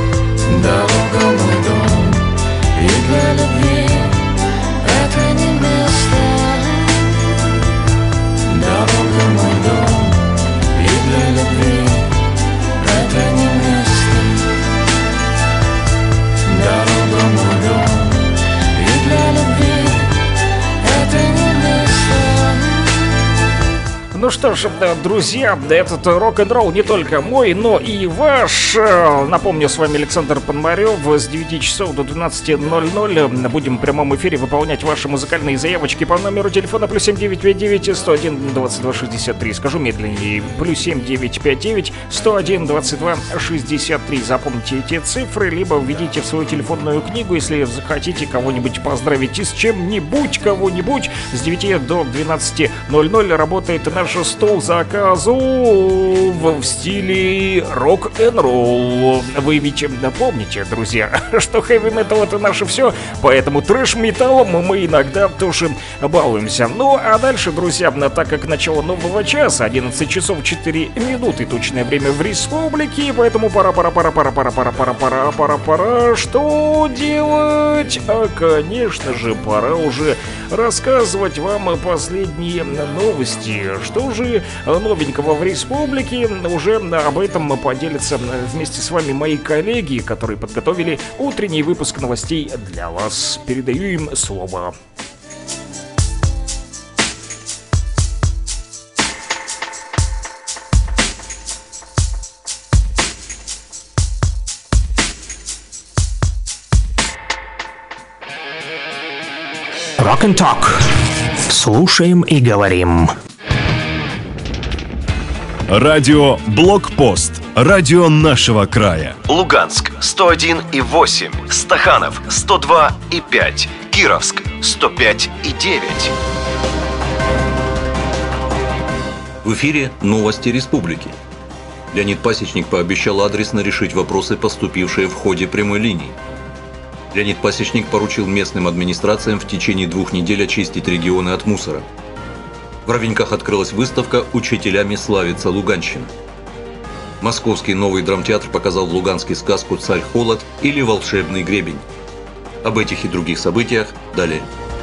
Дорога мой дом, и для любви это не место. Ну что ж, друзья, этот рок-н-ролл не только мой, но и ваш. Напомню, с вами Александр Пономарев. С девяти часов до двенадцати ноль-ноль будем в прямом эфире выполнять ваши музыкальные заявочки по номеру телефона плюс семь девять пять девять сто один двадцать два шестьдесят три. Скажу медленнее. Плюс семь девять пять девять сто один двадцать два шестьдесят три. Запомните эти цифры, либо введите в свою телефонную книгу, если захотите кого-нибудь поздравить с чем-нибудь, кого-нибудь. С девяти до двенадцати ноль-ноль работает наш стол заказов в стиле рок-н-ролл. Вы ведь помните, друзья, что хэви-метал — это наше все, поэтому трэш-металлом мы иногда тоже балуемся. Ну, а дальше, друзья, так как начало нового часа, одиннадцать часов четыре минуты, точное время в республике, поэтому пора-пора-пора-пора-пора-пора-пора-пора-пора. Что делать? А, конечно же, пора уже рассказывать вам последние новости. Что же новенького в республике? Уже об этом поделятся вместе с вами мои коллеги, которые подготовили утренний выпуск новостей для вас. Передаю им слово. Rock and Talk. Слушаем и говорим. Радио Блокпост. Радио нашего края. Луганск сто один и восемь, Стаханов сто два и пять, Кировск сто пять и девять. В эфире новости республики. Леонид Пасечник пообещал адресно решить вопросы, поступившие в ходе прямой линии. Леонид Пасечник поручил местным администрациям в течение двух недель очистить регионы от мусора. В Ровеньках открылась выставка «Учителями славится Луганщина». Московский новый драмтеатр показал в Луганске сказку «Царь Холод» или «Волшебный гребень». Об этих и других событиях далее.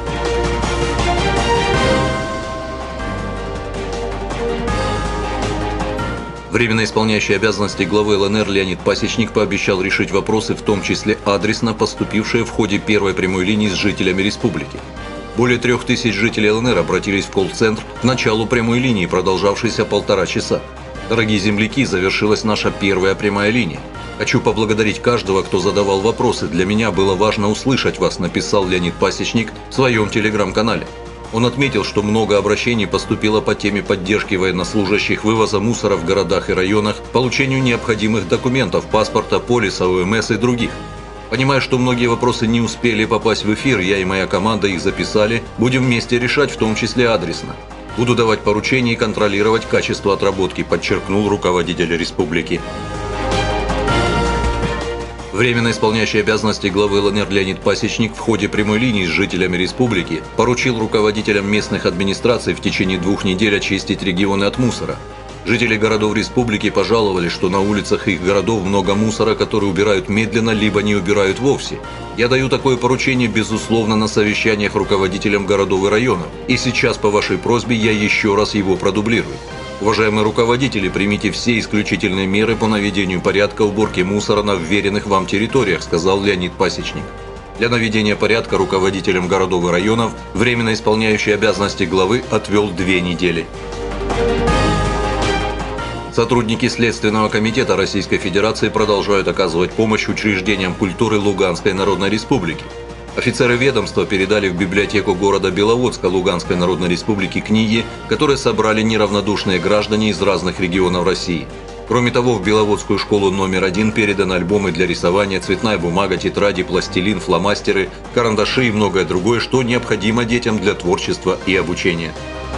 Временно исполняющий обязанности главы ЛНР Леонид Пасечник пообещал решить вопросы, в том числе адресно поступившие в ходе первой прямой линии с жителями республики. Более трех тысяч жителей ЛНР обратились в колл-центр к началу прямой линии, продолжавшейся полтора часа. Дорогие земляки, завершилась наша первая прямая линия. Хочу поблагодарить каждого, кто задавал вопросы. Для меня было важно услышать вас, написал Леонид Пасечник в своем телеграм-канале. Он отметил, что много обращений поступило по теме поддержки военнослужащих, вывоза мусора в городах и районах, получению необходимых документов, паспорта, полиса, ОМС и других. Понимая, что многие вопросы не успели попасть в эфир, я и моя команда их записали, будем вместе решать, в том числе адресно. Буду давать поручения и контролировать качество отработки, подчеркнул руководитель республики. Временно исполняющий обязанности главы ЛНР Леонид Пасечник в ходе прямой линии с жителями республики поручил руководителям местных администраций в течение двух недель очистить регионы от мусора. Жители городов республики пожаловались, что на улицах их городов много мусора, который убирают медленно, либо не убирают вовсе. Я даю такое поручение, безусловно, на совещаниях руководителям городов и районов. И сейчас по вашей просьбе я еще раз его продублирую. Уважаемые руководители, примите все исключительные меры по наведению порядка уборки мусора на вверенных вам территориях, сказал Леонид Пасечник. Для наведения порядка руководителям городов и районов временно исполняющий обязанности главы отвел две недели. Сотрудники Следственного комитета Российской Федерации продолжают оказывать помощь учреждениям культуры Луганской Народной Республики. Офицеры ведомства передали в библиотеку города Беловодска Луганской Народной Республики книги, которые собрали неравнодушные граждане из разных регионов России. Кроме того, в Беловодскую школу номер один переданы альбомы для рисования, цветная бумага, тетради, пластилин, фломастеры, карандаши и многое другое, что необходимо детям для творчества и обучения.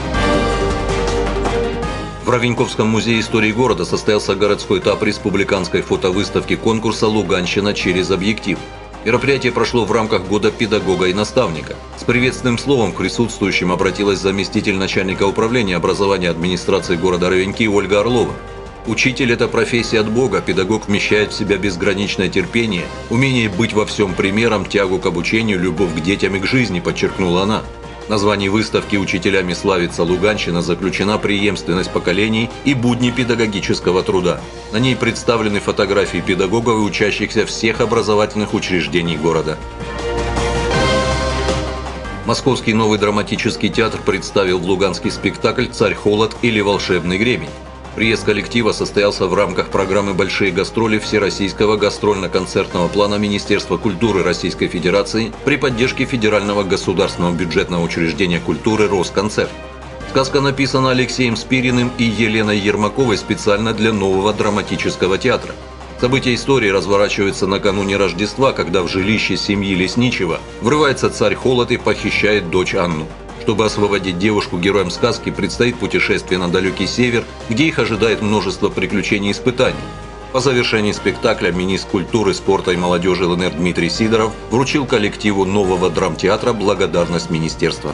В Ровеньковском музее истории города состоялся городской этап республиканской фотовыставки конкурса «Луганщина через объектив». Мероприятие прошло в рамках года педагога и наставника. С приветственным словом к присутствующим обратилась заместитель начальника управления образования администрации города Ровеньки Ольга Орлова. Учитель – это профессия от Бога, педагог вмещает в себя безграничное терпение, умение быть во всем примером, тягу к обучению, любовь к детям и к жизни, подчеркнула она. В названии выставки «Учителями славится Луганщина» заключена преемственность поколений и будни педагогического труда. На ней представлены фотографии педагогов и учащихся всех образовательных учреждений города. Московский новый драматический театр представил в Луганске спектакль «Царь-Холод» или «Волшебный гребень». Приезд коллектива состоялся в рамках программы «Большие гастроли» Всероссийского гастрольно-концертного плана Министерства культуры Российской Федерации при поддержке Федерального государственного бюджетного учреждения культуры «Росконцерт». Сказка написана Алексеем Спириным и Еленой Ермаковой специально для нового драматического театра. События истории разворачиваются накануне Рождества, когда в жилище семьи Лесничего врывается царь-Холод и похищает дочь Анну. Чтобы освободить девушку, героям сказки предстоит путешествие на далекий север, где их ожидает множество приключений и испытаний. По завершении спектакля министр культуры, спорта и молодежи ЛНР Дмитрий Сидоров вручил коллективу нового драмтеатра благодарность министерства.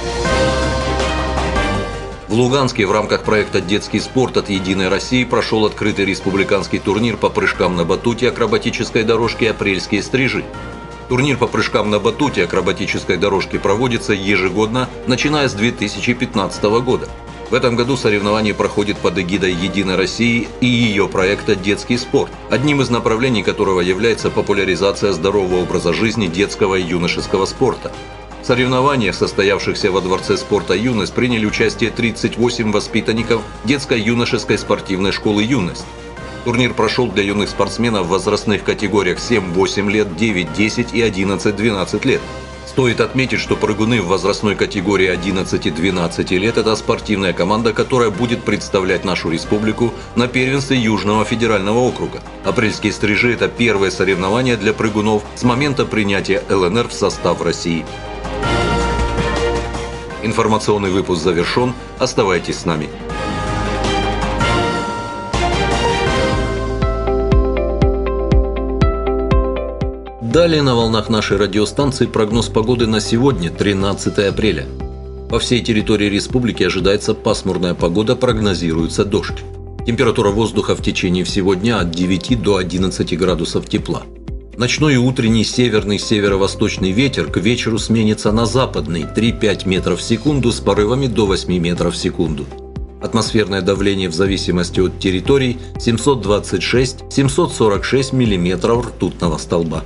В Луганске в рамках проекта «Детский спорт» от «Единой России» прошел открытый республиканский турнир по прыжкам на батуте, акробатической дорожке «Апрельские стрижи». Турнир по прыжкам на батуте акробатической дорожке проводится ежегодно, начиная с две тысячи пятнадцатого года. В этом году соревнование проходит под эгидой «Единой России» и ее проекта «Детский спорт», одним из направлений которого является популяризация здорового образа жизни детского и юношеского спорта. В соревнованиях, состоявшихся во Дворце спорта «Юность», приняли участие тридцать восемь воспитанников детско-юношеской спортивной школы «Юность». Турнир прошел для юных спортсменов в возрастных категориях семь-восемь лет, девять-десять и одиннадцать-двенадцать лет. Стоит отметить, что прыгуны в возрастной категории одиннадцать-двенадцать лет – это спортивная команда, которая будет представлять нашу республику на первенстве Южного федерального округа. Апрельские стрижи – это первое соревнование для прыгунов с момента принятия ЛНР в состав России. Информационный выпуск завершен. Оставайтесь с нами. Далее на волнах нашей радиостанции прогноз погоды на сегодня, тринадцатое апреля. По всей территории республики ожидается пасмурная погода, прогнозируется дождь. Температура воздуха в течение всего дня от девяти до одиннадцати градусов тепла. Ночной и утренний северный северо-восточный ветер к вечеру сменится на западный три-пять метров в секунду с порывами до восьми метров в секунду. Атмосферное давление в зависимости от территорий семьсот двадцать шесть - семьсот сорок шесть миллиметров ртутного столба.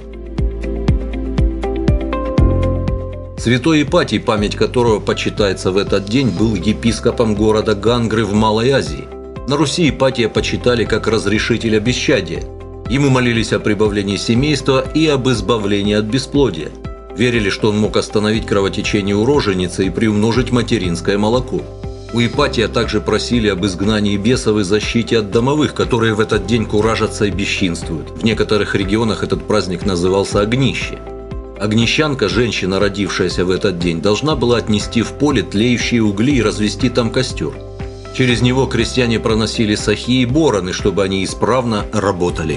Святой Ипатий, память которого почитается в этот день, был епископом города Гангры в Малой Азии. На Руси Ипатия почитали как разрешителя бесчадия. Ему молились о прибавлении семейства и об избавлении от бесплодия. Верили, что он мог остановить кровотечение у роженицы и приумножить материнское молоко. У Ипатия также просили об изгнании бесов и защите от домовых, которые в этот день куражатся и бесчинствуют. В некоторых регионах этот праздник назывался Огнище. Огнищанка, женщина, родившаяся в этот день, должна была отнести в поле тлеющие угли и развести там костер. Через него крестьяне проносили сахи и бороны, чтобы они исправно работали.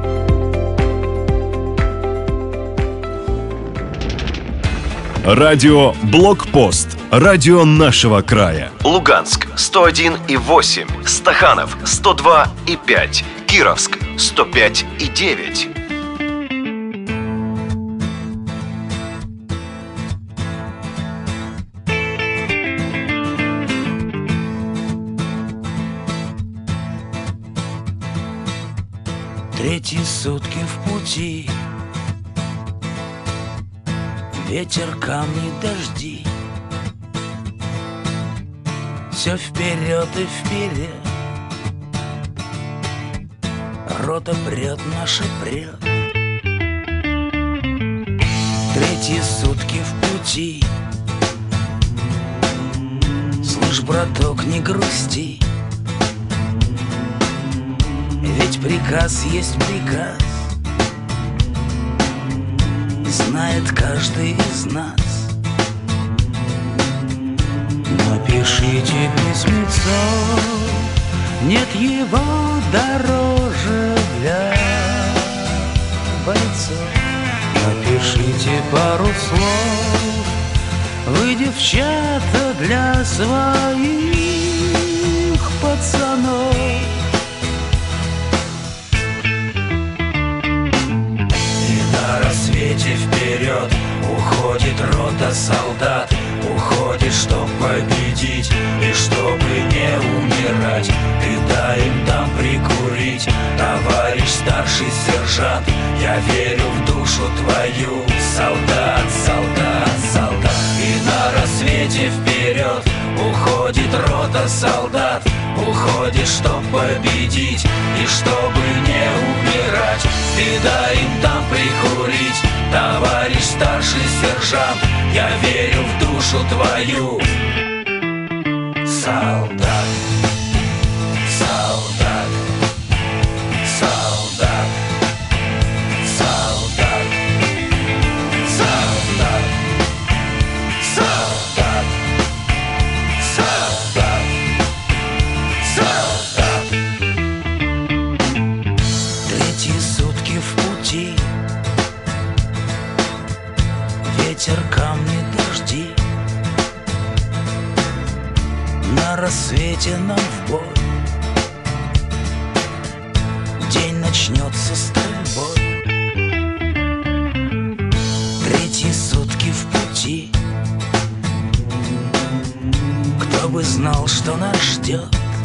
Радио «Блокпост». Радио нашего края. Луганск сто один и восемь, Стаханов сто два и пять, Кировск сто пять и девять. Третьи сутки в пути, ветер, камни, дожди. Все вперед и вперед, рота прет, наша прет. Третьи сутки в пути, слышь, браток, не грусти. Ведь приказ есть приказ, знает каждый из нас. Напишите письмецо, нет его дороже для бойцов. Напишите пару слов, вы, девчата, для своих пацанов. На рассвете вперед уходит рота солдат, уходит, чтоб победить и чтобы не умирать. Ты дай им там прикурить, товарищ старший сержант. Я верю в душу твою, солдат, солдат, солдат. И солдат, уходит, чтоб победить и чтобы не умирать. Ты дай им там прикурить, товарищ старший сержант, я верю в душу твою. Солдат, солдат, солдат, солдат, солдат, солдат, солдат, солдат. Третьи сутки в пути, ветер, камни, дожди. На рассвете нам в бой, день начнется стрельбой. Третьи сутки в пути, кто бы знал, что нас ждет.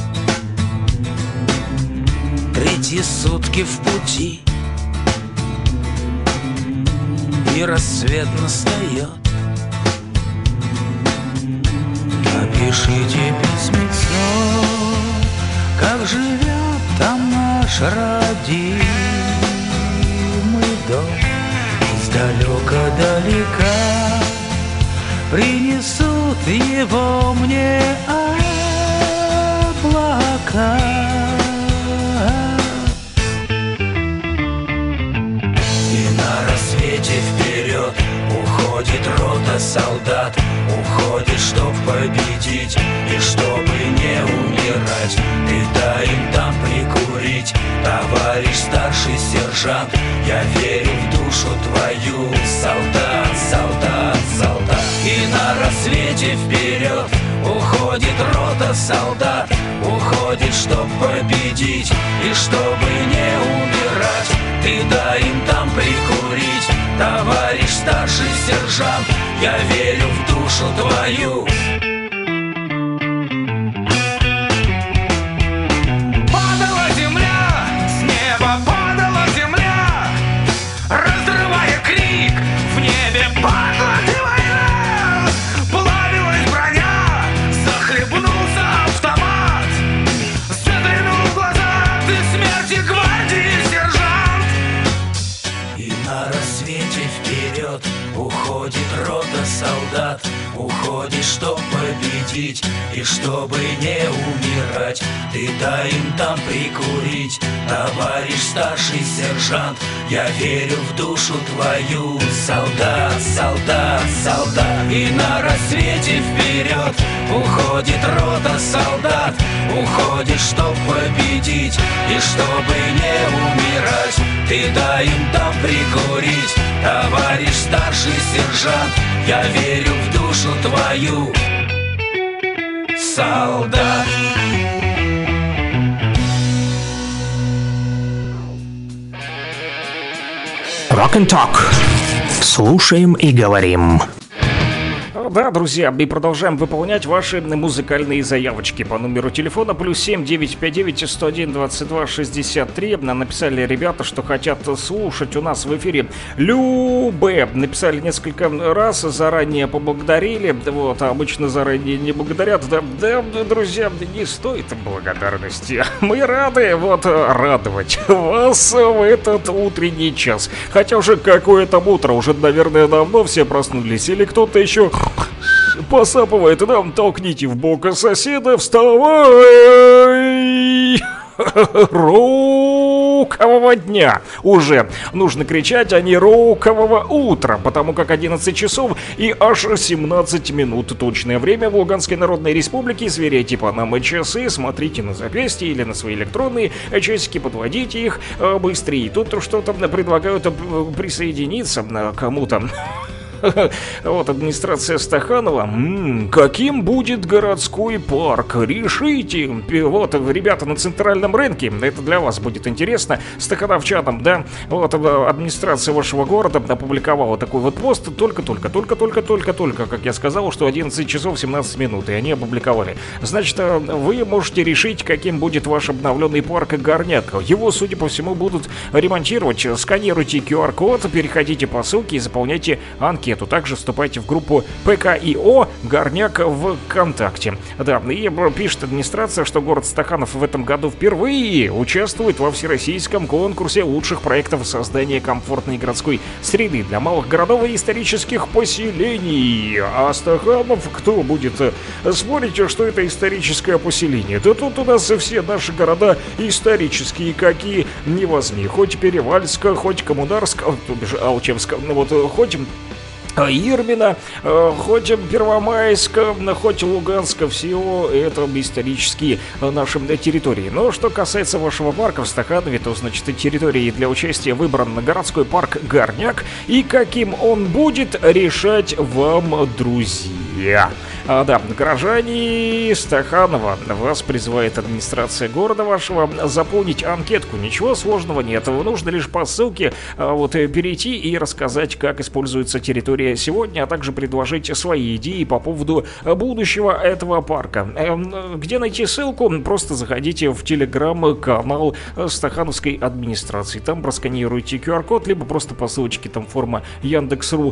Третьи сутки в пути, и рассвет настает. Напишите письмецо, как живет там наш родимый дом. Издалека-далека принесут его мне облака. И на рассвете вперед уходит рота солдат, уходит, чтоб победить и чтобы не умирать. Ты дай им там прикурить, товарищ старший сержант, я верю в душу твою. Солдат, солдат, солдат. И на рассвете вперед уходит рота солдат, уходит, чтоб победить и чтобы не умирать. Ты дай им там прикурить, товарищ старший сержант, я верю в душу твою. Падала земля, с неба падала земля, разрывая крик, в небе падала война. Плавилась броня, захлебнулся автомат, заглянул в глаза ты смерти гвардии сержант. И на рассвете вперед уходит рота солдат, уходит, чтоб победить и чтобы не умирать. Ты дай им там прикурить, товарищ старший сержант, я верю в душу твою. Солдат, солдат, солдат. И на рассвете вперед уходит рота солдат, уходит, чтоб победить и чтобы не умирать. Ты дай им там прикурить, товарищ старший сержант, я верю в душу твою. Солдат. Rock and Talk. Слушаем и говорим. Да, друзья, и продолжаем выполнять ваши музыкальные заявочки по номеру телефона плюс семь девятьсот пятьдесят девять сто один двадцать два шестьдесят три. Написали ребята, что хотят слушать у нас в эфире Любэ. Написали несколько раз, заранее поблагодарили. Вот, а обычно заранее не благодарят. Да, да, друзья, не стоит благодарности. Мы рады вот радовать вас в этот утренний час. Хотя уже какое-то утро, уже, наверное, давно все проснулись. Или кто-то еще посапывает, да, толкните в бок соседа, вставай! Роукового дня уже нужно кричать, а не роукового утра, потому как одиннадцать часов и аж семнадцать минут точное время в Луганской Народной Республике. Сверяйте по нам часы, смотрите на запястье или на свои электронные часики, подводите их быстрее. Тут что-то предлагают присоединиться кому-то. Вот администрация Стаханова. М-м, каким будет городской парк? Решите. Вот, ребята на центральном рынке. Это для вас будет интересно. Стахановчанам, да. Вот администрация вашего города опубликовала такой вот пост. Только-только, только-только-только-только, как я сказал, что одиннадцать часов семнадцать минут. И они опубликовали. Значит, вы можете решить, каким будет ваш обновленный парк Горняк. Его, судя по всему, будут ремонтировать. Сканируйте ку ар код, переходите по ссылке и заполняйте анкету. анкету. Также вступайте в группу ПКИО «Горняк» в ВКонтакте. Да, и пишет администрация, что город Стаханов в этом году впервые участвует во всероссийском конкурсе лучших проектов создания комфортной городской среды для малых городов и исторических поселений. А Стаханов, кто будет спорить, что это историческое поселение? Да тут у нас все наши города исторические, какие не возьми. Хоть Перевальск, хоть Коммунарск, то бишь Алчевск, ну вот хоть Ирмина, хоть Первомайск, хоть Луганск, все это исторические наши территории. Но что касается вашего парка в Стаханове, то, значит, территории для участия выбран городской парк «Горняк», и каким он будет, решать вам, друзья. А, да, горожане Стаханова, вас призывает администрация города вашего заполнить анкетку. Ничего сложного нет, нужно лишь по ссылке а, вот перейти и рассказать, как используется территория сегодня, а также предложить свои идеи по поводу будущего этого парка. Где найти ссылку? Просто заходите в телеграм-канал Стахановской администрации. Там просканируйте ку ар код, либо просто по ссылочке, там форма Яндекс.ру.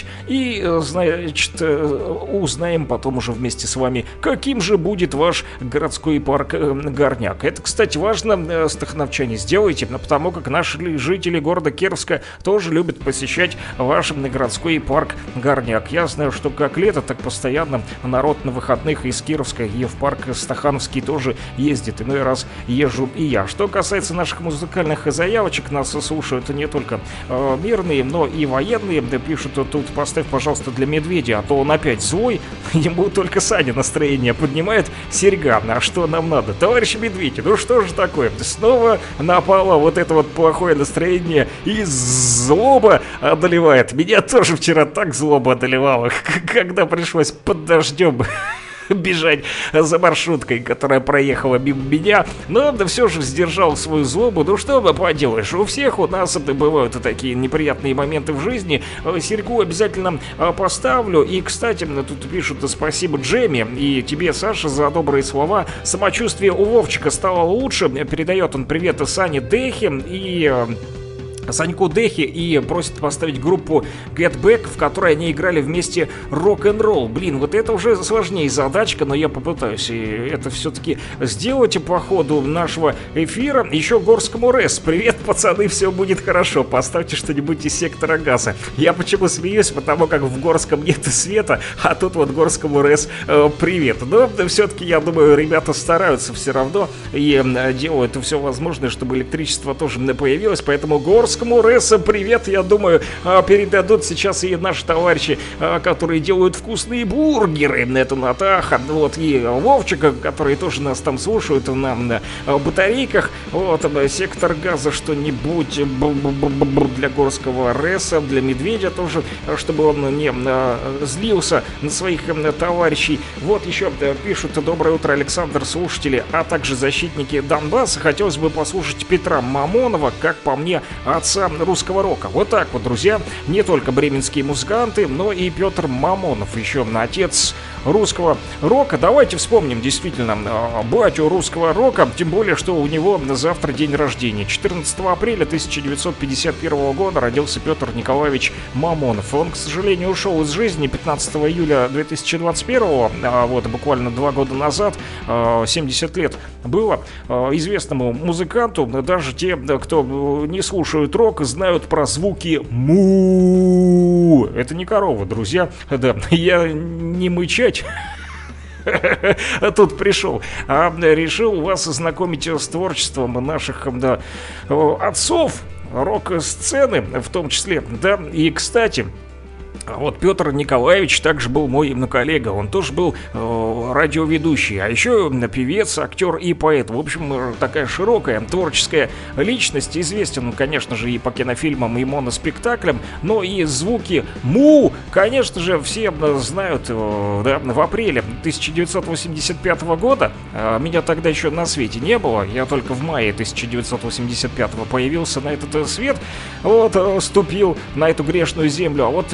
И, значит, узнаем потом уже вместе с вами, каким же будет ваш городской парк «Горняк». Это, кстати, важно, стахановчане, сделайте, потому как наши жители города Кировска тоже любят посещать ваш городской парк «Горняк». Я знаю, что как лето, так постоянно народ на выходных из Кировска и в парк Стахановский тоже ездит. Иной раз езжу и я. Что касается наших музыкальных заявочек, нас слушают не только э, мирные, но и военные. Пишут тут: поставь, пожалуйста, для Медведя, а то он опять злой. Ему только Саня настроение поднимает. Серьга, а что нам надо? Товарищ Медведь, ну что же такое? Снова напало вот это вот плохое настроение, и злоба одолевает. Меня тоже вчера так злоба одолевала, когда пришлось под дождем бежать за маршруткой, которая проехала мимо меня, но да все же сдержал свою злобу. Ну что поделаешь, у всех у нас это бывают такие неприятные моменты в жизни. Серьгу обязательно поставлю. И, кстати, тут пишут: спасибо Джемми и тебе, Саша, за добрые слова. Самочувствие у Вовчика стало лучше. Передает он привет Сане Дехе и Саньку Дехе и просит поставить группу Get Back, в которой они играли вместе рок-н-ролл. Блин, вот это уже сложнее задачка, но я попытаюсь это все-таки сделать по ходу нашего эфира. Еще Горскому РЭС: привет, пацаны, все будет хорошо. Поставьте что-нибудь из Сектора Газа. Я почему смеюсь? Потому как в Горском нет света, а тут вот Горскому РЭС э, привет. Но все-таки, я думаю, ребята стараются все равно и э, делают все возможное, чтобы электричество тоже появилось. Поэтому Горск РЭСа привет, я думаю, передадут сейчас и наши товарищи, которые делают вкусные бургеры. Это Натаха, вот, и Вовчика, которые тоже нас там слушают на, на батарейках. Вот, Сектор Газа что-нибудь для Горского РЭСа, для Медведя тоже, чтобы он не злился на своих товарищей. Вот еще пишут: доброе утро, Александр, слушатели, а также защитники Донбасса. Хотелось бы послушать Петра Мамонова, как по мне, от русского рока. Вот так вот, друзья. Не только бременские музыканты, но и Петр Мамонов, еще отец русского рока. Давайте вспомним действительно батю русского рока, тем более, что у него завтра день рождения. четырнадцатого апреля тысяча девятьсот пятьдесят первого года родился Петр Николаевич Мамонов. Он, к сожалению, ушел из жизни пятнадцатого июля две тысячи двадцать первого, а вот буквально два года назад, семьдесят лет было известному музыканту. Даже те, кто не слушают рок, знают про звуки му. Это не корова, друзья. Да, я не мычать тут пришел, а решил вас ознакомить с творчеством наших, да, отцов рок-сцены в том числе. Да, и, кстати, вот Петр Николаевич также был мой коллега, он тоже был э, радиоведущий, а еще певец, актер и поэт. В общем, такая широкая творческая личность. Известен он, конечно же, и по кинофильмам, и моноспектаклям, но и звуки му, конечно же, все знают. Э, да, в апреле тысяча девятьсот восемьдесят пятого года, э, меня тогда еще на свете не было, я только в мае тысяча девятьсот восемьдесят пятого появился на этот свет, вот, э, ступил на эту грешную землю. А вот э,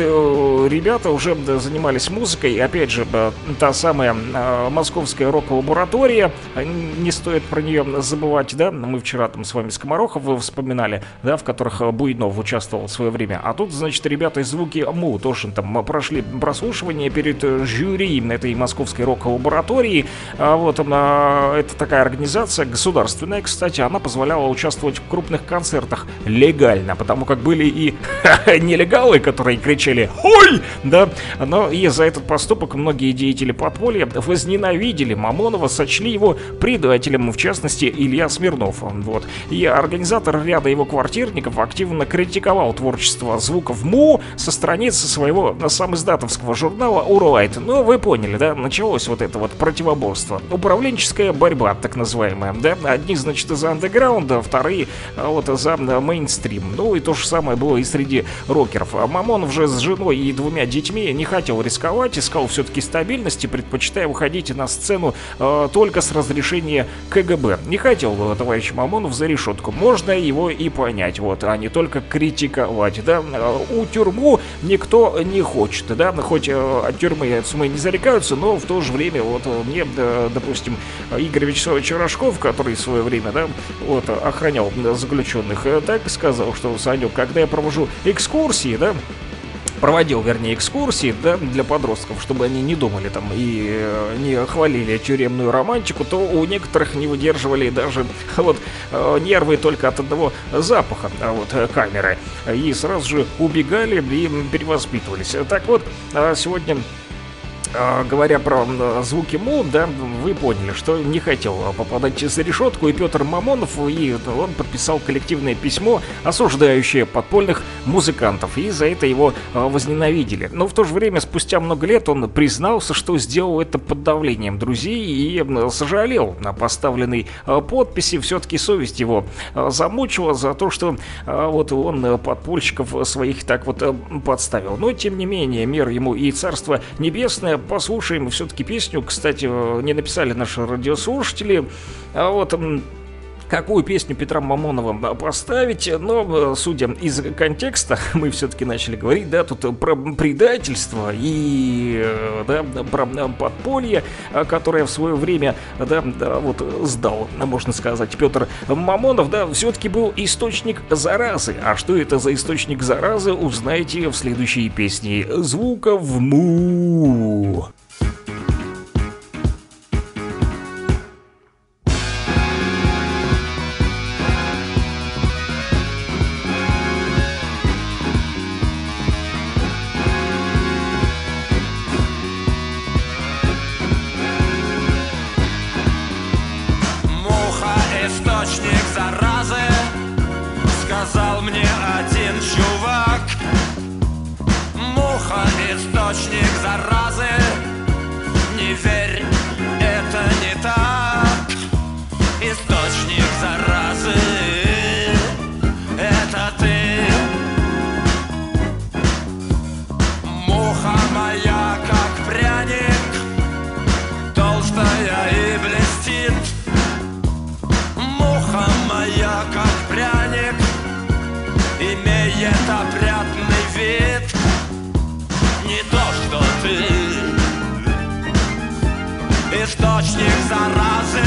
ребята уже занимались музыкой. Опять же, та самая московская рок-лаборатория, не стоит про нее забывать, да, мы вчера там с вами Скоморохов вспоминали, да, в которых Буйнов участвовал в свое время. А тут, значит, ребята из Звуки Му тоже там прошли прослушивание перед жюри этой московской рок-лаборатории. Вот, это такая организация государственная, кстати, она позволяла участвовать в крупных концертах легально, потому как были и нелегалы, которые кричали «Ой!», да, но и за этот поступок многие деятели подполья возненавидели Мамонова, сочли его предателем, в частности, Илья Смирнов. Вот. И организатор ряда его квартирников активно критиковал творчество Звуков Му со страницы своего самиздатовского журнала «Урлайт». Ну, вы поняли, да, началось вот это вот противоборство. Управленческая борьба, так называемая, да. Одни, значит, за андеграунд, а вторые вот за мейнстрим. Ну, и то же самое было и среди рокеров. Мамонов же с женой и двумя детьми не хотел рисковать, искал все-таки стабильности, предпочитая выходить на сцену э, только с разрешения ка гэ бэ. Не хотел товарищ Мамонов за решетку. Можно его и понять, вот, а не только критиковать, да. У тюрьму никто не хочет, да, хоть э, от тюрьмы мы не зарекаются, но в то же время, вот, мне, да, допустим, Игорь Вячеславович Рожков, который в свое время, да, вот, охранял заключенных, так сказал, что, Санек, когда я провожу экскурсии, да, проводил, вернее, экскурсии, да, для подростков, чтобы они не думали там и э, не хвалили тюремную романтику, то у некоторых не выдерживали даже вот э, нервы только от одного запаха а вот э, камеры, и сразу же убегали и перевоспитывались. Так вот, э, сегодня, говоря про Звуки Му, да, вы поняли, что не хотел попадать за решетку и Петр Мамонов, и он подписал коллективное письмо, осуждающее подпольных музыкантов, и за это его возненавидели. Но в то же время, спустя много лет, он признался, что сделал это под давлением друзей и сожалел на поставленной подписи. Все-таки совесть его замучила за то, что вот он подпольщиков своих так вот подставил. Но, тем не менее, мир ему и царство небесное. Послушаем все-таки песню. Кстати, не написали наши радиослушатели, а вот какую песню Петра Мамонова поставить, но, судя из контекста, мы все-таки начали говорить, да, тут про предательство и, да, про подполье, которое в свое время, да, да, вот сдал, можно сказать, Петр Мамонов, да, все-таки был источник заразы. А что это за источник заразы, узнаете в следующей песне Звуков Му. Сказал мне один чувак, муха источник заразы, не верь, это не так. Источник заразы — это ты. Муха моя, как пряник, толстая и блестит. Муха моя, как пряник, имеет опрятный вид. Не то, что ты, источник заразы.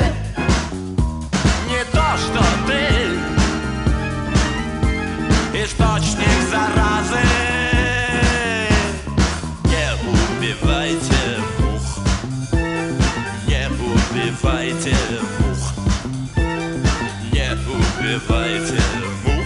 Не то, что ты, источник заразы. Не убивайте мух, не убивайте мух, не убивайте мух.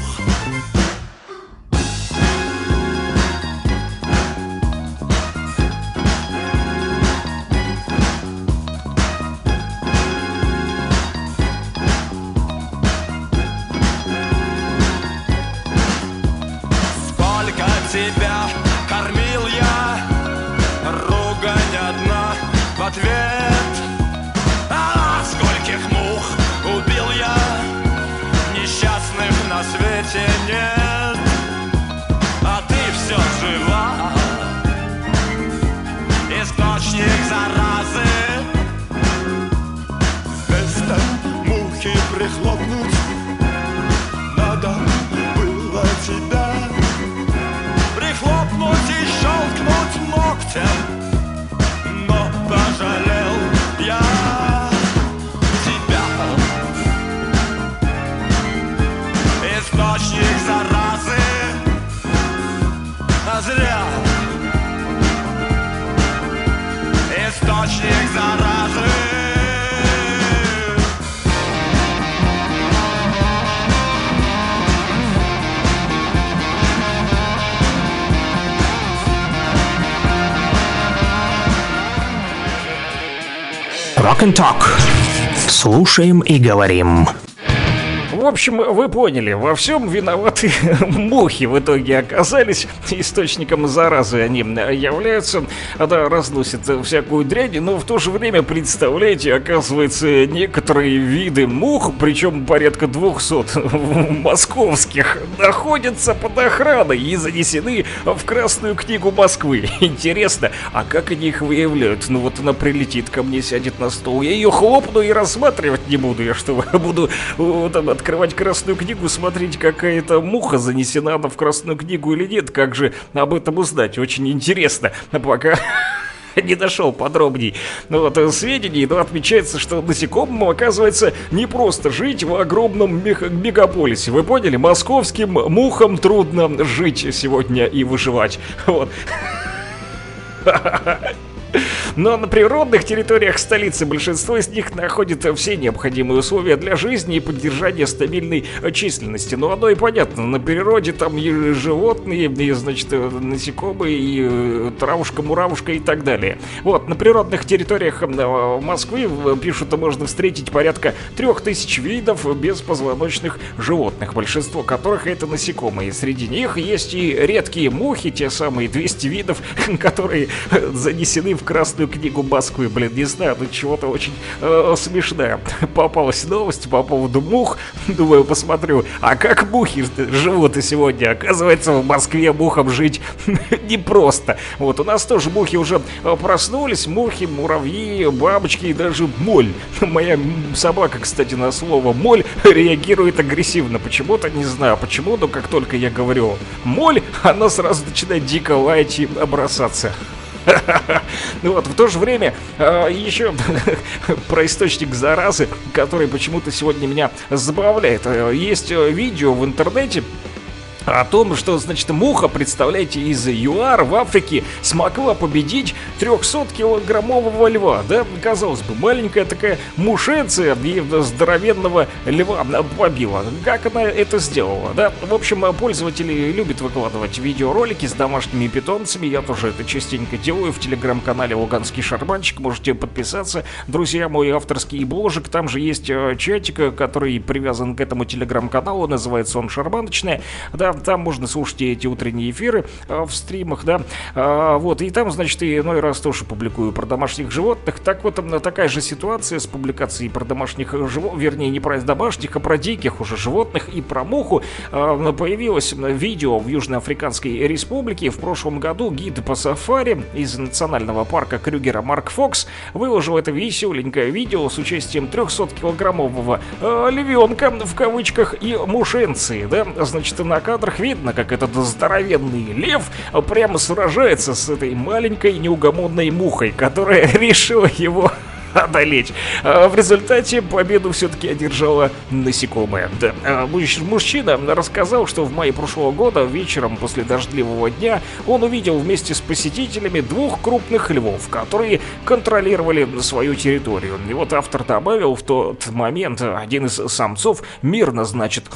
зря. Источник заразы. Rock and Talk. Слушаем и говорим. В общем, вы поняли, во всем виноваты мухи в итоге оказались. Источником заразы они являются, да, разносят всякую дрянь, но в то же время, представляете, оказывается, некоторые виды мух, причем порядка двухсот московских, находятся под охраной и занесены в Красную книгу Москвы. Интересно, а как они их выявляют? Ну вот она прилетит ко мне, сядет на стол, я ее хлопну и рассматривать не буду. Я что, буду там открывать Красную книгу, смотреть, какая-то муха занесена она в Красную книгу или нет? Как же об этом узнать? Очень интересно. Пока не дошел подробней. Ну вот, сведений, но отмечается, что насекомым, оказывается, не просто жить в огромном мегаполисе. Вы поняли? Московским мухам трудно жить сегодня и выживать. Вот. Но на природных территориях столицы большинство из них находит все необходимые условия для жизни и поддержания стабильной численности. Ну, оно и понятно, на природе там и животные, и, значит, насекомые, и травушка, муравушка и так далее. Вот, на природных территориях Москвы, пишут, можно встретить порядка трех тысяч видов беспозвоночных животных, большинство которых это насекомые. Среди них есть и редкие мухи, те самые двести видов, которые занесены в Красную книгу Москвы. Блин, не знаю, тут чего-то очень э, смешное. Попалась новость по поводу мух. Думаю, посмотрю, а как мухи живут и сегодня? Оказывается, в Москве мухам жить непросто. Вот, у нас тоже мухи уже проснулись. Мухи, муравьи, бабочки и даже моль. Моя собака, кстати, на слово моль реагирует агрессивно. Почему-то, не знаю почему, но как только я говорю моль, она сразу начинает дико лаять и бросаться. Ну вот, в то же время э, еще про источник заразы, который почему-то сегодня меня забавляет. Есть видео в интернете о том, что, значит, муха, представляете, из ЮАР в Африке смогла победить трехсоткилограммового льва, да, казалось бы, маленькая такая мушенция и здоровенного льва побила. Как она это сделала, да? В общем, пользователи любят выкладывать видеоролики с домашними питомцами, я тоже это частенько делаю в телеграм-канале Луганский Шарманщик, можете подписаться, друзья, мой авторский бложик, там же есть чатик, который привязан к этому телеграм-каналу, называется он Шарманочная, да, там можно слушать эти утренние эфиры а, в стримах, да, а, вот, и там, значит, и иной раз тоже публикую про домашних животных. Так вот, там такая же ситуация с публикацией про домашних животных, вернее, не про домашних, а про диких уже животных и про муху. А, появилось видео в Южноафриканской Республике. В прошлом году гид по сафари из национального парка Крюгера Марк Фокс выложил это веселенькое видео с участием трехсоткилограммового а, львенка, в кавычках, и мушенции, да, значит, на кадр видно, как этот здоровенный лев прямо сражается с этой маленькой неугомонной мухой, которая решила его одолеть. В результате победу все-таки одержала насекомое. Да. Мужчина рассказал, что в мае прошлого года вечером после дождливого дня он увидел вместе с посетителями двух крупных львов, которые контролировали свою территорию. И вот автор добавил, в тот момент один из самцов мирно, значит,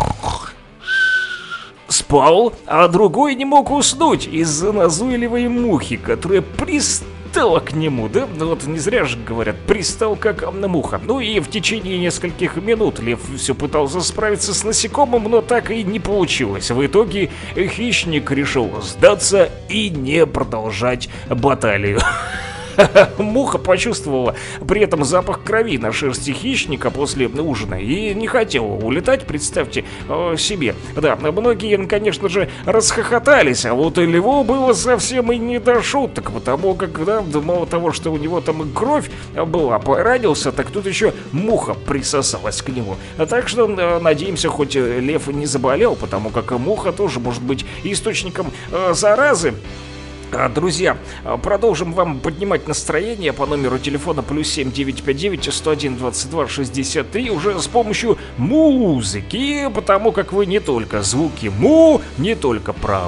спал, а другой не мог уснуть из-за назойливой мухи, которая пристала к нему, да? Ну вот не зря же говорят, пристал как на муха. Ну и в течение нескольких минут лев все пытался справиться с насекомым, но так и не получилось. В итоге хищник решил сдаться и не продолжать баталию. Муха почувствовала при этом запах крови на шерсти хищника после ужина и не хотела улетать, представьте э, себе. Да, многие, конечно же, расхохотались, а вот и льву было совсем и не до шуток, потому как, да, мало того, что у него там кровь была, поранился, так тут еще муха присосалась к нему. Так что э, надеемся, хоть лев не заболел, потому как муха тоже может быть источником э, заразы. Друзья, продолжим вам поднимать настроение по номеру телефона плюс семь девять пять девять сто один двадцать два шестьдесят три уже с помощью музыки, потому как вы не только звуки му, не только про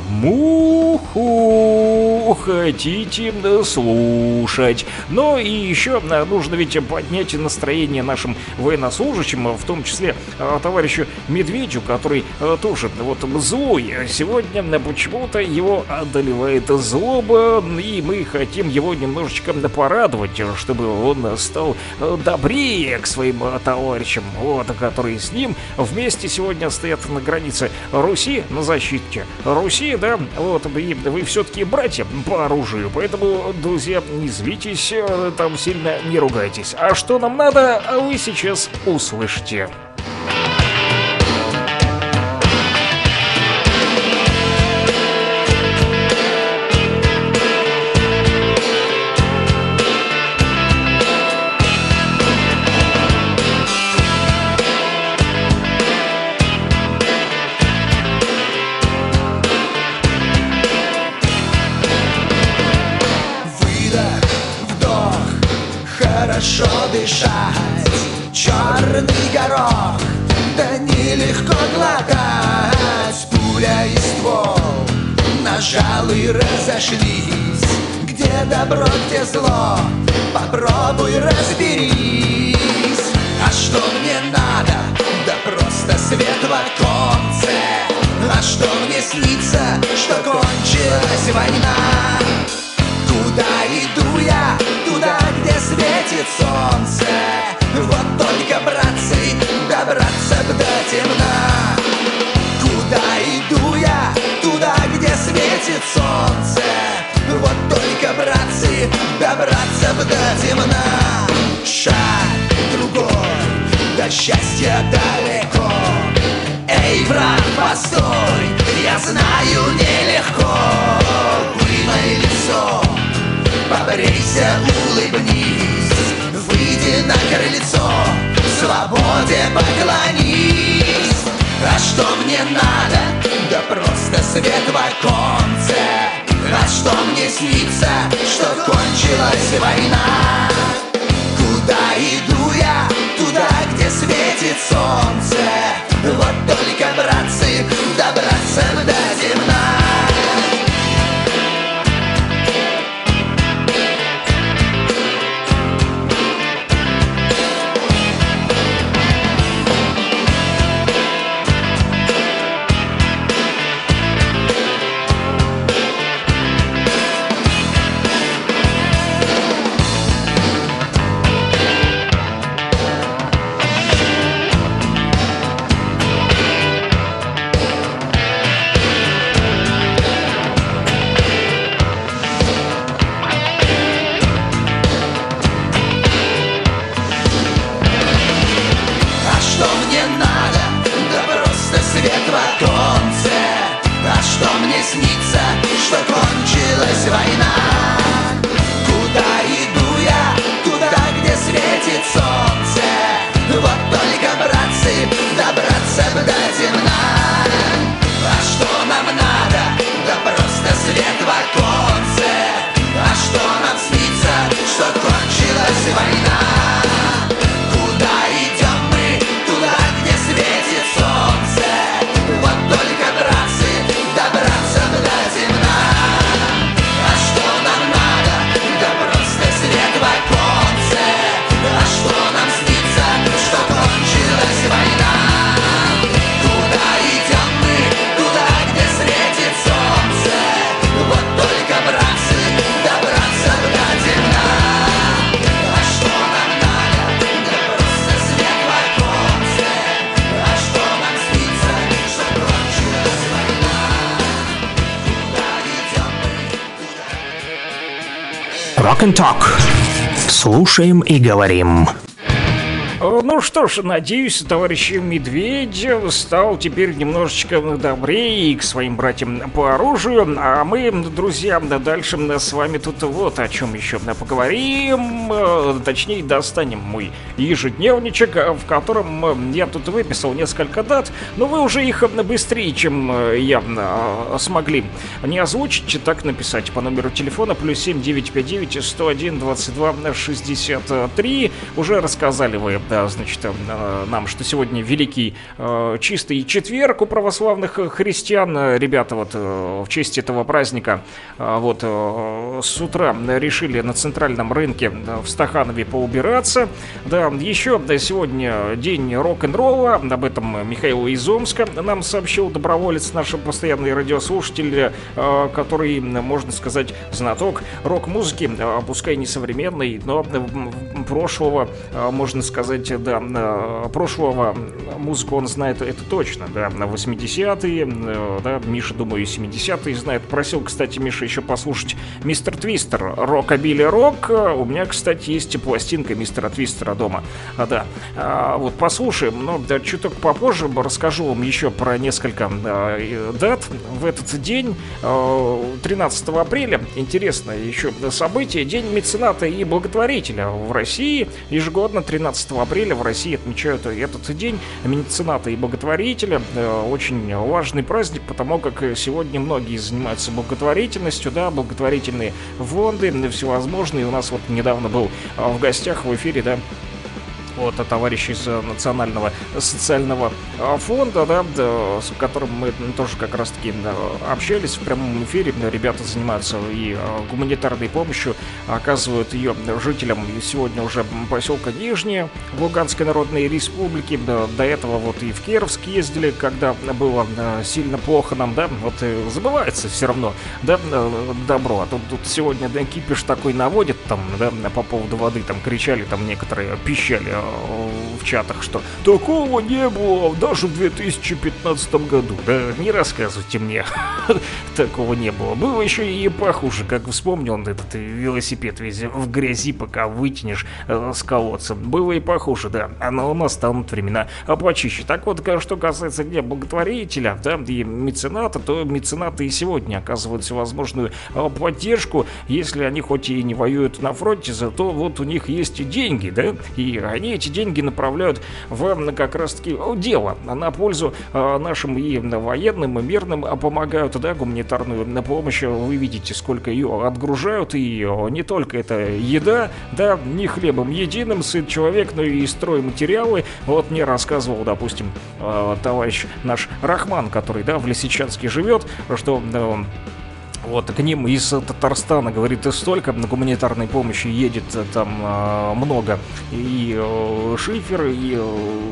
муху хотите слушать, но и еще нужно ведь поднять настроение нашим военнослужащим, в том числе товарищу Медведю, который тоже вот злой. Сегодня почему-то его одолевает зло, и мы хотим его немножечко порадовать, чтобы он стал добрее к своим товарищам, вот, которые с ним вместе сегодня стоят на границе Руси, на защите Руси, да, вот, и вы все-таки братья по оружию, поэтому, друзья, не злитесь, там сильно не ругайтесь. А что нам надо, вы сейчас услышите. Хорошо дышать, черный горох, да нелегко глотать. Пуля и ствол, нажал и разошлись. Где добро, где зло, попробуй разберись. А что мне надо? Да просто свет в оконце. А что мне снится? Что кончилась война. Куда иду я? Туда, где светит солнце. Вот только, братцы, добраться б до темна. Куда иду я? Туда, где светит солнце. Вот только, братцы, добраться б до темна. Шаг другой, до счастья далеко. Эй, брат, постой, я знаю, нелегко. Вымой лицо, побрейся, улыбнись, выйди на крыльцо, свободе поклонись. А что мне надо? Да просто свет в оконце. А что мне снится? Что кончилась война. Куда иду я? Туда, где светит солнце. Вот только, братцы, добраться до темна. Что кончилась война. Куда иду я? Туда, где светит солнце. Вот только, братцы, добраться б до темна. А что нам надо? Да просто свет в оконце. А что нам снится? Что кончилась война. Куда идем мы? Туда, где светит солнце. Вот только, братцы, добраться б до темна. Rock and Talk. Слушаем и говорим. Ну что ж, надеюсь, товарищ Медведь стал теперь немножечко добрее и к своим братьям по оружию. А мы, друзья, дальше с вами тут вот о чем еще поговорим. Точнее, достанем мой ежедневничек, в котором я тут выписал несколько дат, но вы уже их быстрее, чем я, смогли не озвучить, так написать по номеру телефона плюс семь девятьсот пятьдесят девять сто один двадцать два шестьдесят три. Уже рассказали вы, да, значит, нам, что сегодня великий э, чистый четверг у православных христиан. Ребята вот э, в честь этого праздника э, вот э, с утра решили на центральном рынке в Стаханове поубираться. Да, еще да, сегодня день рок-н-ролла. Об этом Михаил из Омска нам сообщил, доброволец, наш постоянный радиослушатель, э, который, можно сказать, знаток рок-музыки, э, пускай не современной, но прошлого, можно сказать, да, прошлого музыку он знает, это точно, да, на восьмидесятые, да, Миша, думаю, семидесятые знает. Просил, кстати, Миша еще послушать Мистер Твистер, рокобили рок. У меня, кстати, есть пластинка Мистера Твистера дома, а, да, а, вот послушаем, но да, чуток попозже расскажу вам еще про несколько а, дат в этот день, тринадцатого апреля, интересное еще событие, день мецената и благотворителя в России. Ежегодно тринадцатого апреля в России отмечают этот день мецената и благотворителя. Очень важный праздник, потому как сегодня многие занимаются благотворительностью, да, благотворительные фонды всевозможные. У нас вот недавно был в гостях в эфире, да, вот товарищ из Национального социального фонда, да, да, с которым мы тоже как раз-таки да, общались в прямом эфире. Ребята занимаются и гуманитарной помощью, оказывают ее жителям сегодня уже поселка Нижнее в Луганской Народной Республике. Да, до этого вот и в Кировск ездили, когда было сильно плохо нам, да, вот забывается все равно, да, добро. А тут, тут сегодня да, кипиш такой наводит там, да, по поводу воды, там кричали, там некоторые пищали в чатах, что такого не было даже в две тысячи пятнадцатом году. Да не рассказывайте мне, такого не было. Было еще и похуже, как вспомнил он этот велосипед весь в грязи, пока вытянешь э, с колодца. Было и похуже, да. Но у нас станут времена почище. Так вот, что касается дня благотворителя, да, и мецената, то меценаты и сегодня оказывают всевозможную поддержку, если они хоть и не воюют на фронте, зато вот у них есть и деньги, да, и они эти деньги направляют в как раз-таки дело на пользу э, нашим и военным, и мирным, а помогают, да, гуманитарную помощь. Вы видите, сколько ее отгружают, и не только это еда, да, не хлебом единым сыт человек, но и стройматериалы. Вот мне рассказывал, допустим, э, товарищ наш Рахман, который, да, в Лисичанске живет, что э, вот к ним из Татарстана, говорит, столько на гуманитарной помощи едет там э, много. И э, шифер, и э,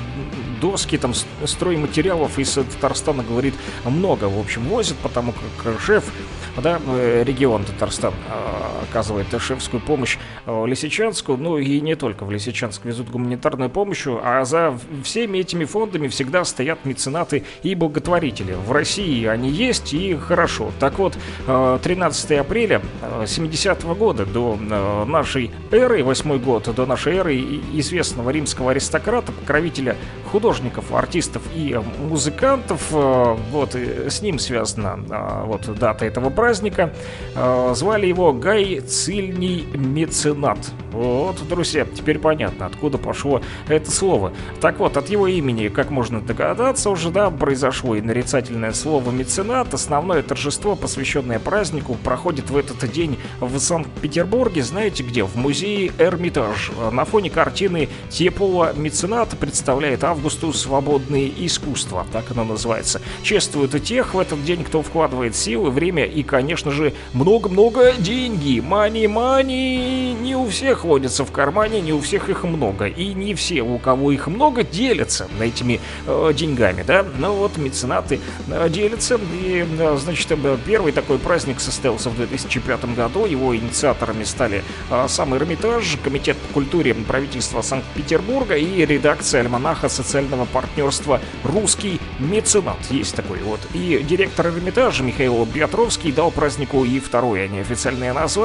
доски, там стройматериалов из Татарстана, говорит, много, в общем, возят, потому как шеф, да, регион Татарстан оказывает шефскую помощь Лисичанску, ну и не только в Лисичанск везут гуманитарную помощь, а за всеми этими фондами всегда стоят меценаты и благотворители. В России они есть, и хорошо. Так вот, тринадцатого апреля семидесятого года до нашей эры, восьмой год до нашей эры, известного римского аристократа, покровителя художников, артистов и музыкантов, вот с ним связана вот дата этого праздника, звали его Гай Цильний Меценат. Вот, друзья, теперь понятно, откуда пошло это слово. Так вот, от его имени, как можно догадаться уже, да, произошло и нарицательное слово меценат. Основное торжество, посвященное празднику, проходит в этот день в Санкт-Петербурге, знаете где? В музее Эрмитаж. На фоне картины Тепова меценат представляет Августу свободное искусство, так оно называется. Чествуют тех в этот день, кто вкладывает силы, время и, конечно же, много-много деньги. Мани-мани не у всех водятся в кармане, не у всех их много. И не все, у кого их много, делятся этими э, деньгами, да. Но вот меценаты э, делятся. И, э, значит, э, первый такой праздник состоялся в две тысячи пятом году. Его инициаторами стали э, сам Эрмитаж, Комитет по культуре правительства Санкт-Петербурга и редакция альманаха социального партнерства «Русский меценат». Есть такой вот. И директор Эрмитажа Михаил Петровский дал празднику и второе неофициальное название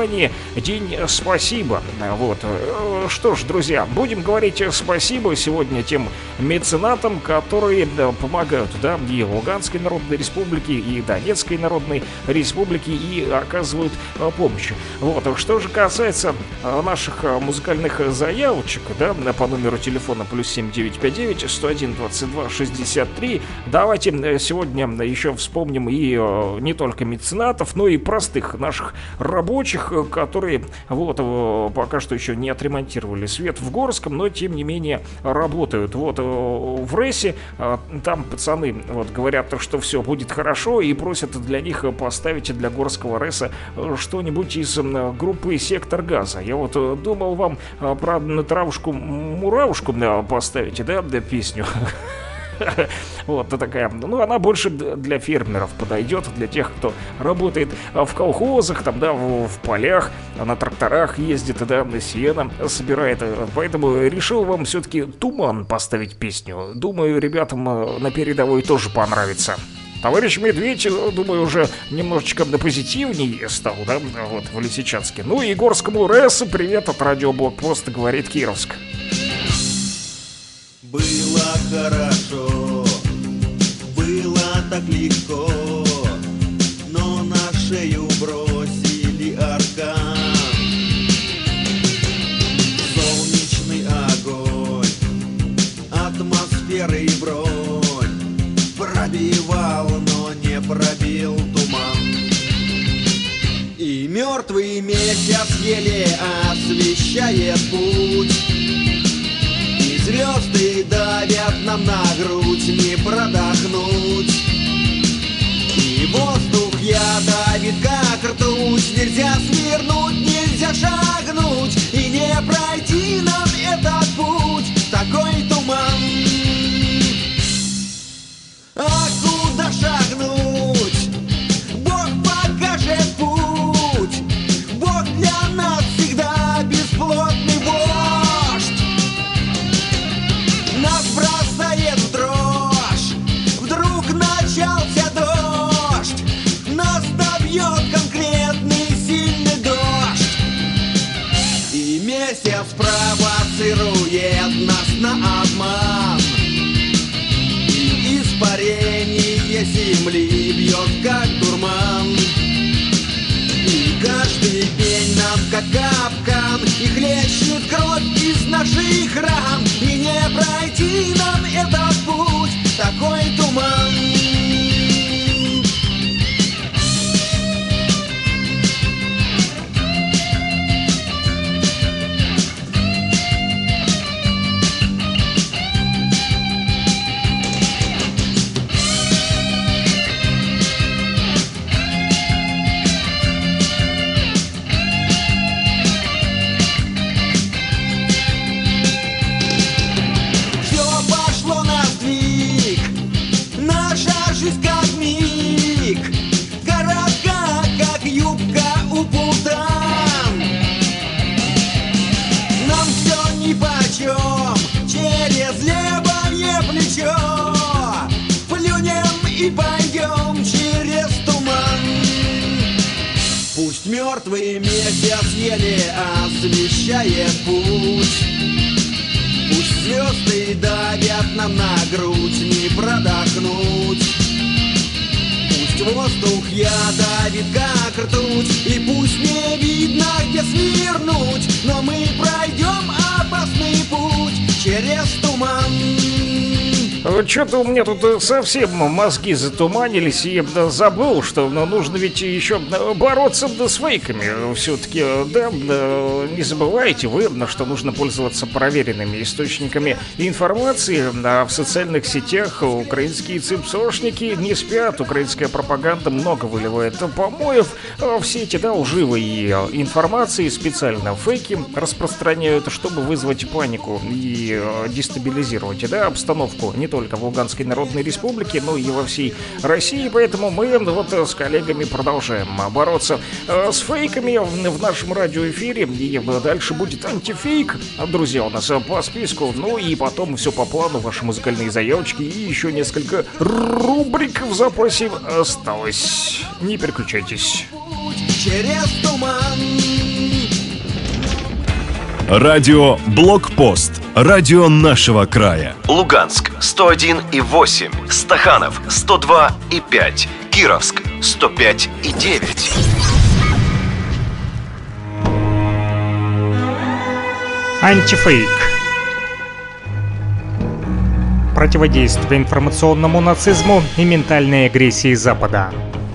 движение «День спасибо». Вот. Что ж, друзья, будем говорить спасибо сегодня тем меценатам, которые помогают, да, и Луганской Народной Республике, и Донецкой Народной Республике, и оказывают помощь. Вот. Что же касается наших музыкальных заявочек, да, по номеру телефона плюс семь девять пять девять сто один двадцать два шестьдесят три, давайте сегодня еще вспомним и не только меценатов, но и простых наших рабочих, которые вот пока что еще не отремонтировали свет в Горском, но тем не менее работают. Вот в РЭСе там пацаны вот говорят, что все будет хорошо, и просят для них поставить для Горского РЭСа что-нибудь из группы «Сектор газа». Я вот думал вам про травушку-муравушку поставить, да, да, песню. Вот такая, ну она больше для фермеров подойдет, для тех, кто работает в колхозах, там, да, в, в полях, на тракторах ездит, да, сено собирает. Поэтому решил вам все-таки «Туман» поставить песню. Думаю, ребятам на передовой тоже понравится. Товарищ Медведь, думаю, уже немножечко позитивней стал, да, вот, в Лисичанске. Ну и Горскому РЭСу привет от радиоблокпоста, говорит Кировск. Было хорошо, было так легко, но на шею бросили аркан. Солнечный огонь, атмосферы и бронь пробивал, но не пробил туман. И мертвый месяц еле освещает путь, звезды давят нам на грудь, не продохнуть. И воздух ядовит, как ртуть, нельзя свернуть, нельзя шагнуть, и не пройти нам этот путь, такой туман. А куда шагнуть? Бог покажет путь, Бог для нас всегда бесплотный вождь. Нас бросает в дрожь, вдруг начался дождь, нас добьет конкретный сильный дождь. И месяц провоцирует нас на обман, и испарение земли бьет как дурман. И каждый день нам как капкан, и хлещет кровь из наших ран, и не пройти нам этот путь, такой туман. Через левое плечо плюнем и пойдем через туман. Пусть мертвый месяц еле освещает путь, пусть звезды давят нам на грудь, не продохнуть. Пусть воздух ядовит, как ртуть, и пусть не видно, где свернуть, но мы пройдем опасный путь через туман. Что-то у меня тут совсем мозги затуманились, и я забыл, что нужно ведь еще бороться с фейками. Все-таки, да, не забывайте вы, что нужно пользоваться проверенными источниками информации. А в социальных сетях украинские цыпсошники не спят, украинская пропаганда много выливает помоев в сети, да, лживой информации, специально фейки распространяют, чтобы вызвать панику и дестабилизировать, да, обстановку не только в Луганской Народной Республике, но и во всей России. Поэтому мы вот с коллегами продолжаем бороться с фейками в нашем радиоэфире. И дальше будет антифейк, друзья, у нас по списку. Ну и потом все по плану, ваши музыкальные заявочки и еще несколько рубрик в запасе осталось. Не переключайтесь. Через туман. Радио Блокпост. Радио нашего края. Луганск сто один и восемь, Стаханов сто два и пять, Кировск сто пять и девять. Антифейк. Противодействие информационному нацизму и ментальной агрессии Запада.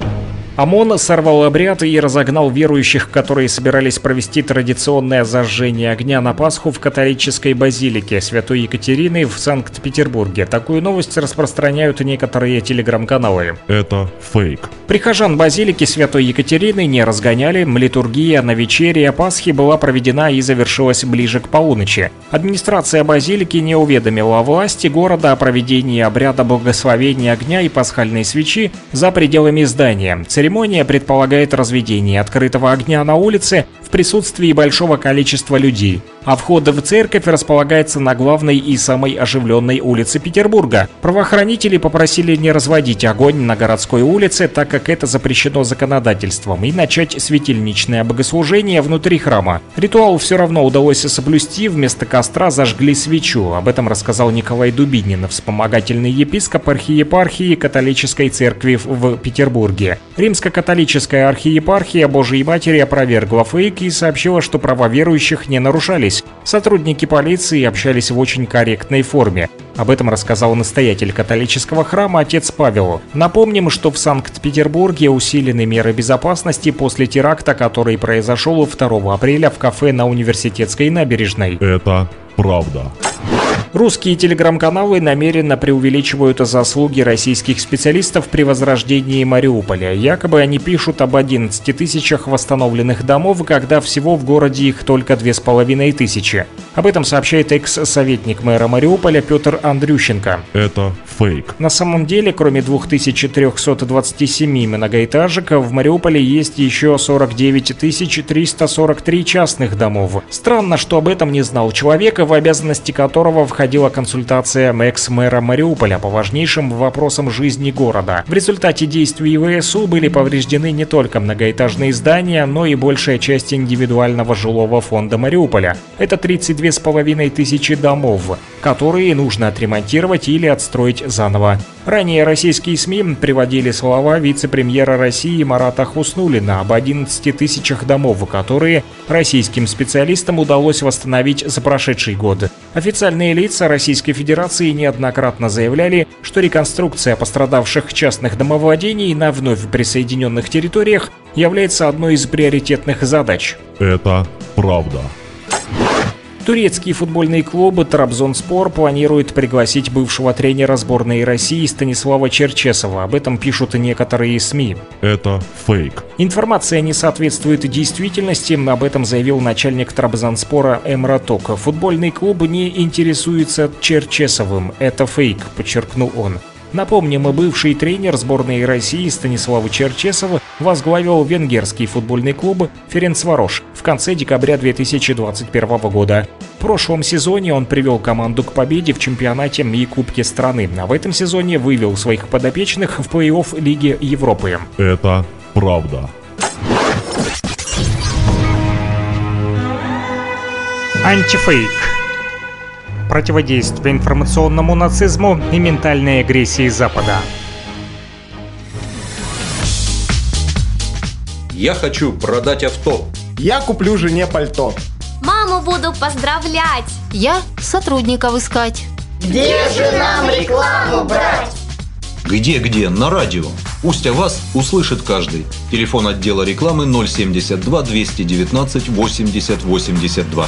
ОМОН сорвал обряд и разогнал верующих, которые собирались провести традиционное зажжение огня на Пасху в католической базилике Святой Екатерины в Санкт-Петербурге. Такую новость распространяют некоторые телеграм-каналы. Это фейк. Прихожан базилики Святой Екатерины не разгоняли, литургия на вечере Пасхи была проведена и завершилась ближе к полуночи. Администрация базилики не уведомила власти города о проведении обряда благословения огня и пасхальной свечи за пределами здания. Церемония предполагает разведение открытого огня на улице в присутствии большого количества людей, а вход в церковь располагается на главной и самой оживленной улице Петербурга. Правоохранители попросили не разводить огонь на городской улице, так как это запрещено законодательством, и начать светильничное богослужение внутри храма. Ритуал все равно удалось соблюсти, вместо костра зажгли свечу. Об этом рассказал Николай Дубинин, вспомогательный епископ архиепархии католической церкви в Петербурге. Римско-католическая архиепархия Божией Матери опровергла фейк и сообщила, что права верующих не нарушались. Сотрудники полиции общались в очень корректной форме. Об этом рассказал настоятель католического храма отец Павел. Напомним, что в Санкт-Петербурге усилены меры безопасности после теракта, который произошел второго апреля в кафе на Университетской набережной. Это правда. Русские телеграм-каналы намеренно преувеличивают заслуги российских специалистов при возрождении Мариуполя. Якобы они пишут об одиннадцати тысячах восстановленных домов, когда всего в городе их только две с половиной тысячи. Об этом сообщает экс-советник мэра Мариуполя Петр Андрющенко. Это фейк. На самом деле, кроме двух тысяч трёхсот двадцати семи многоэтажек, в Мариуполе есть еще сорок девять тысяч триста сорок три частных домов. Странно, что об этом не знал человек, в обязанности которого входила консультация экс-мэра Мариуполя по важнейшим вопросам жизни города. В результате действий ВСУ были повреждены не только многоэтажные здания, но и большая часть индивидуального жилого фонда Мариуполя. Это тридцать две с половиной тысячи домов, которые нужно отремонтировать или отстроить заново. Ранее российские СМИ приводили слова вице-премьера России Марата Хуснуллина об одиннадцати тысячах домов, которые российским специалистам удалось восстановить за прошедший год. Официальные лица Российской Федерации неоднократно заявляли, что реконструкция пострадавших частных домовладений на вновь присоединенных территориях является одной из приоритетных задач. Это правда. Турецкий футбольный клуб «Трабзонспор» планирует пригласить бывшего тренера сборной России Станислава Черчесова. Об этом пишут некоторые СМИ. Это фейк. Информация не соответствует действительности, об этом заявил начальник «Трабзонспора» Эмре Ток. Футбольный клуб не интересуется Черчесовым. Это фейк, подчеркнул он. Напомним, бывший тренер сборной России Станислав Черчесов возглавил венгерский футбольный клуб «Ференцварош» в конце декабря две тысячи двадцать первого года. В прошлом сезоне он привел команду к победе в чемпионате и Кубке страны, а в этом сезоне вывел своих подопечных в плей-офф Лиги Европы. Это правда. Антифейк. Противодействие информационному нацизму и ментальной агрессии Запада. Я хочу продать авто. Я куплю жене пальто. Маму буду поздравлять. Я сотрудников искать. Где же нам рекламу брать? Где-где? На радио. Пусть о вас услышит каждый. Телефон отдела рекламы ноль семьдесят два двести девятнадцать восемьдесят восемьдесят два.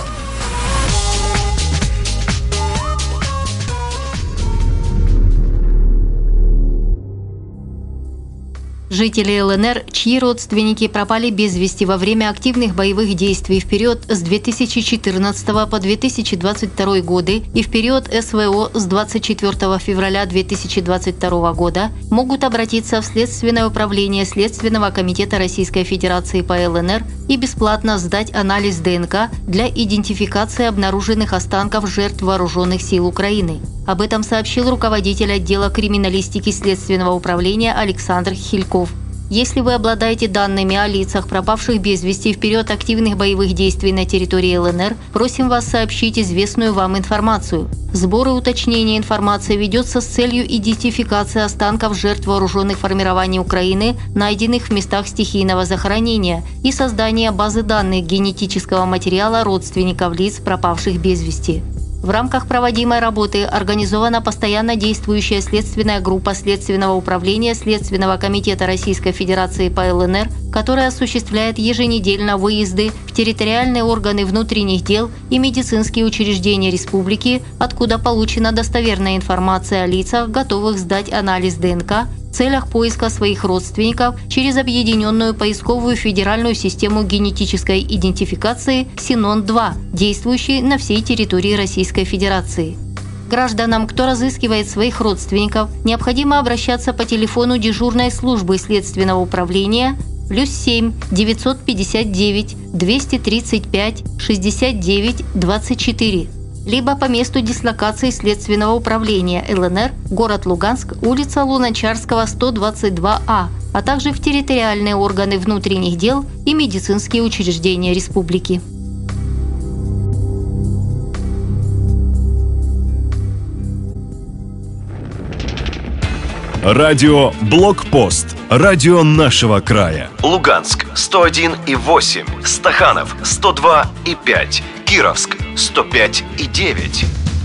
Жители ЛНР, чьи родственники пропали без вести во время активных боевых действий в период с две тысячи четырнадцатого по две тысячи двадцать второй годы и в период СВО с двадцать четвёртого февраля две тысячи двадцать второго года, могут обратиться в Следственное управление Следственного комитета Российской Федерации по ЛНР и бесплатно сдать анализ ДНК для идентификации обнаруженных останков жертв вооруженных сил Украины. Об этом сообщил руководитель отдела криминалистики Следственного управления Александр Хильков. Если вы обладаете данными о лицах, пропавших без вести в период активных боевых действий на территории ЛНР, просим вас сообщить известную вам информацию. Сбор и уточнение информации ведется с целью идентификации останков жертв вооруженных формирований Украины, найденных в местах стихийного захоронения, и создания базы данных генетического материала родственников лиц, пропавших без вести. В рамках проводимой работы организована постоянно действующая следственная группа Следственного управления Следственного комитета Российской Федерации по ЛНР, которая осуществляет еженедельно выезды в территориальные органы внутренних дел и медицинские учреждения республики, откуда получена достоверная информация о лицах, готовых сдать анализ ДНК в целях поиска своих родственников через объединенную поисковую федеральную систему генетической идентификации Синон два, действующую на всей территории Российской Федерации. Гражданам, кто разыскивает своих родственников, необходимо обращаться по телефону дежурной службы Следственного управления плюс семь девятьсот пятьдесят девять двести тридцать пять шестьдесят девять двадцать четыре, либо по месту дислокации Следственного управления ЛНР, город Луганск, улица Луначарского, сто двадцать два А, а также в территориальные органы внутренних дел и медицинские учреждения республики. Радио Блокпост. Радио нашего края. Луганск сто один и восемь, Стаханов сто два и пять, Кировск сто пять и девять.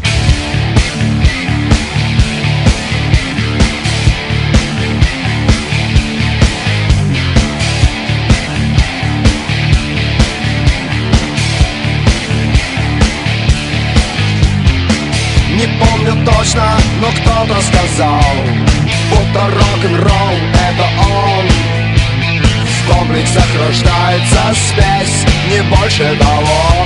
Не помню точно, но кто-то сказал, будто рок-н-ролл — это он. В комплексах рождается спесь, не больше того.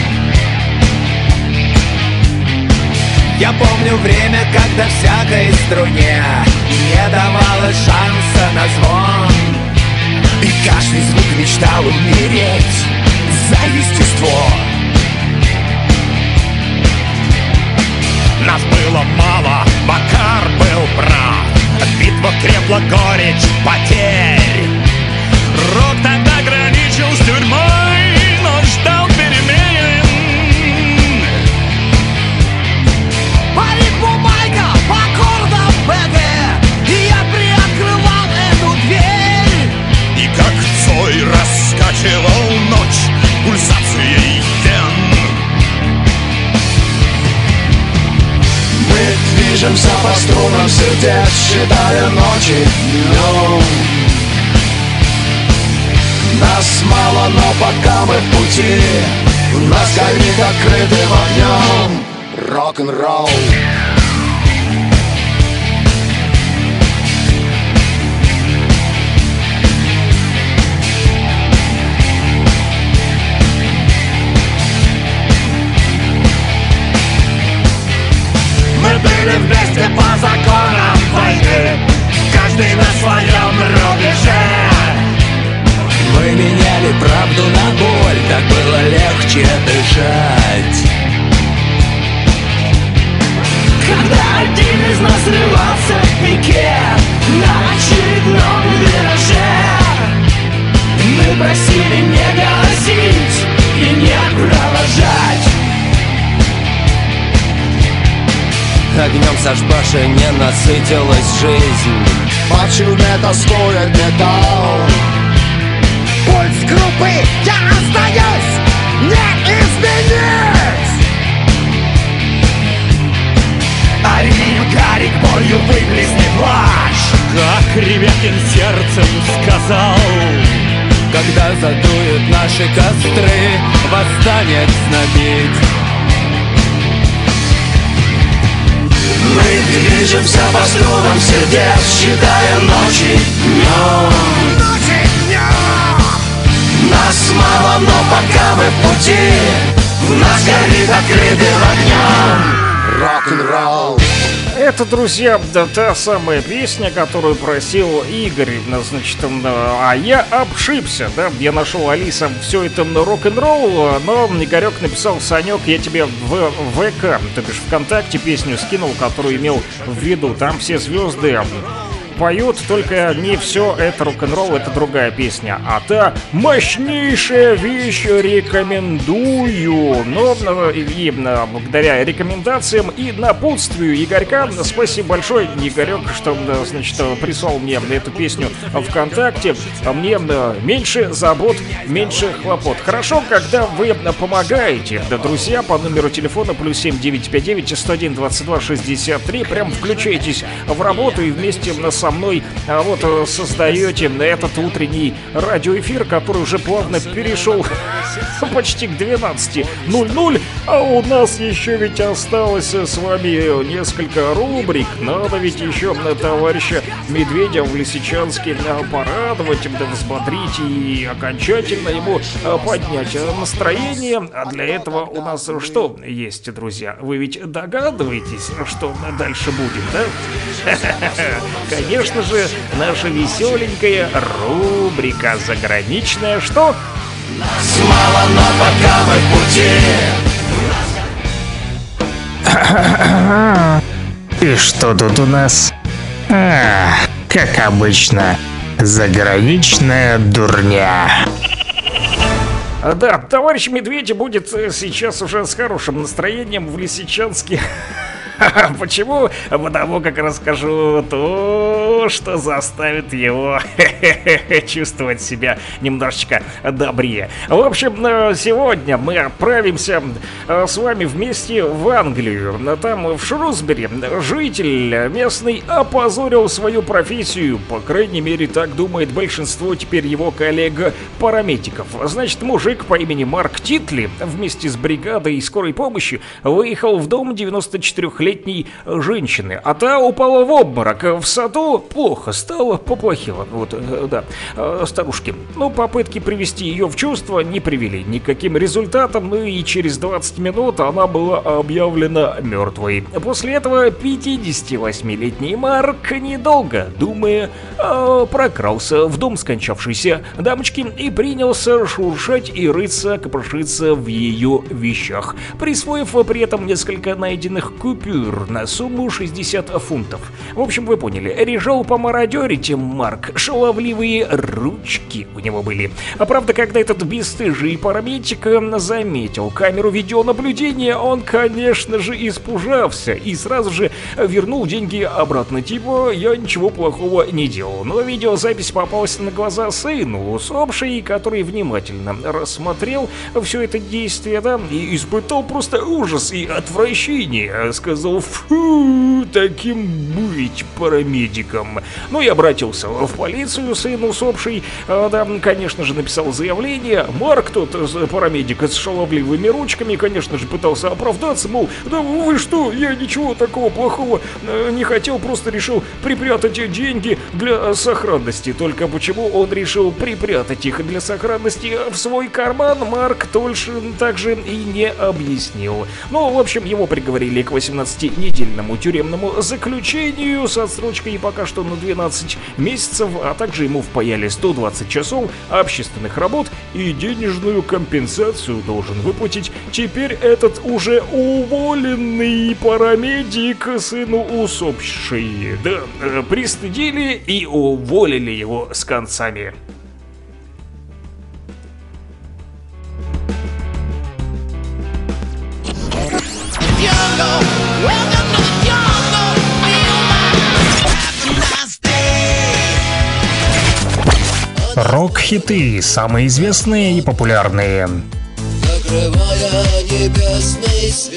Я помню время, когда всякой струне не давалось шанса на звон, и каждый звук мечтал умереть за естество. Нас было мало, Макар был прав. Битва крепла, горечь потерь. Рок тогда граничил с тюрьмой, но ждал перемен. Парик бумага, по аккордам БГ, и я приоткрывал эту дверь. И как Цой раскачивал ночь пульсацией вен. Мы движемся по струнам сердец, считая ночи днем. Нас мало, но пока мы в пути, у нас горит открытым огнем рок-н-ролл. Мы были вместе по законам войны, каждый на своем рубеже. Мы меняли правду на боль, так было легче дышать. Когда один из нас срывался в пике на очередном вираже, мы просили не голосить и не провожать. Огнем Сашбаши не насытилась жизнь. По чуме тоскует металл. Пульс группы я остаюсь не изменить. Арин Гарик болью выплесни плащ. Как Ревякин сердцем сказал, когда задуют наши костры, восстанет знобить. Мы движемся по струнам сердец, считая ночи днем. Нас мало, но пока мы в пути, в нас горит открытым огнем рок-н-ролл. Это, друзья, да, та самая песня, которую просил Игорь. Значит, а я обшибся, да? Я нашел, Алиса, все это рок-н-ролл, но Игорек написал: Санек, я тебе в ВК, то бишь ВКонтакте, песню скинул, которую имел в виду. Там все звезды поют, только не все это рок-н-ролл, это другая песня. А та мощнейшая вещь, рекомендую. Но и благодаря рекомендациям и напутствию Игорька, спасибо большое, Игорек, что, значит, прислал мне эту песню ВКонтакте. Мне меньше забот, меньше хлопот. Хорошо, когда вы помогаете. Да, друзья, по номеру телефона плюс семь девять пять девять сто один двадцать два шестьдесят три прям включаетесь в работу и вместе со мной вот создаете этот утренний радиоэфир, который уже плавно перешел почти к двенадцати ноль-ноль, а у нас еще ведь осталось с вами несколько рубрик. Надо ведь еще товарища Медведя в Лисичанске порадовать, да взбодрить и окончательно ему поднять настроение. А для этого у нас что есть, друзья? Вы ведь догадываетесь, что дальше будет, да? Конечно же, наша веселенькая рубрика заграничная «Что?». Нас мало, но пока мы в пути. И что тут у нас? А, как обычно, заграничная дурня. Да, товарищ Медведь будет сейчас уже с хорошим настроением в Лисичанске. Почему? Потому как расскажу то, что заставит его чувствовать себя немножечко добрее. В общем, сегодня мы отправимся с вами вместе в Англию. Там, в Шрусбери, житель местный опозорил свою профессию. По крайней мере, так думает большинство теперь его коллег-парамедиков. Значит, мужик по имени Марк Титли вместе с бригадой скорой помощи выехал в дом девяносто четырёхлетней женщины, а та упала в обморок. В саду плохо стало, поплохело. Вот, да, старушки. Ну, попытки привести ее в чувство не привели никаким результатом, ну и через двадцать минут она была объявлена мертвой. После этого пятидесятивосьмилетний Марк, недолго думая, прокрался в дом скончавшейся дамочки и принялся шуршать и рыться, копошиться в ее вещах, присвоив при этом несколько найденных купюр на сумму шестьдесят фунтов. В общем, вы поняли, решил помародерить Марк. Шаловливые ручки у него были. А правда, когда этот бесстыжий парамедик заметил камеру видеонаблюдения, он, конечно же, испужался и сразу же вернул деньги обратно. Типа, я ничего плохого не делал. Но видеозапись попалась на глаза сыну усопшей, который внимательно рассмотрел все это действие, да, и испытал просто ужас и отвращение. Сказал: фу, таким быть парамедиком. Ну и обратился в полицию, сын усопший, а, да, конечно же, написал заявление. Марк, тот парамедик с шаловливыми ручками, конечно же, пытался оправдаться, мол, да вы что, я ничего такого плохого не хотел, просто решил припрятать деньги для сохранности. Только почему он решил припрятать их для сохранности в свой карман, Марк Тольш также и не объяснил. Ну, в общем, его приговорили к восемнадцатинедельному тюремному заключению с отсрочкой пока что на двенадцать месяцев, а также ему впаяли сто двадцать часов общественных работ и денежную компенсацию должен выплатить теперь этот уже уволенный парамедик, сыну усопшей. Да, пристыдили и уволили его с концами. Рок-хиты, самые известные и популярные. Закрывая небесный свет.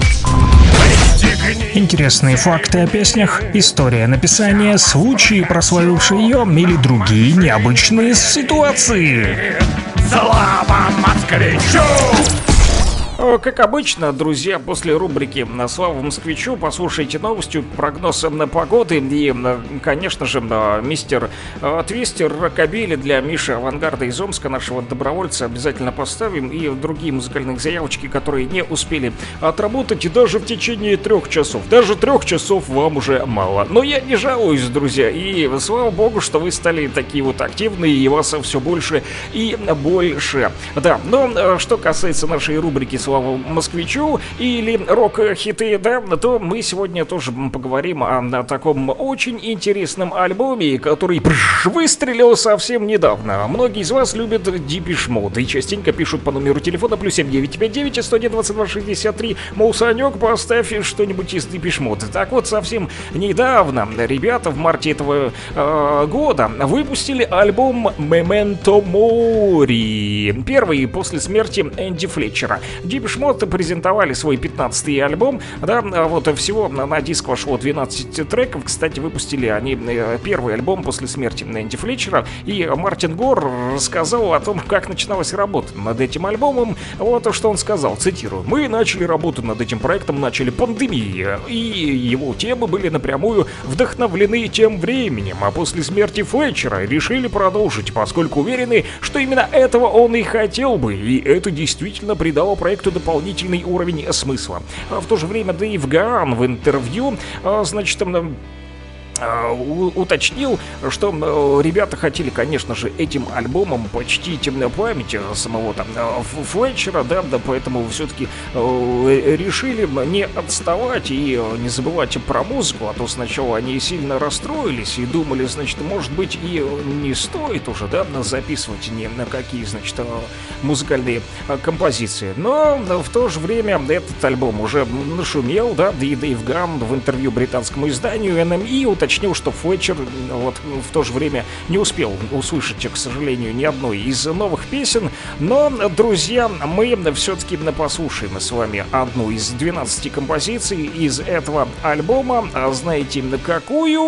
Интересные факты о песнях, история написания, случаи, прославившие ее, или другие необычные ситуации. Слава москвичу! Как обычно, друзья, после рубрики «Слава москвичу» послушайте новости, прогноз на погоды и, конечно же, мистер Твистер, рокобили для Миши Авангарда из Омска, нашего добровольца, обязательно поставим, и другие музыкальные заявочки, которые не успели отработать и даже в течение трех часов. Даже трех часов вам уже мало. Но я не жалуюсь, друзья, и слава богу, что вы стали такие вот активные, и вас все больше и больше. Да, но что касается нашей рубрики Станиславу Москвичу или рок-хиты, да, то мы сегодня тоже поговорим о, о таком очень интересном альбоме, который прш, выстрелил совсем недавно. Многие из вас любят Depeche Mode и частенько пишут по номеру телефона плюс семь девять пять девять сто один двадцать два шестьдесят три, мол, Санек, поставь что-нибудь из Depeche Mode. Так вот, совсем недавно ребята в марте этого э, года выпустили альбом Memento Mori, первый после смерти Энди Флетчера. Depeche Mode презентовали свой пятнадцатый альбом, да, вот всего на диск вошло двенадцать треков. Кстати, выпустили они первый альбом после смерти Энди Флетчера, и Мартин Гор рассказал о том, как начиналась работа над этим альбомом. Вот что он сказал, цитирую: «Мы начали работу над этим проектом, начали пандемии, и его темы были напрямую вдохновлены тем временем, а после смерти Флетчера решили продолжить, поскольку уверены, что именно этого он и хотел бы, и это действительно придало проекту дополнительный уровень смысла». В то же время Дэйв Гаан в интервью, значит, уточнил, что ребята хотели, конечно же, этим альбомом почтить память самого там Флетчера, да, да, поэтому все-таки решили не отставать и не забывать про музыку, а то сначала они сильно расстроились и думали, значит, может быть, и не стоит уже, да, записывать ни на какие, значит, музыкальные композиции. Но в то же время этот альбом уже нашумел, да, и Дэйв Гаан в интервью британскому изданию эн эм и уточнил, уточнил, что Флетчер вот в то же время не успел услышать, к сожалению, ни одной из новых песен. Но, друзья, мы все-таки послушаем с вами одну из двенадцати композиций из этого альбома. А знаете, какую?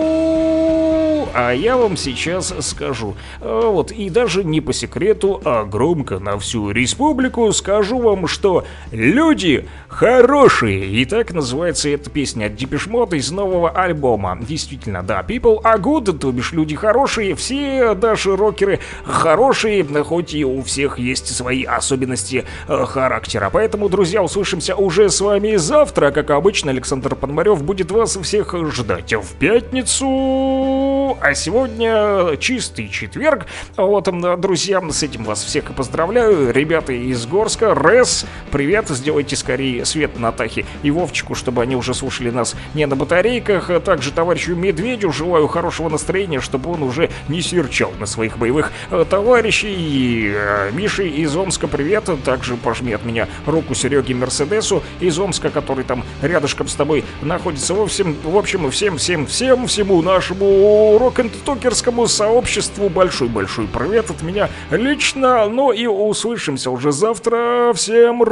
А я вам сейчас скажу. Вот, и даже не по секрету, а громко на всю республику скажу вам, что люди хорошие. И так называется эта песня от Depeche Mode из нового альбома. Действительно, да, people are good, то бишь люди хорошие, все даже рокеры хорошие, хоть и у всех есть свои особенности э, характера. Поэтому, друзья, услышимся уже с вами завтра. Как обычно, Александр Пономарев будет вас всех ждать в пятницу. А сегодня чистый четверг. Вот, друзья, с этим вас всех и поздравляю. Ребята из Горска, рэс, привет, сделайте скорее свет Натахе и Вовчику, чтобы они уже слушали нас не на батарейках. Также товарищу Медведю желаю хорошего настроения, чтобы он уже не серчал на своих боевых товарищей. И Мише из Омска привет. Также пожми от меня руку Сереге Мерседесу из Омска, который там рядышком с тобой находится. В общем, в общем всем-всем-всем всему нашему рок-н-токерскому сообществу большой-большой привет от меня лично. Ну и услышимся уже завтра. Всем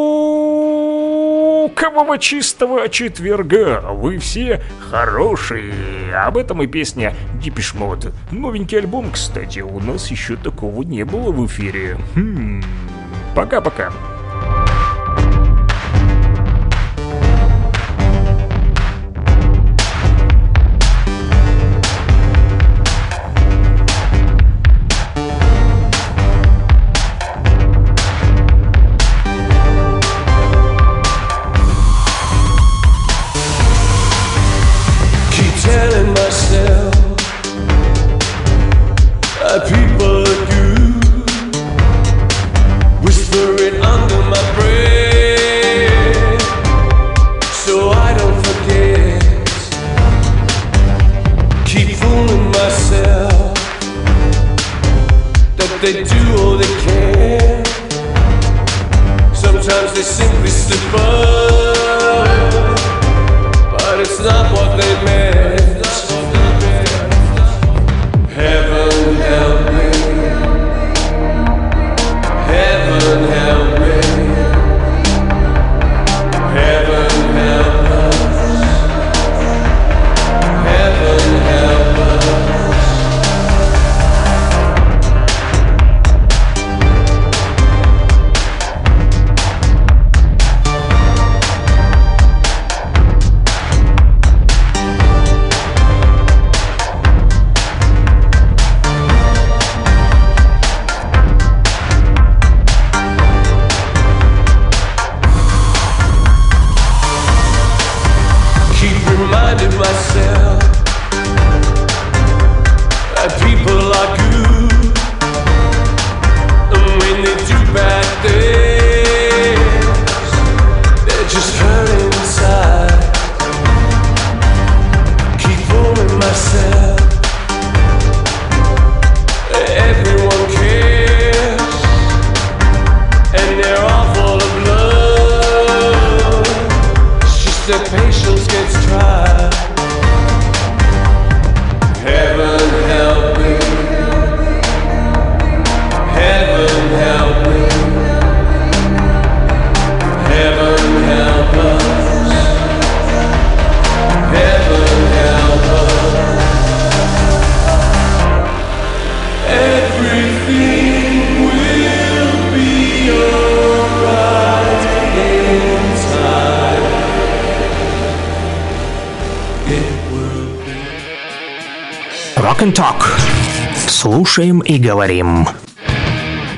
рокового чистого четверга. Вы все хорошие. Об этом и песня Depeche Mode. Новенький альбом, кстати, у нас еще такого не было в эфире. Хм. Пока-пока. People are good, whispering under my breath, so I don't forget. Keep fooling myself that they do all they can. Sometimes they simply slip up, but it's not what they meant. Heaven help me, heaven help me, heaven help us, heaven help us. their patience gets tried. Heaven help me. Heaven help me. Heaven help us. Heaven help us. Everything will be alright in time. It will be. Rock and Talk. Слушаем и говорим.